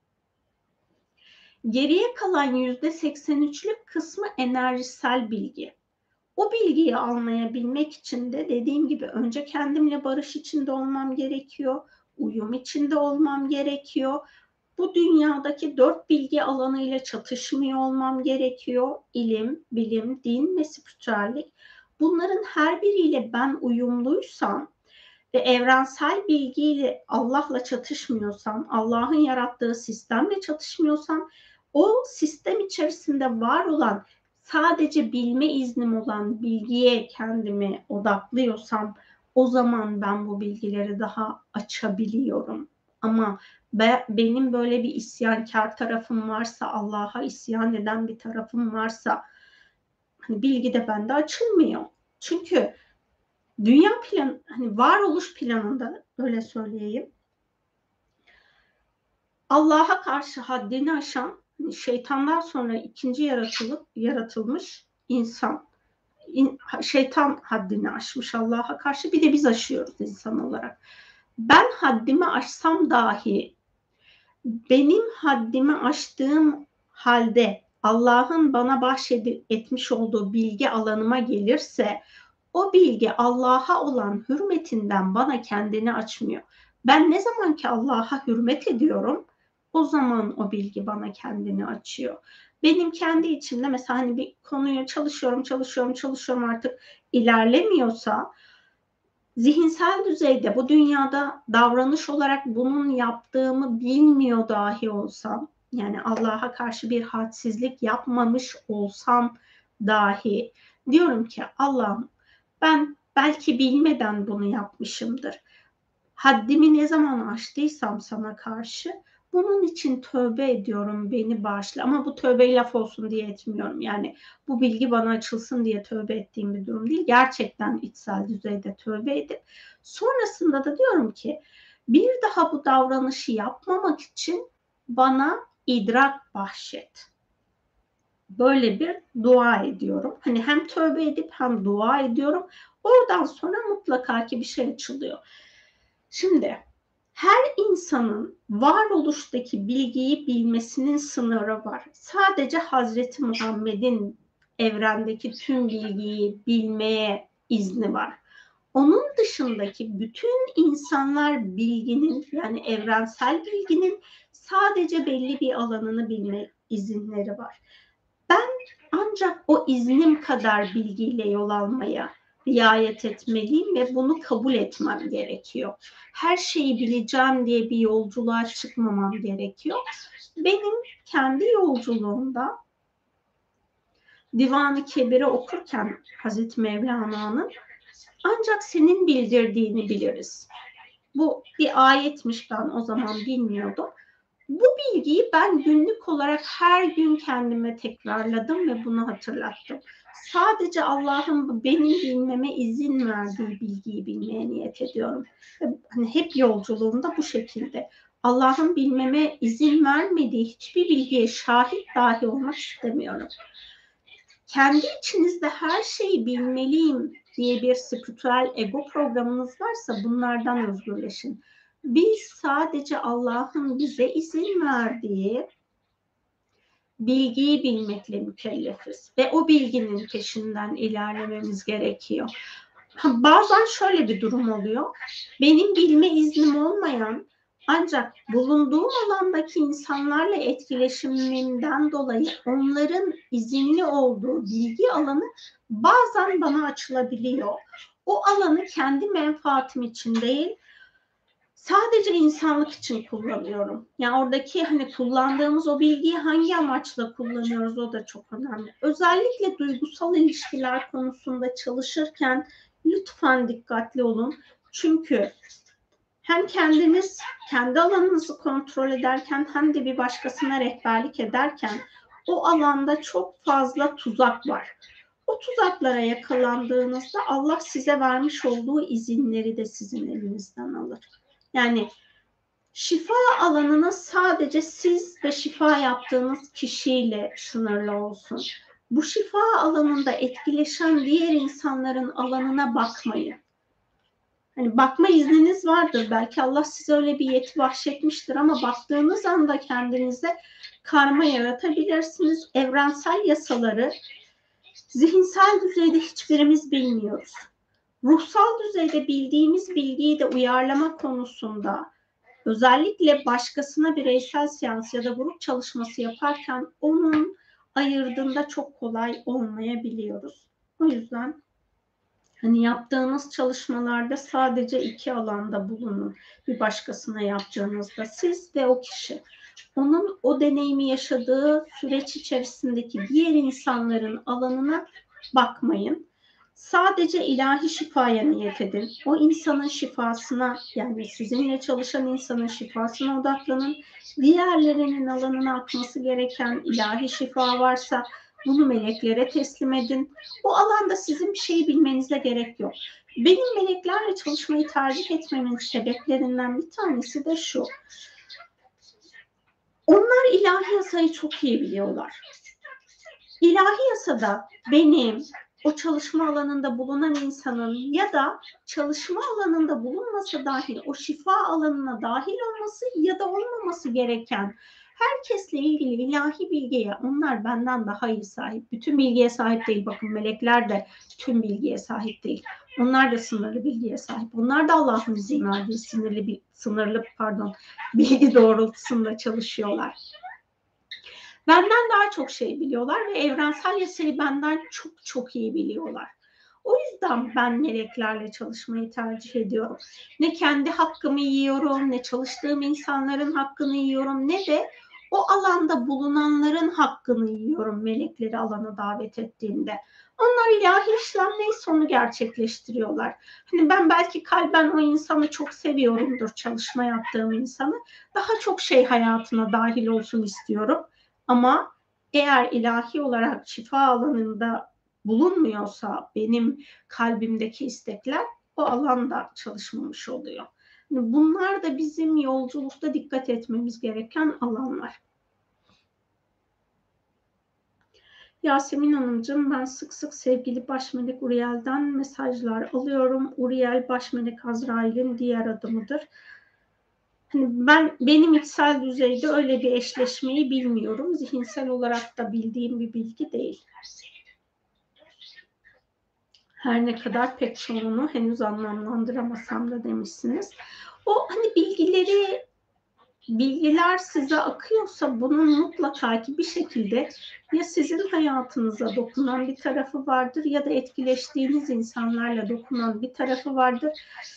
Geriye kalan yüzde seksen üçlük kısmı enerjisel bilgi. O bilgiyi anlayabilmek için de dediğim gibi önce kendimle barış içinde olmam gerekiyor, uyum içinde olmam gerekiyor. Bu dünyadaki dört bilgi alanıyla çatışmıyor olmam gerekiyor. İlim, bilim, din ve spiritüellik. Bunların her biriyle ben uyumluysam ve evrensel bilgiyle Allah'la çatışmıyorsam, Allah'ın yarattığı sistemle çatışmıyorsam, o sistem içerisinde var olan sadece bilme iznim olan bilgiye kendimi odaklıyorsam, o zaman ben bu bilgileri daha açabiliyorum. Ama be, benim böyle bir isyankar tarafım varsa, Allah'a isyan eden bir tarafım varsa, hani bilgi de bende açılmıyor. Çünkü dünya plan, hani varoluş planında öyle söyleyeyim, Allah'a karşı haddini aşan, hani şeytandan sonra ikinci yaratılıp yaratılmış insan. İn, şeytan haddini aşmış Allah'a karşı, bir de biz aşıyoruz insan olarak. Ben haddimi aşsam dahi benim haddimi aştığım halde Allah'ın bana bahşetmiş olduğu bilgi alanıma gelirse, o bilgi Allah'a olan hürmetinden bana kendini açmıyor. Ben ne zaman ki Allah'a hürmet ediyorum, o zaman o bilgi bana kendini açıyor. Benim kendi içimde mesela hani bir konuyu çalışıyorum, çalışıyorum, çalışıyorum artık ilerlemiyorsa, zihinsel düzeyde bu dünyada davranış olarak bunun yaptığımı bilmiyor dahi olsam, yani Allah'a karşı bir hadsizlik yapmamış olsam dahi diyorum ki Allah'ım, ben Belki bilmeden bunu yapmışımdır. Haddimi ne zaman aştıysam sana karşı, bunun için tövbe ediyorum, beni bağışla. Ama bu tövbeyi laf olsun diye etmiyorum. Yani bu bilgi bana açılsın diye tövbe ettiğim bir durum değil. Gerçekten içsel düzeyde tövbe edip sonrasında da diyorum ki bir daha bu davranışı yapmamak için bana idrak bahşet. Böyle bir dua ediyorum. Hani hem tövbe edip hem dua ediyorum. Oradan sonra mutlaka ki bir şey açılıyor. Şimdi her insanın varoluştaki bilgiyi bilmesinin sınırı var. Sadece Hazreti Muhammed'in evrendeki tüm bilgiyi bilmeye izni var. Onun dışındaki bütün insanlar bilginin, yani evrensel bilginin sadece belli bir alanını bilme izinleri var. Ben ancak o iznim kadar bilgiyle yol almaya riayet etmeliyim ve bunu kabul etmem gerekiyor. Her şeyi bileceğim diye bir yolculuğa çıkmamam gerekiyor. Benim kendi yolculuğumda Divan-ı Kebir'i okurken Hazreti Mevlana'nın ancak senin bildirdiğini biliriz. Bu bir ayetmiş, ben o zaman bilmiyordum. Bu bilgiyi ben günlük olarak her gün kendime tekrarladım ve bunu hatırlattım. Sadece Allah'ın benim bilmeme izin verdiği bilgiyi bilmeye niyet ediyorum. Hani hep yolculuğumda bu şekilde. Allah'ın bilmeme izin vermediği hiçbir bilgiye şahit dahi olmak istemiyorum. Kendi içinizde her şeyi bilmeliyim diye bir spiritüel ego programınız varsa bunlardan özgürleşin. Biz sadece Allah'ın bize izin verdiği bilgiyi bilmekle mükellefiz ve o bilginin peşinden ilerlememiz gerekiyor. Bazen şöyle bir durum oluyor. Benim bilme iznim olmayan ancak bulunduğum alandaki insanlarla etkileşimimden dolayı onların izinli olduğu bilgi alanı bazen bana açılabiliyor. O alanı kendi menfaatim için değil, sadece insanlık için kullanıyorum. Yani oradaki hani kullandığımız o bilgiyi hangi amaçla kullanıyoruz, o da çok önemli. Özellikle duygusal ilişkiler konusunda çalışırken lütfen dikkatli olun. Çünkü hem kendiniz kendi alanınızı kontrol ederken hem de bir başkasına rehberlik ederken o alanda çok fazla tuzak var. O tuzaklara yakalandığınızda Allah size vermiş olduğu izinleri de sizin elinizden alır. Yani şifa alanınız sadece siz ve şifa yaptığınız kişiyle sınırlı olsun. Bu şifa alanında etkileşen diğer insanların alanına bakmayın. Hani bakma izniniz vardır. Belki Allah size öyle bir yeti bahşetmiştir ama baktığınız anda kendinize karma yaratabilirsiniz. Evrensel yasaları zihinsel düzeyde hiçbirimiz bilmiyoruz. Ruhsal düzeyde bildiğimiz bilgiyi de uyarlama konusunda özellikle başkasına bireysel seans ya da grup çalışması yaparken onun ayırdığında çok kolay olmayabiliyoruz. O yüzden hani yaptığınız çalışmalarda sadece iki alanda bulunun. Bir başkasına yaptığınızda siz ve o kişi. Onun o deneyimi yaşadığı süreç içerisindeki diğer insanların alanına bakmayın. Sadece ilahi şifaya niyet edin. O insanın şifasına, yani sizinle çalışan insanın şifasına odaklanın. Diğerlerinin alanına akması gereken ilahi şifa varsa bunu meleklere teslim edin. O alanda sizin bir şeyi bilmenize gerek yok. Benim meleklerle çalışmayı tercih etmemin sebeplerinden bir tanesi de şu. Onlar ilahi yasayı çok iyi biliyorlar. İlahi yasada benim, o çalışma alanında bulunan insanın ya da çalışma alanında bulunmasa dahi o şifa alanına dahil olması ya da olmaması gereken herkesle ilgili ilahi bilgiye onlar benden daha iyi sahip. Bütün bilgiye sahip değil. Bakın melekler de tüm bilgiye sahip değil. Onlar da sınırlı bilgiye sahip. Onlar da Allah'ın izin verdiği sınırlı, sınırlı pardon, bilgi doğrultusunda çalışıyorlar. Benden daha çok şey biliyorlar ve evrensel yasayı benden çok çok iyi biliyorlar. O yüzden ben meleklerle çalışmayı tercih ediyorum. Ne kendi hakkımı yiyorum, ne çalıştığım insanların hakkını yiyorum, ne de o alanda bulunanların hakkını yiyorum melekleri alana davet ettiğimde. Onlar ilahi işlem neyse onu gerçekleştiriyorlar. Hani ben belki kalben o insanı çok seviyorumdur, çalışma yaptığım insanı. Daha çok şey hayatına dahil olsun istiyorum. Ama eğer ilahi olarak şifa alanında bulunmuyorsa benim kalbimdeki istekler, o alanda çalışmamış oluyor. Bunlar da bizim yolculukta dikkat etmemiz gereken alanlar. Yasemin Hanımcığım, ben sık sık sevgili baş melek Uriel'den mesajlar alıyorum. Uriel baş melek Azrail'in diğer adımıdır. Hani ben benim içsel düzeyde öyle bir eşleşmeyi bilmiyorum. Zihinsel olarak da bildiğim bir bilgi değil. Her ne kadar pek çoğunu henüz anlamlandıramasam da demişsiniz. O hani bilgileri bilgiler size akıyorsa bunun mutlaka ki bir şekilde ya sizin hayatınıza dokunan bir tarafı vardır ya da etkileştiğiniz insanlarla dokunan bir tarafı vardır.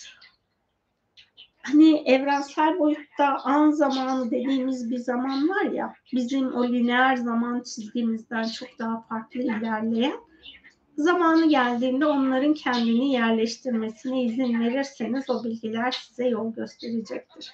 Hani evrensel boyutta an zamanı dediğimiz bir zaman var ya, bizim o lineer zaman çizgimizden çok daha farklı ilerleyen, zamanı geldiğinde onların kendini yerleştirmesine izin verirseniz o bilgiler size yol gösterecektir.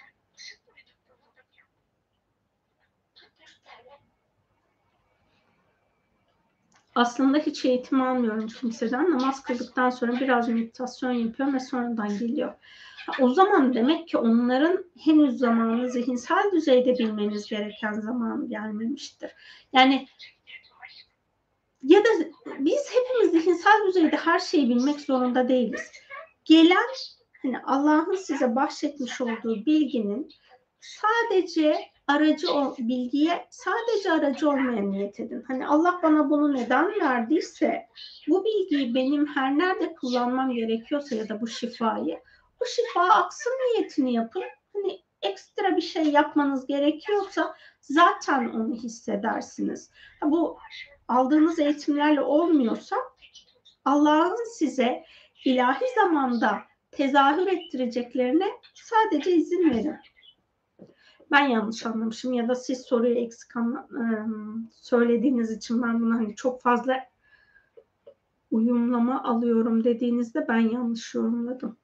Aslında hiç eğitim almıyorum kimseden. Namaz kıldıktan sonra biraz meditasyon yapıyorum ve sonradan geliyor. O zaman demek ki onların henüz zamanı zihinsel düzeyde bilmeniz gereken zamanı gelmemiştir. Yani ya da biz hepimiz zihinsel düzeyde her şeyi bilmek zorunda değiliz. Gelen hani Allah'ın size bahşetmiş olduğu bilginin sadece aracı o bilgiye sadece aracı olmaya niyet edin. Hani Allah bana bunu neden verdiyse bu bilgiyi benim her nerede kullanmam gerekiyorsa ya da bu şifayı bu şifa aksın niyetini yapın. Hani ekstra bir şey yapmanız gerekiyorsa zaten onu hissedersiniz. Bu aldığınız eğitimlerle olmuyorsa Allah'ın size ilahi zamanda tezahür ettireceklerine sadece izin verin. Ben yanlış anlamışım ya da siz soruyu eksik anla, söylediğiniz için ben bunu hani çok fazla uyumlama alıyorum dediğinizde ben yanlış yorumladım.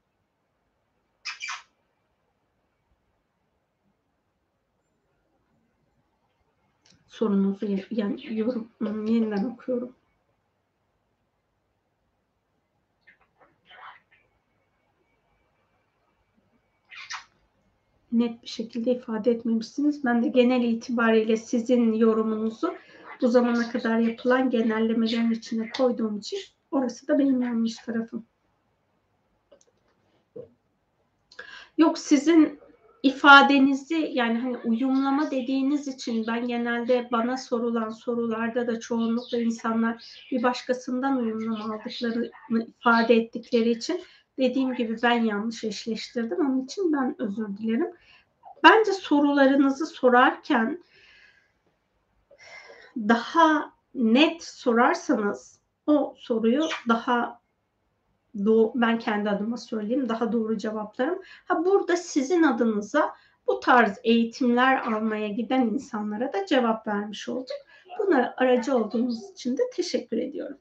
Sorunuzu yani yorum, yeniden okuyorum. Net bir şekilde ifade etmemişsiniz. Ben de genel itibariyle sizin yorumunuzu bu zamana kadar yapılan genellemelerin içine koyduğum için orası da benim yanlış tarafım. Yok sizin ifadenizi yani hani uyumlama dediğiniz için ben genelde bana sorulan sorularda da çoğunlukla insanlar bir başkasından uyumlama aldıklarını ifade ettikleri için dediğim gibi ben yanlış eşleştirdim. Onun için ben özür dilerim. Bence sorularınızı sorarken daha net sorarsanız o soruyu daha doğru, ben kendi adıma söyleyeyim, daha doğru cevaplarım. Ha burada sizin adınıza bu tarz eğitimler almaya giden insanlara da cevap vermiş olduk. Buna aracı olduğunuz için de teşekkür ediyorum.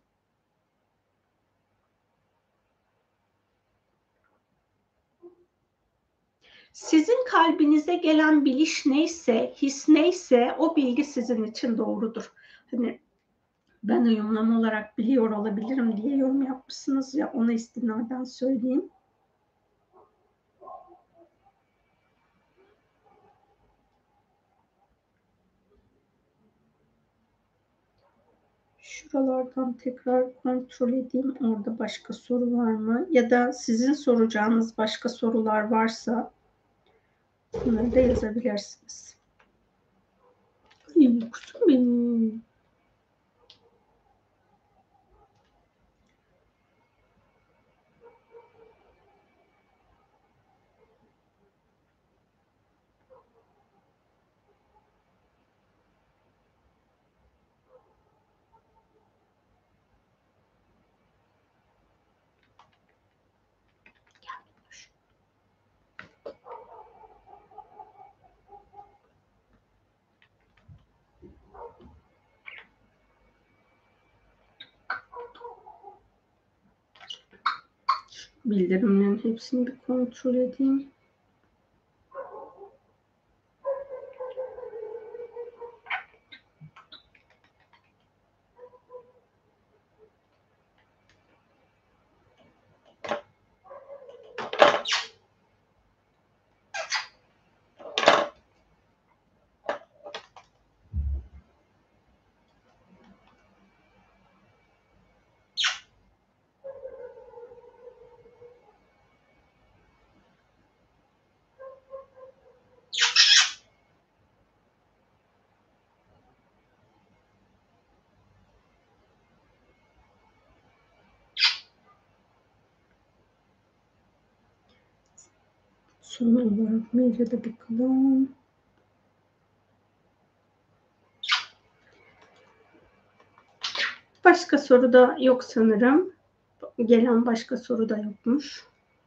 Sizin kalbinize gelen biliş neyse, his neyse o bilgi sizin için doğrudur. Hani ben uyumlama olarak biliyor olabilirim diye yorum yapmışsınız ya, ona istinaden söyleyeyim. Şuralardan tekrar kontrol edeyim. Orada başka soru var mı? Ya da sizin soracağınız başka sorular varsa bunları da yazabilirsiniz. İyi kuzum benim. bildirimlerin hepsini bir kontrol edeyim. Son olarak maile de bakalım. Başka soru da yok sanırım. Gelen başka soru da yokmuş.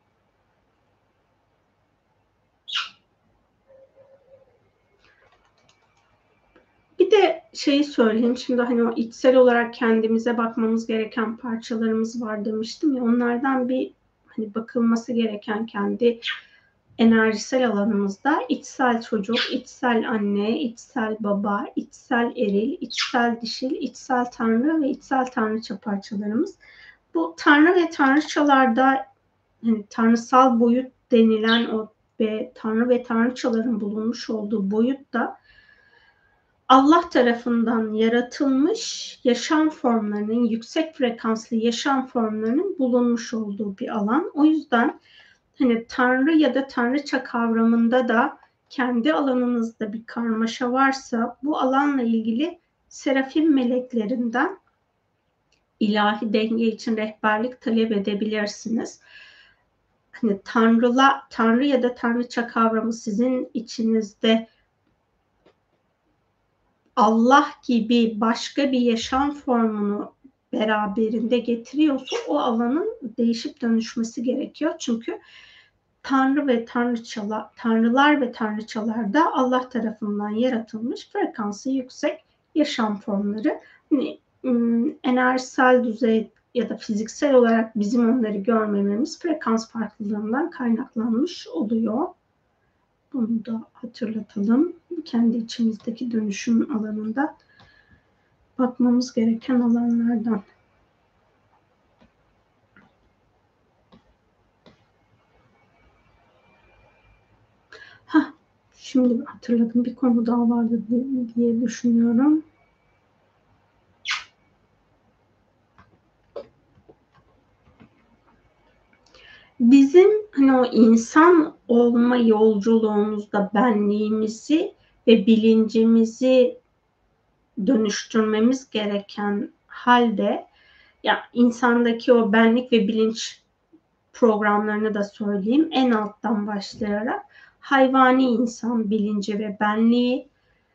Bir de şeyi söyleyeyim. Şimdi hani o içsel olarak kendimize bakmamız gereken parçalarımız var demiştim ya. Onlardan bir hani bakılması gereken kendi enerjisel alanımızda içsel çocuk, içsel anne, içsel baba, içsel eril, içsel dişil, içsel tanrı ve içsel tanrıça parçalarımız. Bu tanrı ve tanrıçalarda yani tanrısal boyut denilen o ve tanrı ve tanrıçaların bulunmuş olduğu boyutta Allah tarafından yaratılmış yaşam formlarının, yüksek frekanslı yaşam formlarının bulunmuş olduğu bir alan. O yüzden hani tanrı ya da tanrıça kavramında da kendi alanınızda bir karmaşa varsa bu alanla ilgili serafim meleklerinden ilahi denge için rehberlik talep edebilirsiniz. Hani tanrıla, tanrı ya da tanrıça kavramı sizin içinizde Allah gibi başka bir yaşam formunu beraberinde getiriyorsa o alanın değişip dönüşmesi gerekiyor. Çünkü Tanrı ve tanrıçalar, tanrılar ve tanrıçalar da Allah tarafından yaratılmış frekansı yüksek yaşam formları. Hani, enerjisel düzey ya da fiziksel olarak bizim onları görmememiz frekans farklılığından kaynaklanmış oluyor. Bunu da hatırlatalım. Kendi içimizdeki dönüşüm alanında bakmamız gereken alanlardan. Hah, şimdi hatırladım. Bir konu daha vardı diye düşünüyorum. Bizim hani o insan olma yolculuğumuzda benliğimizi ve bilincimizi dönüştürmemiz gereken halde ya insandaki o benlik ve bilinç programlarını da söyleyeyim. En alttan başlayarak hayvani insan bilinci ve benliği,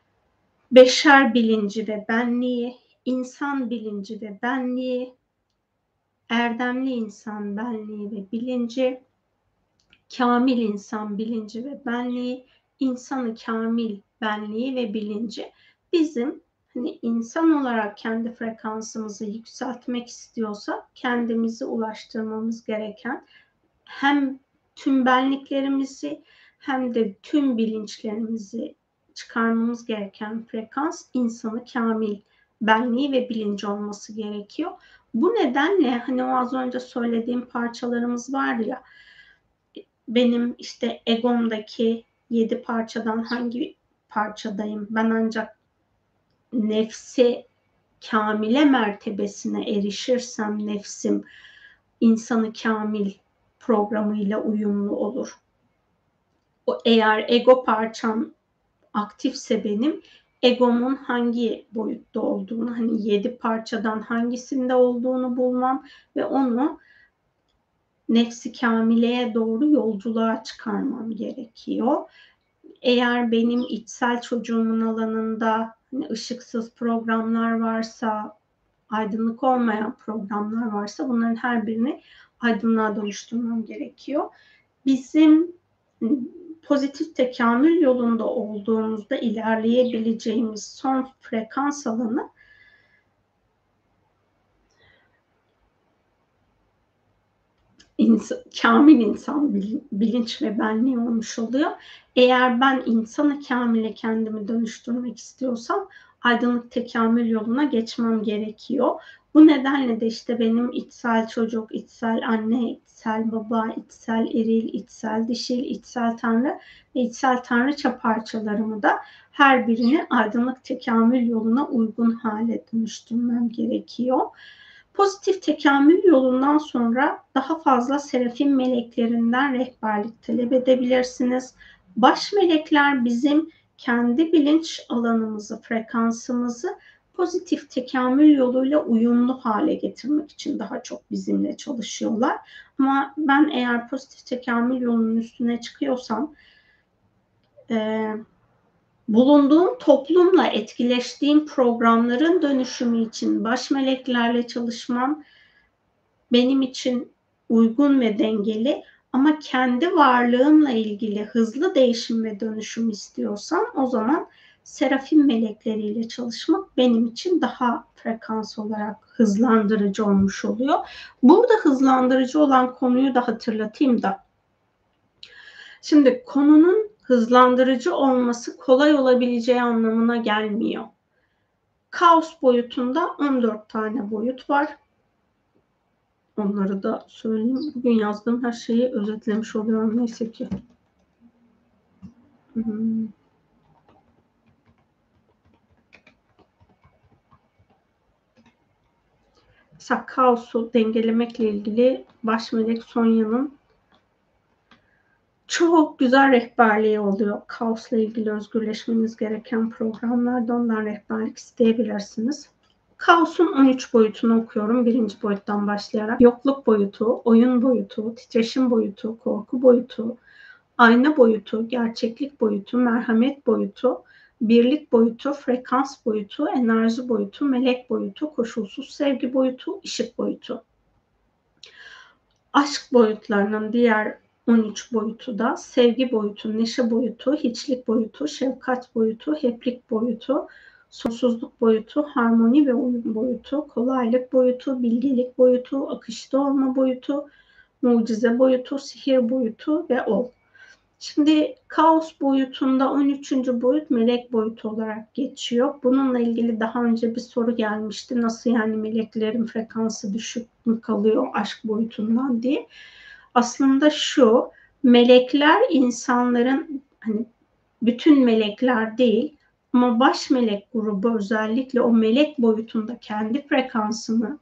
beşer bilinci ve benliği, insan bilinci ve benliği, erdemli insan benliği ve bilinci, kamil insan bilinci ve benliği, insanı kamil benliği ve bilinci. Bizim hani insan olarak kendi frekansımızı yükseltmek istiyorsak kendimizi ulaştırmamız gereken hem tüm benliklerimizi hem de tüm bilinçlerimizi çıkarmamız gereken frekans insanı kamil benliği ve bilinci olması gerekiyor. Bu nedenle hani o az önce söylediğim parçalarımız var ya, benim işte egomdaki yedi parçadan hangi parçadayım? Ben ancak nefsi kamile mertebesine erişirsem nefsim insanı kamil programıyla uyumlu olur. O eğer ego parçam aktifse benim egomun hangi boyutta olduğunu, hani yedi parçadan hangisinde olduğunu bulmam ve onu nefsi kamileye doğru yolculuğa çıkarmam gerekiyor. Eğer benim içsel çocuğumun alanında hani ışıksız programlar varsa, aydınlık olmayan programlar varsa bunların her birini aydınlığa dönüştürmem gerekiyor. Bizim pozitif tekamül yolunda olduğumuzda ilerleyebileceğimiz son frekans alanı ins kâmil insan bilin bilinç ve benliği olmuş oluyor. Eğer ben insanı kâmile kendimi dönüştürmek istiyorsam aydınlık tekamül yoluna geçmem gerekiyor. Bu nedenle de işte benim içsel çocuk, içsel anne, içsel baba, içsel eril, içsel dişil, içsel tanrı ve içsel tanrıça parçalarımı da her birini aydınlık tekamül yoluna uygun hale dönüştürmem gerekiyor. Pozitif tekamül yolundan sonra daha fazla serafim meleklerinden rehberlik talep edebilirsiniz. Baş melekler bizim kendi bilinç alanımızı, frekansımızı pozitif tekamül yoluyla uyumlu hale getirmek için daha çok bizimle çalışıyorlar. Ama ben eğer pozitif tekamül yolunun üstüne çıkıyorsam, e, bulunduğum toplumla etkileştiğim programların dönüşümü için baş meleklerle çalışmam benim için uygun ve dengeli, ama kendi varlığımla ilgili hızlı değişim ve dönüşüm istiyorsam o zaman serafim melekleriyle çalışmak benim için daha frekans olarak hızlandırıcı olmuş oluyor. Burada hızlandırıcı olan konuyu da hatırlatayım da. Şimdi konunun hızlandırıcı olması kolay olabileceği anlamına gelmiyor. Kaos boyutunda on dört tane boyut var. Onları da söyleyeyim. Bugün yazdığım her şeyi özetlemiş oluyorum neyse ki. Hmm. Mesela kaosu dengelemekle ilgili baş melek Sonya'nın çok güzel rehberliği oluyor. Kaosla ilgili özgürleşmeniz gereken programlarda ondan rehberlik isteyebilirsiniz. Kaosun on üç boyutunu okuyorum. Birinci boyuttan başlayarak. Yokluk boyutu, oyun boyutu, titreşim boyutu, korku boyutu, ayna boyutu, gerçeklik boyutu, merhamet boyutu, birlik boyutu, frekans boyutu, enerji boyutu, melek boyutu, koşulsuz sevgi boyutu, ışık boyutu. Aşk boyutlarının diğer on üç boyutu da sevgi boyutu, neşe boyutu, hiçlik boyutu, şefkat boyutu, heplik boyutu, sonsuzluk boyutu, harmoni ve uyum boyutu, kolaylık boyutu, bilgelik boyutu, akışta olma boyutu, mucize boyutu, sihir boyutu ve ol. Şimdi kaos boyutunda on üçüncü boyut melek boyutu olarak geçiyor. Bununla ilgili daha önce bir soru gelmişti. Nasıl yani meleklerin frekansı düşük mü kalıyor aşk boyutundan diye. Aslında şu, melekler insanların, hani bütün melekler değil ama baş melek grubu özellikle o melek boyutunda kendi frekansını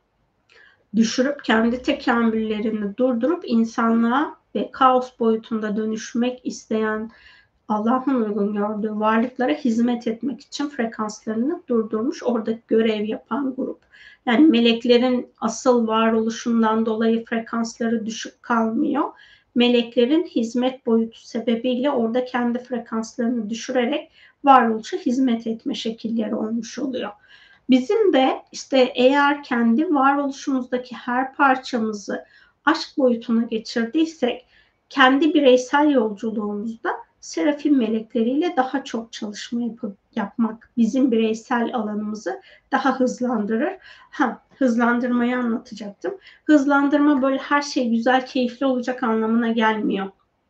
düşürüp kendi tekamüllerini durdurup insanlığa ve kaos boyutunda dönüşmek isteyen, Allah'ın uygun gördüğü varlıklara hizmet etmek için frekanslarını durdurmuş, orada görev yapan grup. Yani meleklerin asıl varoluşundan dolayı frekansları düşük kalmıyor. Meleklerin hizmet boyutu sebebiyle orada kendi frekanslarını düşürerek varoluşa hizmet etme şekilleri olmuş oluyor. Bizim de işte eğer kendi varoluşumuzdaki her parçamızı aşk boyutuna geçirdiysek, kendi bireysel yolculuğumuzda serafim melekleriyle daha çok çalışma yapıp, yapmak bizim bireysel alanımızı daha hızlandırır. Ha, hızlandırmayı anlatacaktım. Hızlandırma böyle her şey güzel, keyifli olacak anlamına gelmiyor.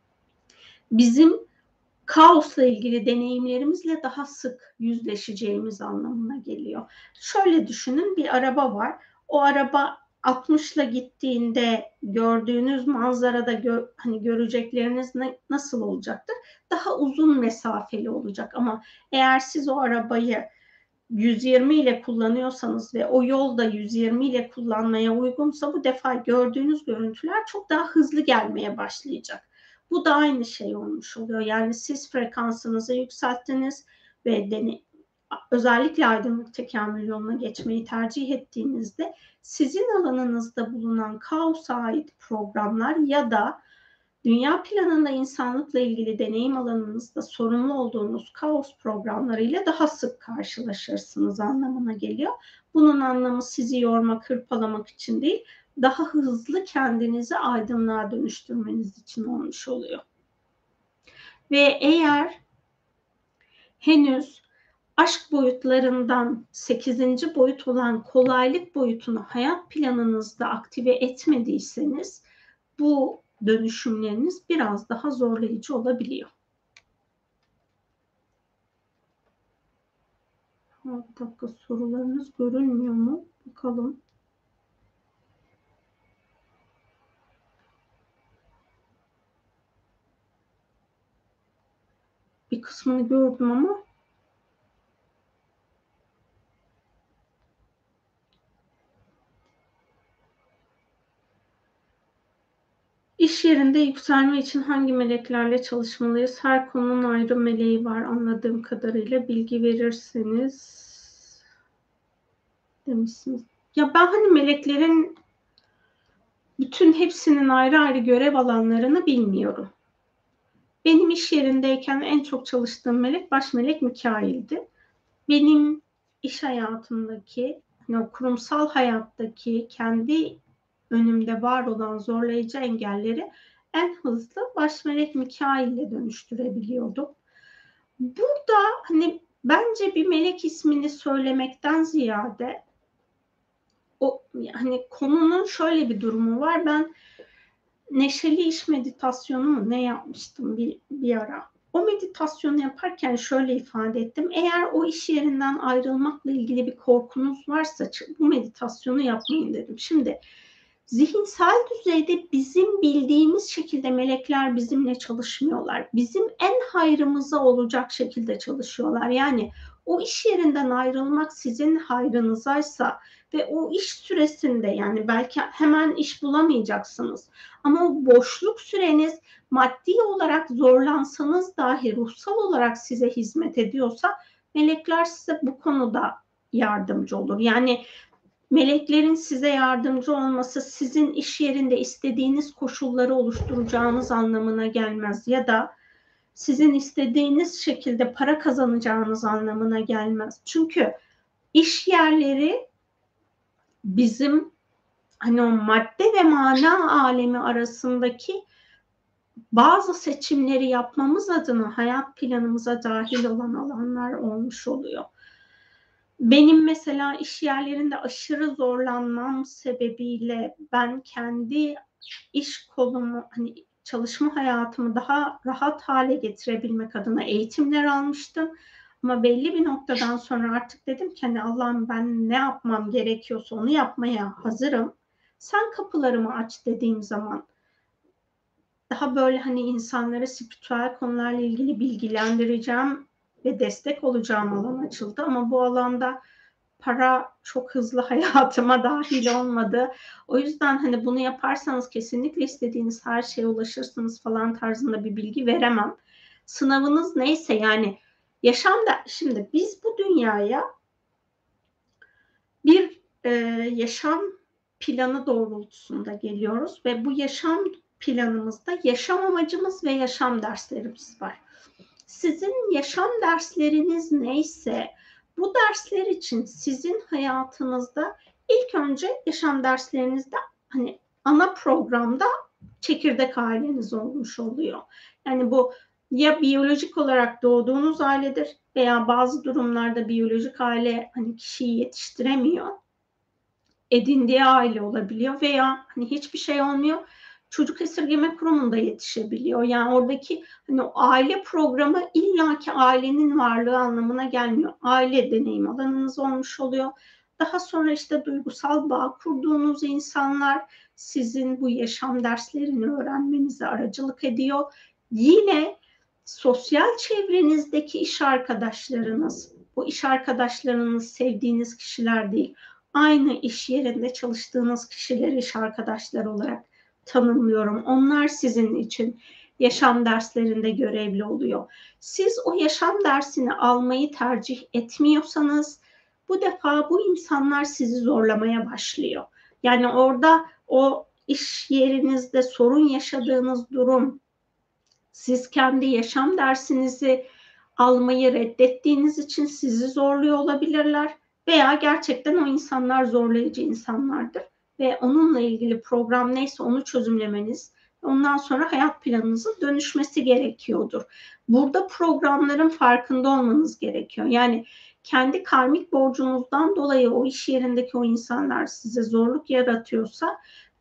Bizim kaosla ilgili deneyimlerimizle daha sık yüzleşeceğimiz anlamına geliyor. Şöyle düşünün, bir araba var. O araba altmışla gittiğinde gördüğünüz manzarada gö hani görecekleriniz ne, nasıl olacaktır? Daha uzun mesafeli olacak, ama eğer siz o arabayı yüz yirmi ile kullanıyorsanız ve o yolda yüz yirmi ile kullanmaya uygunsa, bu defa gördüğünüz görüntüler çok daha hızlı gelmeye başlayacak. Bu da aynı şey olmuş oluyor. Yani siz frekansınızı yükselttiniz ve deney, özellikle aydınlık tekamül yoluna geçmeyi tercih ettiğinizde sizin alanınızda bulunan kaosa ait programlar ya da dünya planında insanlıkla ilgili deneyim alanınızda sorumlu olduğunuz kaos programlarıyla daha sık karşılaşırsınız anlamına geliyor. Bunun anlamı sizi yormak, hırpalamak için değil, daha hızlı kendinizi aydınlığa dönüştürmeniz için olmuş oluyor. Ve eğer henüz aşk boyutlarından sekizinci boyut olan kolaylık boyutunu hayat planınızda aktive etmediyseniz, bu dönüşümleriniz biraz daha zorlayıcı olabiliyor. Bir dakika, sorularınız görünmüyor mu? Bakalım. Bir kısmını gördüm ama İş yerinde yükselme için hangi meleklerle çalışmalıyız? Her konunun ayrı meleği var anladığım kadarıyla. Bilgi verirseniz demişsiniz. Ya ben hani meleklerin bütün hepsinin ayrı ayrı görev alanlarını bilmiyorum. Benim iş yerindeyken en çok çalıştığım melek baş melek Mikail'di. Benim iş hayatımdaki, hani o kurumsal hayattaki kendi önümde var olan zorlayıcı engelleri en hızlı baş melek Mikail ile dönüştürebiliyordum. Burada hani bence bir melek ismini söylemekten ziyade o hani konunun şöyle bir durumu var. Ben neşeli iş meditasyonu mu ne yapmıştım bir, bir ara. O meditasyonu yaparken şöyle ifade ettim. Eğer o iş yerinden ayrılmakla ilgili bir korkunuz varsa bu meditasyonu yapmayın dedim. Şimdi zihinsel düzeyde bizim bildiğimiz şekilde melekler bizimle çalışmıyorlar. Bizim en hayrımıza olacak şekilde çalışıyorlar. Yani o iş yerinden ayrılmak sizin hayrınızaysa ve o iş süresinde, yani belki hemen iş bulamayacaksınız ama o boşluk süreniz maddi olarak zorlansanız dahi ruhsal olarak size hizmet ediyorsa melekler size bu konuda yardımcı olur. Yani meleklerin size yardımcı olması sizin iş yerinde istediğiniz koşulları oluşturacağınız anlamına gelmez ya da sizin istediğiniz şekilde para kazanacağınız anlamına gelmez. Çünkü iş yerleri bizim hani o madde ve mana alemi arasındaki bazı seçimleri yapmamız adına hayat planımıza dahil olan alanlar olmuş oluyor. Benim mesela iş yerlerinde aşırı zorlanmam sebebiyle ben kendi iş kolumu, hani çalışma hayatımı daha rahat hale getirebilmek adına eğitimler almıştım. Ama belli bir noktadan sonra artık dedim ki hani Allah'ım ben ne yapmam gerekiyorsa onu yapmaya hazırım. Sen kapılarımı aç dediğim zaman daha böyle hani insanlara spiritüel konularla ilgili bilgilendireceğim ve destek olacağım alan açıldı. Ama bu alanda para çok hızlı hayatıma dahil olmadı. O yüzden hani bunu yaparsanız kesinlikle istediğiniz her şeye ulaşırsınız falan tarzında bir bilgi veremem. Sınavınız neyse, yani yaşamda şimdi biz bu dünyaya bir e, yaşam planı doğrultusunda geliyoruz ve bu yaşam planımızda yaşam amacımız ve yaşam derslerimiz var. Sizin yaşam dersleriniz neyse bu dersler için sizin hayatınızda ilk önce yaşam derslerinizde hani ana programda çekirdek aileniz olmuş oluyor. Yani bu ya biyolojik olarak doğduğunuz ailedir veya bazı durumlarda biyolojik aile hani kişiyi yetiştiremiyor. Edindiği aile olabiliyor veya hani hiçbir şey olmuyor. Çocuk esirgeme kurumunda yetişebiliyor. Yani oradaki hani o aile programı illaki ailenin varlığı anlamına gelmiyor. Aile deneyim alanınız olmuş oluyor. Daha sonra işte duygusal bağ kurduğunuz insanlar sizin bu yaşam derslerini öğrenmenize aracılık ediyor. Yine sosyal çevrenizdeki iş arkadaşlarınız, bu iş arkadaşlarınız sevdiğiniz kişiler değil, aynı iş yerinde çalıştığınız kişileri iş arkadaşları olarak tanımlıyorum. Onlar sizin için yaşam derslerinde görevli oluyor. Siz o yaşam dersini almayı tercih etmiyorsanız bu defa bu insanlar sizi zorlamaya başlıyor. Yani orada o iş yerinizde sorun yaşadığınız durum, siz kendi yaşam dersinizi almayı reddettiğiniz için sizi zorluyor olabilirler veya gerçekten o insanlar zorlayıcı insanlardır ve onunla ilgili program neyse onu çözümlemeniz, ondan sonra hayat planınızın dönüşmesi gerekiyordur. Burada programların farkında olmanız gerekiyor. Yani kendi karmik borcunuzdan dolayı o iş yerindeki o insanlar size zorluk yaratıyorsa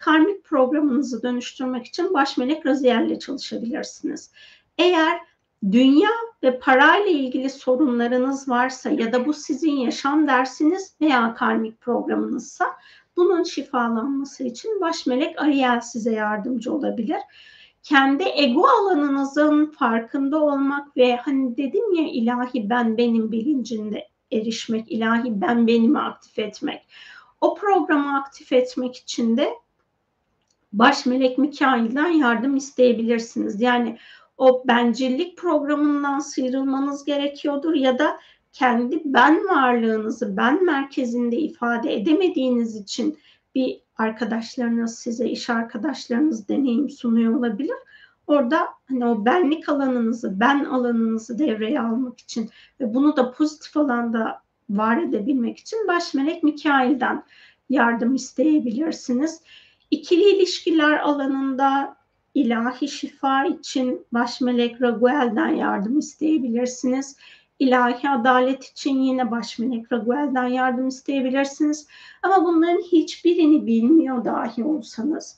karmik programınızı dönüştürmek için baş melek Raziel ile çalışabilirsiniz. Eğer dünya ve parayla ilgili sorunlarınız varsa ya da bu sizin yaşam dersiniz veya karmik programınızsa bunun şifalanması için baş melek Ariel size yardımcı olabilir. Kendi ego alanınızın farkında olmak ve hani dedim ya ilahi ben benim bilincinde erişmek, ilahi ben benimi aktif etmek. O programı aktif etmek için de baş melek Mikail'den yardım isteyebilirsiniz. Yani o bencillik programından sıyrılmanız gerekiyordur ya da kendi ben varlığınızı ben merkezinde ifade edemediğiniz için bir arkadaşlarınız size, iş arkadaşlarınız deneyim sunuyor olabilir. Orada hani o benlik alanınızı, ben alanınızı devreye almak için ve bunu da pozitif alanda var edebilmek için baş melek Mikail'den yardım isteyebilirsiniz. İkili ilişkiler alanında ilahi şifa için baş melek Raguel'den yardım isteyebilirsiniz. İlahi adalet için yine baş melek Raguel'den yardım isteyebilirsiniz. Ama bunların hiçbirini bilmiyor dahi olsanız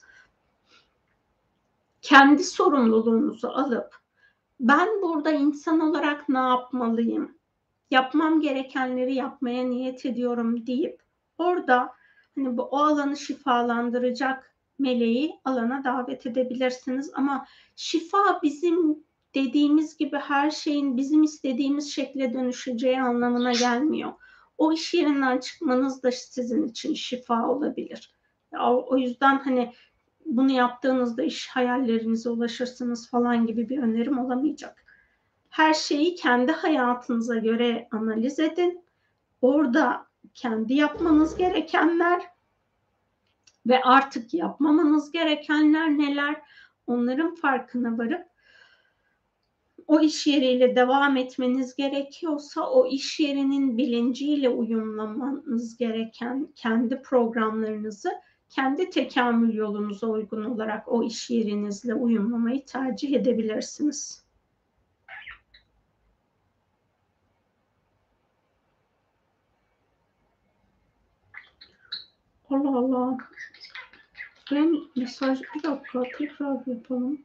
kendi sorumluluğunuzu alıp ben burada insan olarak ne yapmalıyım? Yapmam gerekenleri yapmaya niyet ediyorum deyip orada hani bu o alanı şifalandıracak meleği alana davet edebilirsiniz. Ama şifa bizim dediğimiz gibi her şeyin bizim istediğimiz şekle dönüşeceği anlamına gelmiyor. O iş yerinden çıkmanız da sizin için şifa olabilir. O, o yüzden hani bunu yaptığınızda iş hayallerinize ulaşırsınız falan gibi bir önerim olamayacak. Her şeyi kendi hayatınıza göre analiz edin. Orada kendi yapmanız gerekenler ve artık yapmamanız gerekenler neler? Onların farkına varıp o iş yeriyle devam etmeniz gerekiyorsa o iş yerinin bilinciyle uyumlamanız gereken kendi programlarınızı kendi tekamül yolunuza uygun olarak o iş yerinizle uyumlamayı tercih edebilirsiniz. Allah Allah. Ben mesaj bir dakika tekrar yapalım.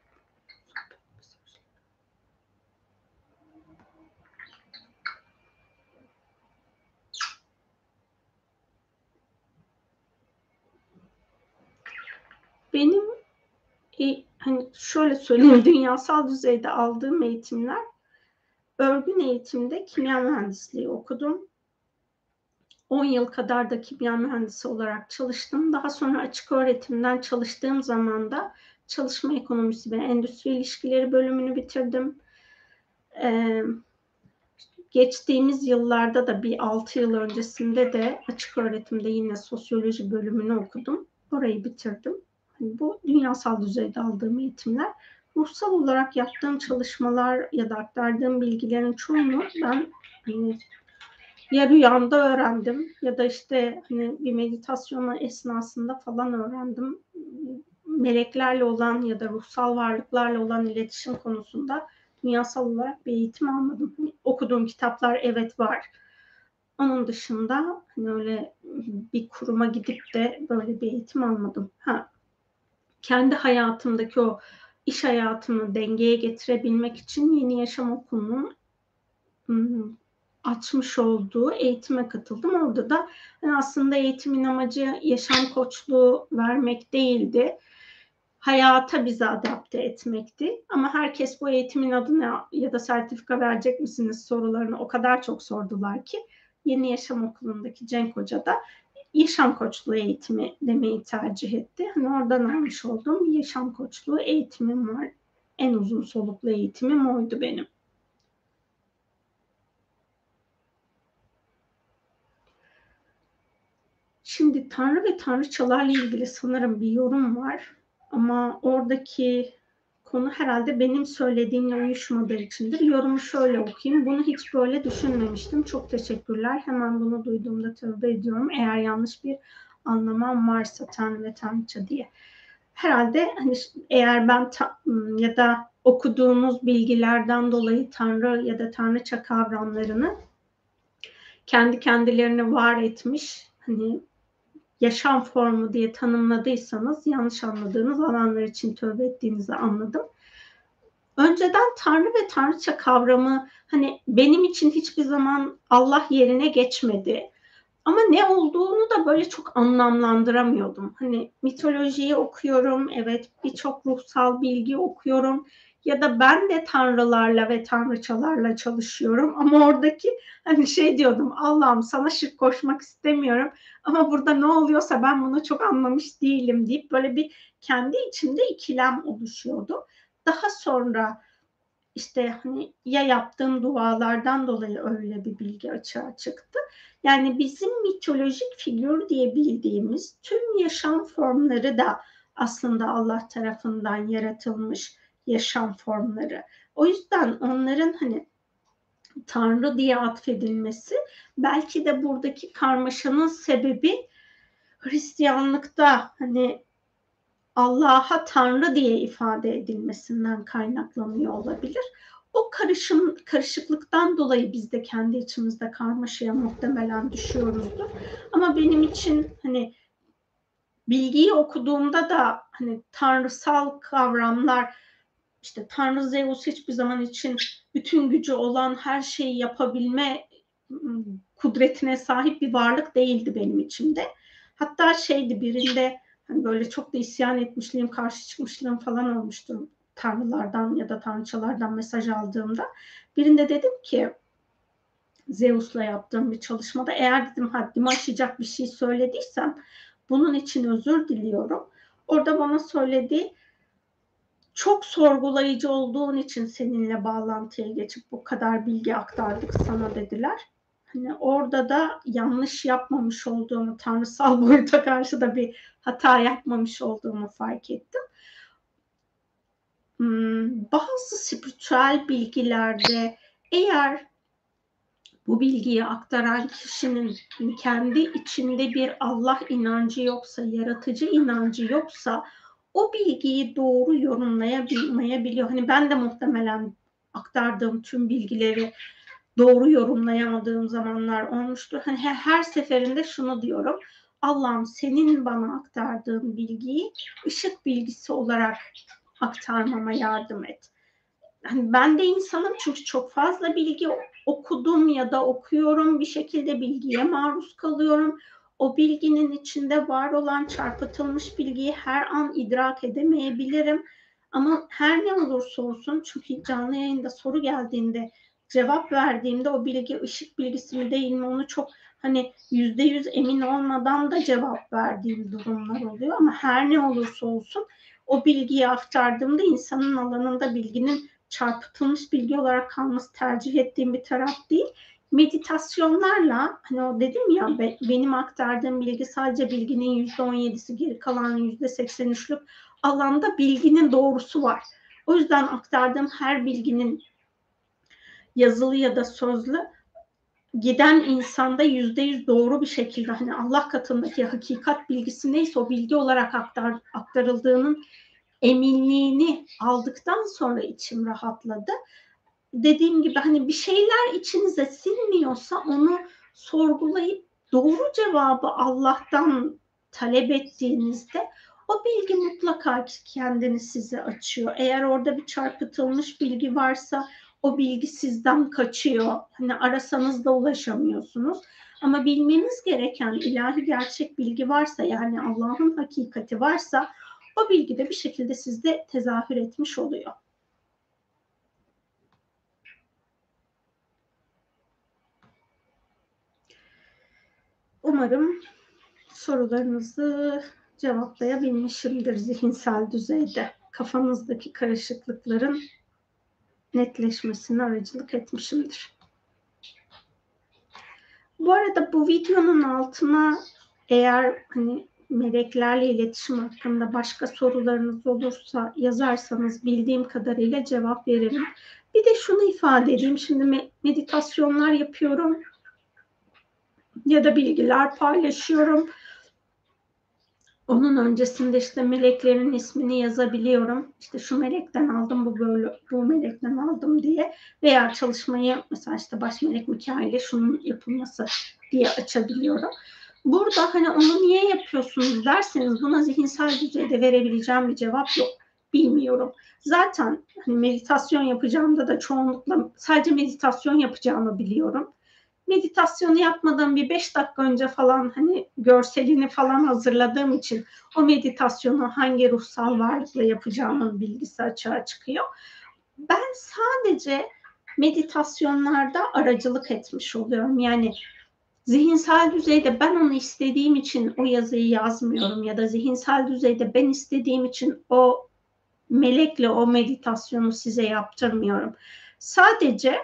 Benim e, hani şöyle söyleyeyim dünyasal düzeyde aldığım eğitimler örgün eğitimde kimya mühendisliği okudum. on yıl kadar da kimya mühendisi olarak çalıştım. Daha sonra açık öğretimden çalıştığım zaman da çalışma ekonomisi ve endüstri ilişkileri bölümünü bitirdim. Ee, geçtiğimiz yıllarda da bir altı yıl öncesinde de açık öğretimde yine sosyoloji bölümünü okudum. Orayı bitirdim. Yani bu dünyasal düzeyde aldığım eğitimler. Ruhsal olarak yaptığım çalışmalar ya da aktardığım bilgilerin çoğunu ben hani, ya rüyamda öğrendim ya da işte hani bir meditasyonu esnasında falan öğrendim. Meleklerle olan ya da ruhsal varlıklarla olan iletişim konusunda dünyasal olarak bir eğitim almadım. Hani okuduğum kitaplar evet var. Onun dışında hani öyle bir kuruma gidip de böyle bir eğitim almadım. Ha, kendi hayatımdaki o iş hayatımı dengeye getirebilmek için Yeni Yaşam Okulu'nun açmış olduğu eğitime katıldım. Orada da yani aslında eğitimin amacı yaşam koçluğu vermek değildi. Hayata bizi adapte etmekti. Ama herkes bu eğitimin adını ya da sertifika verecek misiniz sorularını o kadar çok sordular ki Yeni Yaşam Okulu'ndaki Cenk Hoca da yaşam koçluğu eğitimi demeyi tercih etti. Hani oradan almış olduğum bir yaşam koçluğu eğitimim var. En uzun soluklu eğitimim oydu benim. Şimdi Tanrı ve Tanrıçalarla ilgili sanırım bir yorum var. Ama oradaki konu herhalde benim söylediğimle uyuşmadığı içindir. Yorumu şöyle okuyayım. Bunu hiç böyle düşünmemiştim. Çok teşekkürler. Hemen bunu duyduğumda tövbe ediyorum. Eğer yanlış bir anlamam varsa Tanrı ve Tanrıça diye. Herhalde hani eğer ben ta, ya da okuduğumuz bilgilerden dolayı Tanrı ya da Tanrıça kavramlarını kendi kendilerini var etmiş hani yaşam formu diye tanımladıysanız yanlış anladığınız alanlar için tövbe ettiğinizi anladım. Önceden Tanrı ve Tanrıça kavramı hani benim için hiçbir zaman Allah yerine geçmedi. Ama ne olduğunu da böyle çok anlamlandıramıyordum. Hani mitolojiyi okuyorum, evet birçok ruhsal bilgi okuyorum ya da ben de tanrılarla ve tanrıçalarla çalışıyorum ama oradaki hani şey diyordum, Allah'ım sana şirk koşmak istemiyorum ama burada ne oluyorsa ben bunu çok anlamış değilim deyip böyle bir kendi içimde ikilem oluşuyordu. Daha sonra işte hani ya yaptığım dualardan dolayı öyle bir bilgi açığa çıktı. Yani bizim mitolojik figür diye bildiğimiz tüm yaşam formları da aslında Allah tarafından yaratılmış yaşam formları. O yüzden onların hani Tanrı diye atfedilmesi belki de buradaki karmaşanın sebebi Hristiyanlıkta hani Allah'a Tanrı diye ifade edilmesinden kaynaklanıyor olabilir. O karışım, karışıklıktan dolayı biz de kendi içimizde karmaşaya muhtemelen düşüyoruzdur. Ama benim için hani bilgiyi okuduğumda da hani tanrısal kavramlar, işte Tanrı Zeus hiçbir zaman için bütün gücü olan her şeyi yapabilme kudretine sahip bir varlık değildi benim içimde. Hatta şeydi birinde hani böyle çok da isyan etmişliğim, karşı çıkmışlığım falan olmuştu tanrılardan ya da tanrıçalardan mesaj aldığımda. Birinde dedim ki Zeus'la yaptığım bir çalışmada eğer dedim haddimi aşacak bir şey söylediysem bunun için özür diliyorum. Orada bana söylediği çok sorgulayıcı olduğun için seninle bağlantıya geçip bu kadar bilgi aktardık sana dediler. Hani orada da yanlış yapmamış olduğumu, tanrısal boyuta karşı da bir hata yapmamış olduğumu fark ettim. Bazı spiritüel bilgilerde eğer bu bilgiyi aktaran kişinin kendi içinde bir Allah inancı yoksa, yaratıcı inancı yoksa o bilgiyi doğru yorumlayamayabiliyor. Hani ben de muhtemelen aktardığım tüm bilgileri doğru yorumlayamadığım zamanlar olmuştur. Hani her seferinde şunu diyorum. Allah'ım senin bana aktardığın bilgiyi ışık bilgisi olarak aktarmama yardım et. Hani ben de insanım çünkü çok fazla bilgi okudum ya da okuyorum, bir şekilde bilgiye maruz kalıyorum. O bilginin içinde var olan çarpıtılmış bilgiyi her an idrak edemeyebilirim. Ama her ne olursa olsun, çünkü canlı yayında soru geldiğinde cevap verdiğimde o bilgi ışık bilgisi mi değil mi onu çok hani yüzde yüz emin olmadan da cevap verdiğim durumlar oluyor. Ama her ne olursa olsun o bilgiyi aktardığımda insanın alanında bilginin çarpıtılmış bilgi olarak kalması tercih ettiğim bir taraf değil. Meditasyonlarla hani o dedim ya benim aktardığım bilgi sadece bilginin yüzde on yedisi, geri kalan yüzde seksen üçlük alanda bilginin doğrusu var. O yüzden aktardığım her bilginin yazılı ya da sözlü giden insanda yüzde yüz doğru bir şekilde hani Allah katındaki hakikat bilgisi neyse o bilgi olarak aktar, aktarıldığının eminliğini aldıktan sonra içim rahatladı. Dediğim gibi hani bir şeyler içinize sinmiyorsa onu sorgulayıp doğru cevabı Allah'tan talep ettiğinizde o bilgi mutlaka kendini size açıyor. Eğer orada bir çarpıtılmış bilgi varsa o bilgi sizden kaçıyor. Hani arasanız da ulaşamıyorsunuz. Ama bilmeniz gereken ilahi gerçek bilgi varsa yani Allah'ın hakikati varsa o bilgi de bir şekilde sizde tezahür etmiş oluyor. Umarım sorularınızı cevaplayabilmişimdir zihinsel düzeyde. Kafanızdaki karışıklıkların netleşmesine aracılık etmişimdir. Bu arada bu videonun altına eğer hani meleklerle iletişim hakkında başka sorularınız olursa yazarsanız bildiğim kadarıyla cevap veririm. Bir de şunu ifade edeyim. Şimdi meditasyonlar yapıyorum ya da bilgiler paylaşıyorum. Onun öncesinde işte meleklerin ismini yazabiliyorum. İşte şu melekten aldım, bu böyle, bu melekten aldım diye. Veya çalışmayı mesela işte baş melek Mikail'e şunun yapılması diye açabiliyorum. Burada hani onu niye yapıyorsunuz derseniz buna zihinsel düzeyde verebileceğim bir cevap yok. Bilmiyorum. Zaten hani meditasyon yapacağımda da çoğunlukla sadece meditasyon yapacağımı biliyorum. Meditasyonu yapmadan bir beş dakika önce falan hani görselini falan hazırladığım için o meditasyonu hangi ruhsal varlıkla yapacağımın bilgisi açığa çıkıyor. Ben sadece meditasyonlarda aracılık etmiş oluyorum. Yani zihinsel düzeyde ben onu istediğim için o yazıyı yazmıyorum ya da zihinsel düzeyde ben istediğim için o melekle o meditasyonu size yaptırmıyorum. Sadece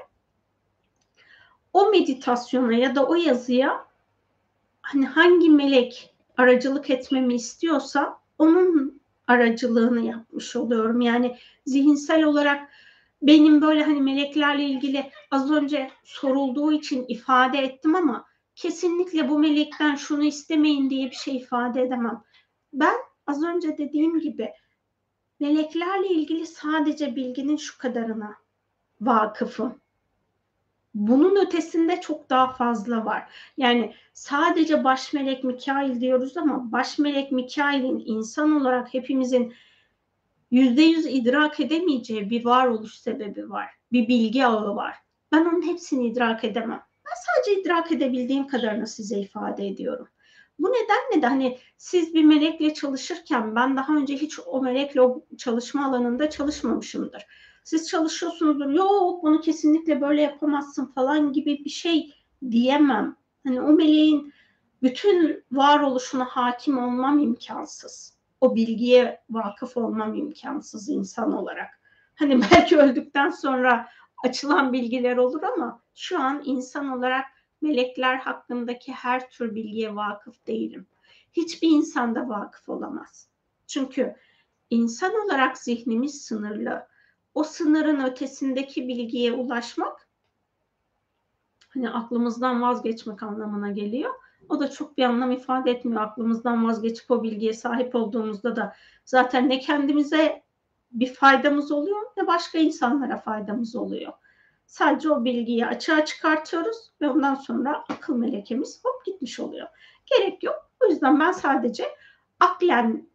o meditasyona ya da o yazıya hani hangi melek aracılık etmemi istiyorsa onun aracılığını yapmış oluyorum. Yani zihinsel olarak benim böyle hani meleklerle ilgili az önce sorulduğu için ifade ettim ama kesinlikle bu melekten şunu istemeyin diye bir şey ifade edemem. Ben az önce dediğim gibi meleklerle ilgili sadece bilginin şu kadarına vakıfım. Bunun ötesinde çok daha fazla var. Yani sadece baş melek Mikail diyoruz ama baş melek Mikail'in insan olarak hepimizin yüzde yüz idrak edemeyeceği bir varoluş sebebi var. Bir bilgi ağı var. Ben onun hepsini idrak edemem. Ben sadece idrak edebildiğim kadarını size ifade ediyorum. Bu nedenle de hani siz bir melekle çalışırken ben daha önce hiç o melekle o çalışma alanında çalışmamışımdır. Siz çalışıyorsunuzdur, yok bunu kesinlikle böyle yapamazsın falan gibi bir şey diyemem. Hani o meleğin bütün varoluşuna hakim olmam imkansız. O bilgiye vakıf olmam imkansız insan olarak. Hani belki öldükten sonra açılan bilgiler olur ama şu an insan olarak melekler hakkındaki her tür bilgiye vakıf değilim. Hiçbir insan da vakıf olamaz. Çünkü insan olarak zihnimiz sınırlı. O sınırın ötesindeki bilgiye ulaşmak hani aklımızdan vazgeçmek anlamına geliyor. O da çok bir anlam ifade etmiyor. Aklımızdan vazgeçip o bilgiye sahip olduğumuzda da zaten ne kendimize bir faydamız oluyor ne başka insanlara faydamız oluyor. Sadece o bilgiyi açığa çıkartıyoruz ve ondan sonra akıl melekemiz hop gitmiş oluyor. Gerek yok. O yüzden ben sadece aklen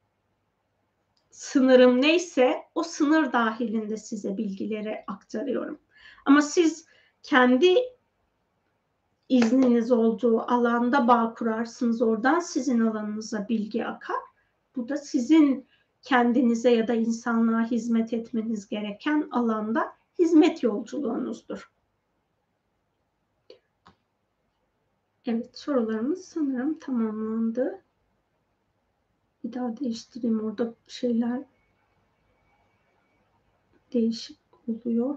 sınırım neyse o sınır dahilinde size bilgileri aktarıyorum. Ama siz kendi izniniz olduğu alanda bağ kurarsınız. Oradan sizin alanınıza bilgi akar. Bu da sizin kendinize ya da insanlığa hizmet etmeniz gereken alanda hizmet yolculuğunuzdur. Evet, sorularımız sanırım tamamlandı. Bir daha değiştireyim. Orada şeyler değişik oluyor.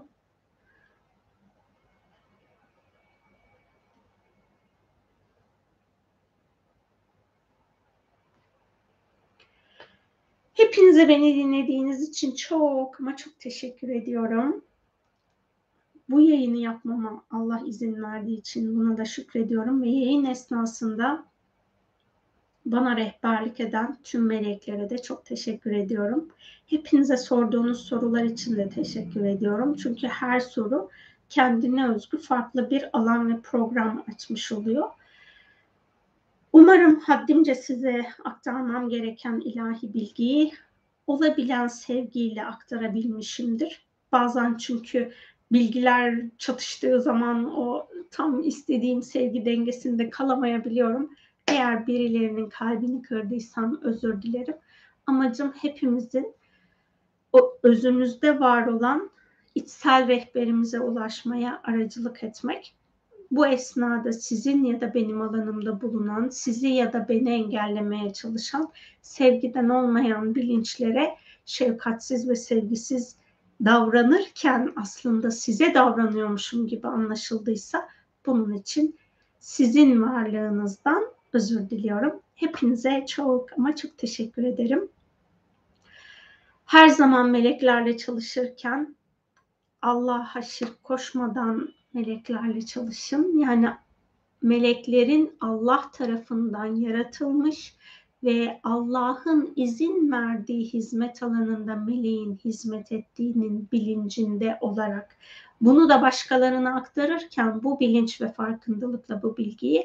Hepinize beni dinlediğiniz için çok ama çok teşekkür ediyorum. Bu yayını yapmama Allah izin verdiği için buna da şükrediyorum ve yayın esnasında bana rehberlik eden tüm meleklere de çok teşekkür ediyorum. Hepinize sorduğunuz sorular için de teşekkür ediyorum. Çünkü her soru kendine özgü farklı bir alan ve program açmış oluyor. Umarım haddimce size aktarmam gereken ilahi bilgiyi olabilen sevgiyle aktarabilmişimdir. Bazen çünkü bilgiler çatıştığı zaman o tam istediğim sevgi dengesinde kalamayabiliyorum. Eğer birilerinin kalbini kırdıysam özür dilerim. Amacım hepimizin o özümüzde var olan içsel rehberimize ulaşmaya aracılık etmek. Bu esnada sizin ya da benim alanımda bulunan, sizi ya da beni engellemeye çalışan, sevgiden olmayan bilinçlere şefkatsiz ve sevgisiz davranırken aslında size davranıyormuşum gibi anlaşıldıysa bunun için sizin varlığınızdan özür diliyorum. Hepinize çok ama çok teşekkür ederim. Her zaman meleklerle çalışırken Allah'a şirk koşmadan meleklerle çalışın. Yani meleklerin Allah tarafından yaratılmış ve Allah'ın izin verdiği hizmet alanında meleğin hizmet ettiğinin bilincinde olarak bunu da başkalarına aktarırken bu bilinç ve farkındalıkla bu bilgiyi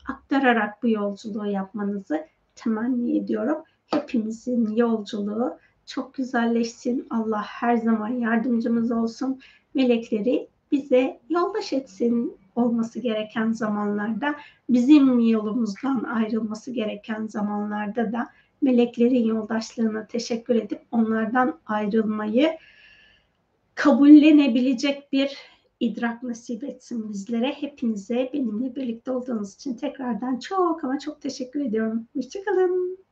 aktararak bu yolculuğu yapmanızı temenni ediyorum. Hepimizin yolculuğu çok güzelleşsin. Allah her zaman yardımcımız olsun. Melekleri bize yoldaş etsin olması gereken zamanlarda, bizim yolumuzdan ayrılması gereken zamanlarda da meleklerin yoldaşlığına teşekkür edip onlardan ayrılmayı kabullenebilecek bir idrak nasip etsin bizlere. Hepinize benimle birlikte olduğunuz için tekrardan çok ama çok teşekkür ediyorum. Hoşça kalın.